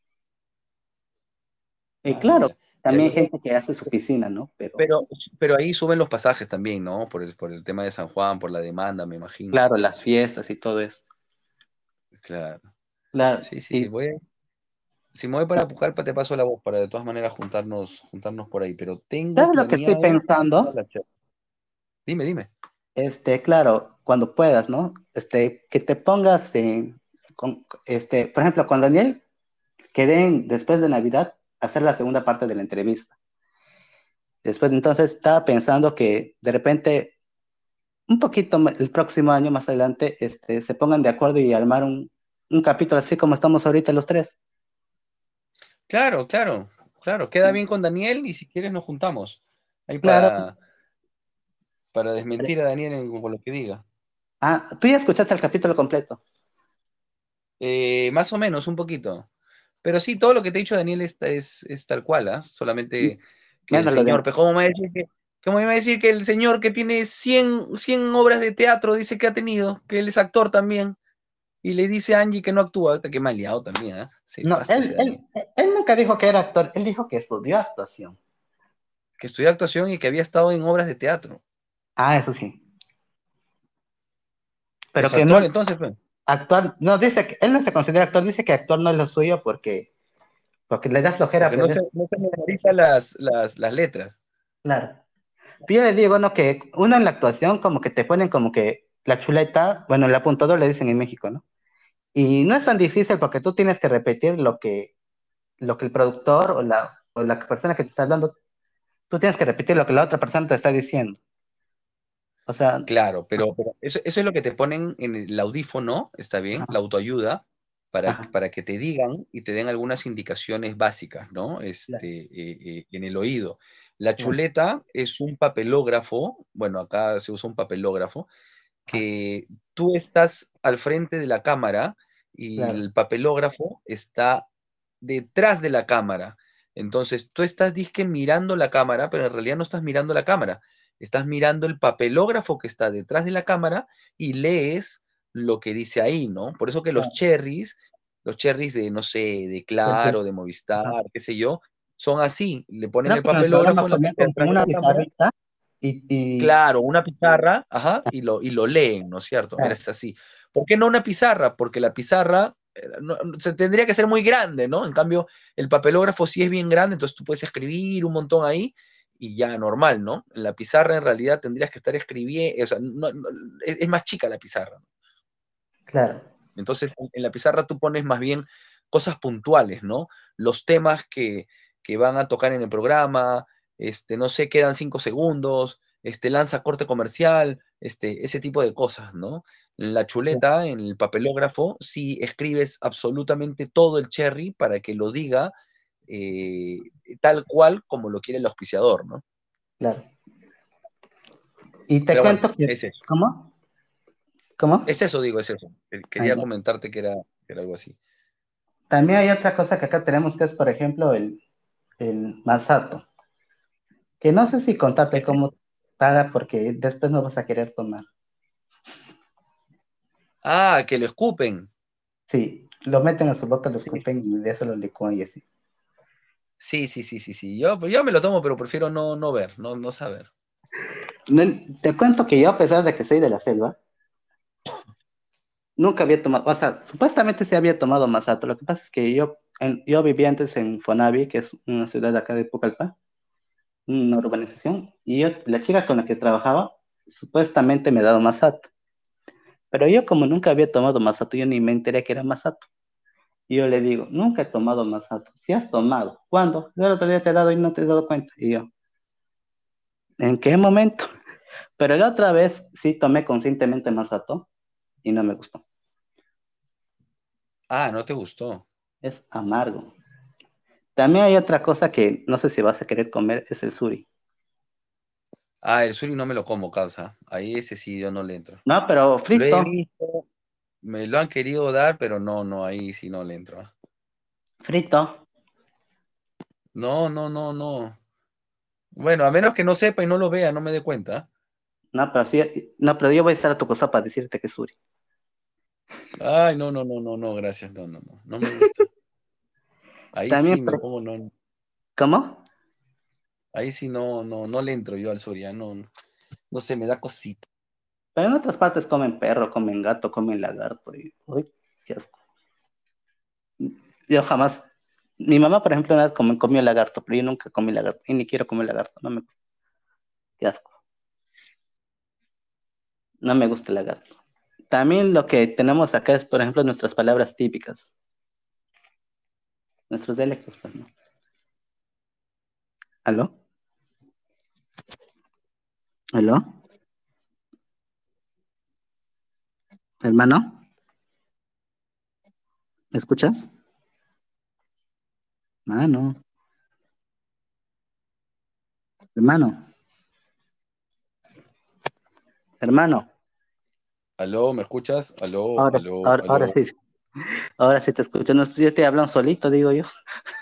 Y claro, ¡Hala! Ya también hay veo. gente que hace su piscina, ¿no? Pero Pero, pero ahí suben los pasajes también, ¿no? Por el tema de San Juan, por la demanda, me imagino. claro, las fiestas y todo eso. Claro. Claro, Sí, sí, sí. y Si me voy para Pucallpa, te paso la voz para de todas maneras juntarnos por ahí. Pero tengo ¿sabes lo que estoy planeado ir a pensando? la selva. Dime, dime. Claro, cuando puedas, ¿no? Que te pongas por ejemplo, con Daniel, después de Navidad, hacer la segunda parte de la entrevista. Después, entonces, estaba pensando que de repente, un poquito el próximo año más adelante, se pongan de acuerdo y armar un capítulo así como estamos ahorita los tres. Claro, claro, claro. Queda bien con Daniel y si quieres nos juntamos. Ahí Claro. para desmentir a Daniel con lo que diga. Ah, tú ya escuchaste el capítulo completo. Más o menos, un poquito. Pero sí, todo lo que te he dicho, Daniel, es tal cual, ¿ah? Solamente que el Menos lo de... señor, pero ¿cómo me va a decir que el señor que tiene 100 obras de teatro dice que ha tenido, que él es actor también, y le dice a Angie que no actúa? Hasta que me ha liado también, ¿ah? Se No, pasa ese Daniel. él nunca dijo que era actor, él dijo que estudió actuación. Que estudió actuación y que había estado en obras de teatro. Ah, eso sí. Pero Es que no, actor, entonces, pues. actuar, no, dice que él no se considera actor, dice que actor no es lo suyo porque le da flojera Porque aprender. no se memoriza las letras. Claro. Pero yo le digo, ¿no? Que uno en la actuación como que te ponen como que la chuleta, bueno, el apuntador le dicen en México, ¿no? Y no es tan difícil porque tú tienes que repetir lo que el productor o la persona que te está hablando, tú tienes que repetir lo que la otra persona te está diciendo. O sea, Claro, pero eso es lo que te ponen en el audífono, está bien, la ajá, autoayuda, para, ajá, para que te digan y te den algunas indicaciones básicas, ¿no? claro, En el oído. La claro, chuleta es un papelógrafo, bueno, acá se usa un papelógrafo, ajá, que tú estás al frente de la cámara y claro, el papelógrafo está detrás de la cámara. Entonces, tú estás disque mirando la cámara, pero en realidad no estás mirando la cámara. Estás mirando el papelógrafo que está detrás de la cámara y lees lo que dice ahí, ¿no? Por eso que claro. los cherries de, no sé, de Del- Claro, de Movistar, ajá. qué sé yo, son así. Le ponen Creo el que en el programa papelógrafo en la ponían parte de como atrás de una la cámara. pizarrita y Claro, una pizarra, ajá, y lo leen, ¿no es cierto? Era claro, así. ¿Por qué no una pizarra? Porque la pizarra se tendría que ser muy grande, ¿no? En cambio, el papelógrafo sí es bien grande, entonces tú puedes escribir un montón ahí y ya normal, ¿no? En la pizarra en realidad tendrías que estar escribiendo, o sea, es más chica la pizarra. Claro, Entonces, en la pizarra tú pones más bien cosas puntuales, ¿no? Los temas que van a tocar en el programa, no sé, quedan 5 segundos, lanza corte comercial, ese tipo de cosas, ¿no? En la chuleta, en el papelógrafo, sí escribes absolutamente todo el cherry para que lo diga eh, tal cual como lo quiere el auspiciador, ¿no? claro. Y te Pero bueno, cuento que, es eso. ¿cómo? ¿Cómo? Es eso, digo, es eso. Ah, Quería ya. comentarte que era algo así. También hay otra cosa que acá tenemos que es, por ejemplo, el masato, que no sé si ¿Qué contarte es cómo eso? paga porque después no vas a querer tomar. Ah, que lo escupen. Sí, lo meten a su boca, lo Sí, escupen y de eso lo licúan y así. sí, sí, sí, sí, sí. Yo me lo tomo, pero prefiero no ver, no saber. Te cuento que yo, a pesar de que soy de la selva, nunca había tomado, o sea, supuestamente sí había tomado masato. Lo que pasa es que yo vivía antes en Fonavi, que es una ciudad de acá de Pucallpa, una urbanización, y la chica con la que trabajaba, supuestamente me ha dado masato. Pero yo como nunca había tomado masato, yo ni me enteré que era masato. Y yo le digo, nunca he tomado masato. Si has tomado, ¿cuándo? El otro día te he dado y no te has dado cuenta. Y yo, ¿en qué momento? Pero la otra vez sí tomé conscientemente masato y no me gustó. Ah, no te gustó. Es amargo. También hay otra cosa que no sé si vas a querer comer, es el suri. Ah, el suri no me lo como, causa. Ahí ese sí yo no le entro. No, pero Lo he frito, visto, me lo han querido dar, pero no, ahí sí no le entro. frito. No. Bueno, a menos que no sepa y no lo vea, no me dé cuenta. No, pero sí, no, pero yo voy a estar a tu cosa para decirte que es suri. Ay, no, gracias, no me gusta. Ahí También, sí me pongo, no, ¿cómo? ahí sí no le entro yo al suri, no sé, me da cosita. Pero en otras partes comen perro, comen gato, comen lagarto. Y, uy, qué asco. Yo jamás. Mi mamá, por ejemplo, una vez comió lagarto, pero yo nunca comí lagarto. Y ni quiero comer lagarto. No me gusta. Qué asco. No me gusta el lagarto. También lo que tenemos acá es, por ejemplo, nuestras palabras típicas. Nuestros dialectos, pues, ¿no? ¿Aló? ¿Aló? ¿Hermano? ¿Me escuchas? Ah, no. Hermano. Hermano. ¿Aló, me escuchas? Aló, Ahora, aló, ahora, ahora aló. sí. Ahora sí te escucho. No, yo estoy hablando solito, digo yo.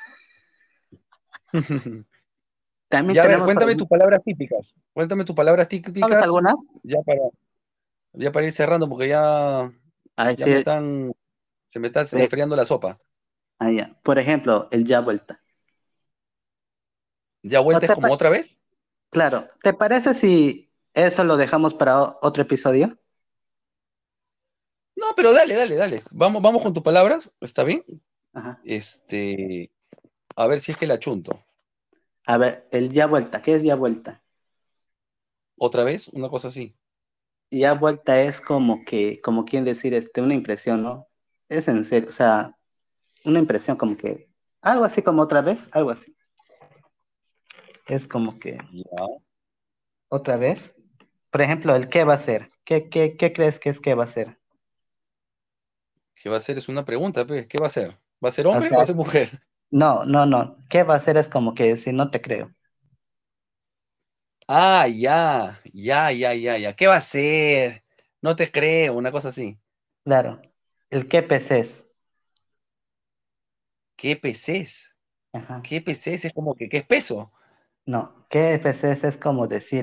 También Ya, a ver, tenemos, por cuéntame ejemplo, tus palabras típicas. Cuéntame tus palabras ¿sabes típicas, algunas? ya para, ya para ir cerrando, porque Ay, ya sí. se me está eh, enfriando la sopa. ya. Por ejemplo, el ya vuelta. ¿Ya ¿O vuelta es te como pa- otra vez? Claro, ¿te parece si eso lo dejamos para otro episodio? No, pero dale. Vamos con tus palabras, ¿está bien? Ajá. Este, a ver si es que la chunto. A ver, el ya vuelta, ¿qué es ya vuelta? ¿Otra vez? Una cosa así. Ya vuelta es como que, como quien decir, una impresión, ¿no? Es en serio, o sea, una impresión como que, algo así como otra vez, algo así. Es como que, Ya. otra vez. Por ejemplo, el qué va a ser. ¿Qué crees que es qué va a ser? ¿Qué va a ser? Es una pregunta, pues. ¿Qué va a ser? ¿Va a ser O hombre o sea, va a ser mujer? no. ¿Qué va a ser? Es como que si no te creo. Ah, ya. ¿Qué va a ser? No te creo, una cosa así. Claro. El qué peces. ¿Qué peces? Ajá. ¿Qué peces? Es como que, ¿qué es peso? No, qué peces es como decir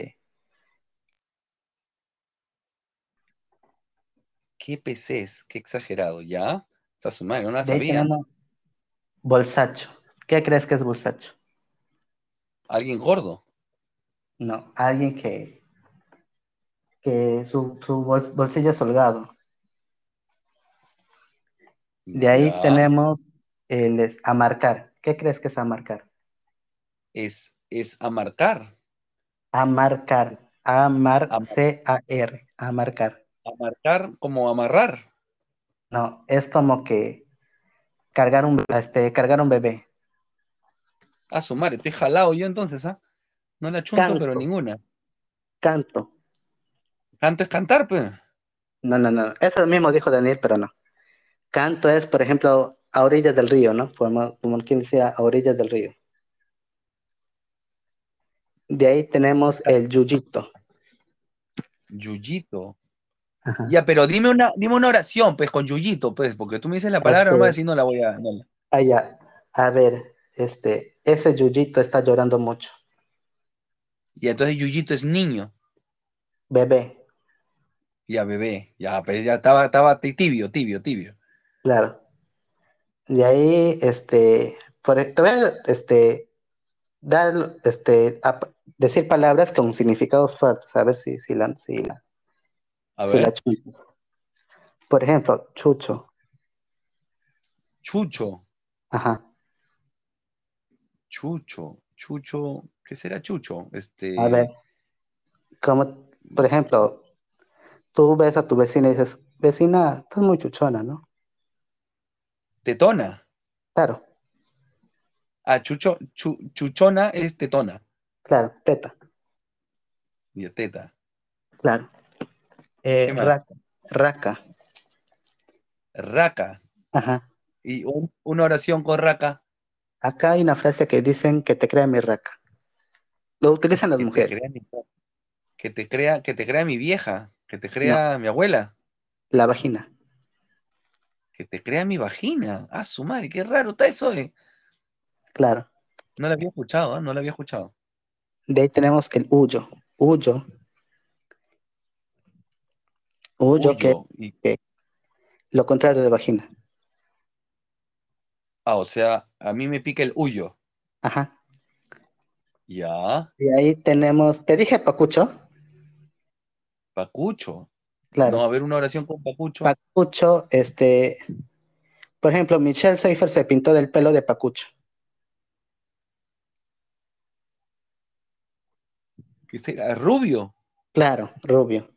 ¿Qué peces? Qué exagerado, ¿ya? Esa su madre, no la de ahí sabía. tenemos bolsacho. ¿Qué crees que es bolsacho? ¿Alguien gordo? No, alguien que su bolsillo es holgado. De ahí Ya. tenemos amarcar. ¿Qué crees que es amarcar? Es amarcar. Amarcar. Amar, Ama- C-A-R. Amarcar. Amarcar como amarrar. No, es como que cargar un bebé. A su madre, estoy jalado yo entonces, ¿ah? No la chunto, pero Canto, ninguna. canto. Canto es cantar, pues. No, no, no. Eso mismo dijo Daniel, pero no. Canto es, por ejemplo, a orillas del río, ¿no? Como quien decía, a orillas del río. De ahí tenemos el yuyito. Yuyito. Ajá. Ya, pero dime una oración, pues, con yuyito, pues, porque tú me dices la palabra nomás Este, y no la voy a. No allá. A ver, ese yuyito está llorando mucho. Y entonces yuyito es niño. Bebé, Ya, bebé. Ya, pero ya estaba tibio, tibio, tibio. claro. De ahí, te voy a, dar, decir palabras con significados fuertes, a ver A si la ver. chuntas. Por ejemplo, chucho. Chucho. Ajá. Chucho. Chucho. ¿Qué será chucho? A ver, como, por ejemplo, tú ves a tu vecina y dices, vecina, estás muy chuchona, ¿no? Tetona. Claro, Ah, chuchona es tetona. claro, teta, Y teta. claro. ¿Qué más? Raca, raca, Raca. ajá. Y una oración con raca. Acá hay una frase que dicen que te crea mi raca. Lo utilizan las Que te mujeres. crea que te crea mi vieja. Que te No, crea mi abuela. la vagina, Que te crea mi vagina. Ah, su madre, qué raro está eso, eh. claro. No la había escuchado, ¿ah? No la había escuchado. De ahí tenemos el huyo. Huyo, huyo que, Huyo. que lo contrario de vagina. O sea, a mí me pica el huyo. Ajá. Ya. Y ahí tenemos, te dije pacucho, Pacucho. No, a claro. ver una oración con pacucho. Pacucho, por ejemplo, Michelle Seifer se pintó del pelo de pacucho. ¿Qué será? Rubio. Claro, rubio.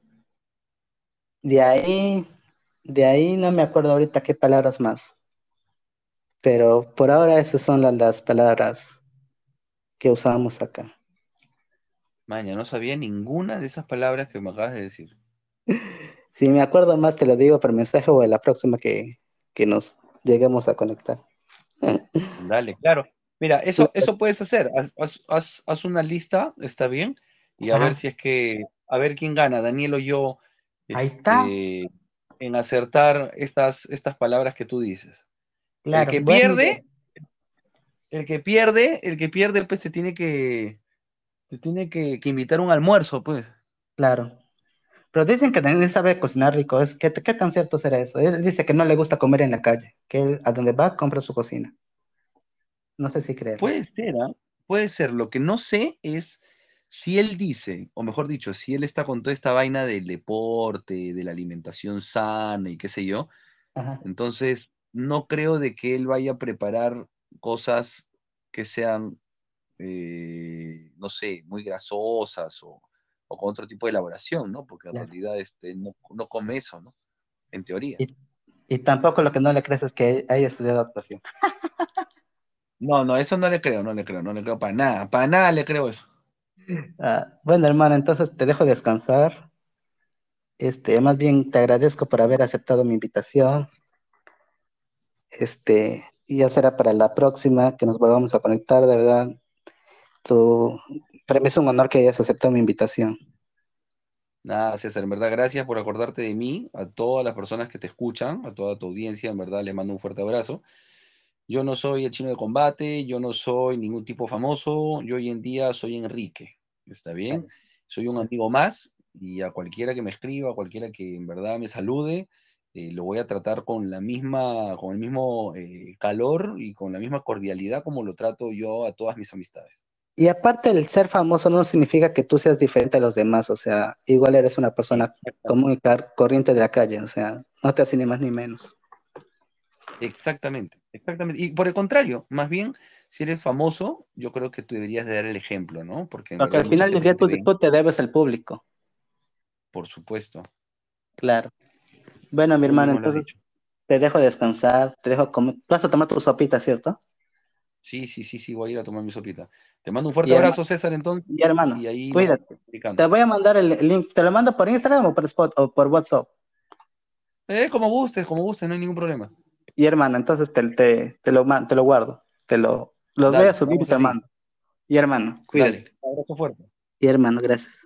De ahí, de ahí no me acuerdo ahorita qué palabras más, pero por ahora esas son las palabras que usamos acá. Maña, no sabía ninguna de esas palabras que me acabas de decir. Si me acuerdo más, te lo digo por mensaje o en la próxima que nos lleguemos a conectar. Dale, claro. Mira, eso puedes hacer. Haz una lista, está bien, y a ver Ajá, si es que, a ver quién gana, Daniel o yo, ahí está, en acertar estas palabras que tú dices. El claro, que buena idea, pierde, el que pierde, pues te tiene que invitar a un almuerzo, pues. claro. Pero dicen que Daniel sabe cocinar rico. ¿Qué tan cierto será eso? Él dice que no le gusta comer en la calle, que él a donde va compra su cocina. No sé si creerle. Puede ser, ¿ah? Puede ser. Lo que no sé es si él dice, o mejor dicho, si él está con toda esta vaina del deporte, de la alimentación sana y qué sé yo, Ajá, entonces no creo de que él vaya a preparar cosas que sean, no sé, muy grasosas o con otro tipo de elaboración, ¿no? Porque en claro. realidad no come eso, ¿no? En teoría. Y, y tampoco lo que no le crees es que haya estudiado actuación. No, no, eso no le creo, no le creo, no le creo para nada le creo eso. Ah, bueno, hermano, entonces te dejo descansar. Más bien te agradezco por haber aceptado mi invitación. Y ya será para la próxima que nos volvamos a conectar, de verdad. Para mí es un honor que hayas aceptado mi invitación. Nada, César, en verdad, gracias por acordarte de mí, a todas las personas que te escuchan, a toda tu audiencia, en verdad, les mando un fuerte abrazo. Yo no soy el chino de combate, yo no soy ningún tipo famoso, yo hoy en día soy Enrique, ¿está bien? Claro, Soy un claro. amigo más y a cualquiera que me escriba, a cualquiera que en verdad me salude, lo voy a tratar con el mismo calor y con la misma cordialidad como lo trato yo a todas mis amistades. Y aparte, el ser famoso no significa que tú seas diferente a los demás, o sea, igual eres una persona Exactamente. común y corriente de la calle, o sea, no te hace ni más ni menos. Exactamente, exactamente. Y por el contrario, más bien, si eres famoso, yo creo que tú deberías de dar el ejemplo, ¿no? Porque en Porque verdad hay al mucha final del gente día que te tú, ve, tú te debes al público, por supuesto. claro. Bueno, mi Tú hermano, mismo lo has entonces dicho. te dejo descansar, te dejo comer. Vas a tomar tu sopita, ¿cierto? Sí, sí, sí, sí, voy a ir a tomar mi sopita. Te mando un fuerte Y hermano, abrazo, César, entonces, y hermano, y ahí nos vamos cuídate. Te explicando. voy a mandar el link, ¿te lo mando por Instagram o por Spot o por WhatsApp? Como gustes, no hay ningún problema. Y hermano, entonces te lo guardo, los voy a Dale, subir y vamos te lo así. mando. Y hermano, Dale, cuídate. un abrazo fuerte. Y hermano, gracias.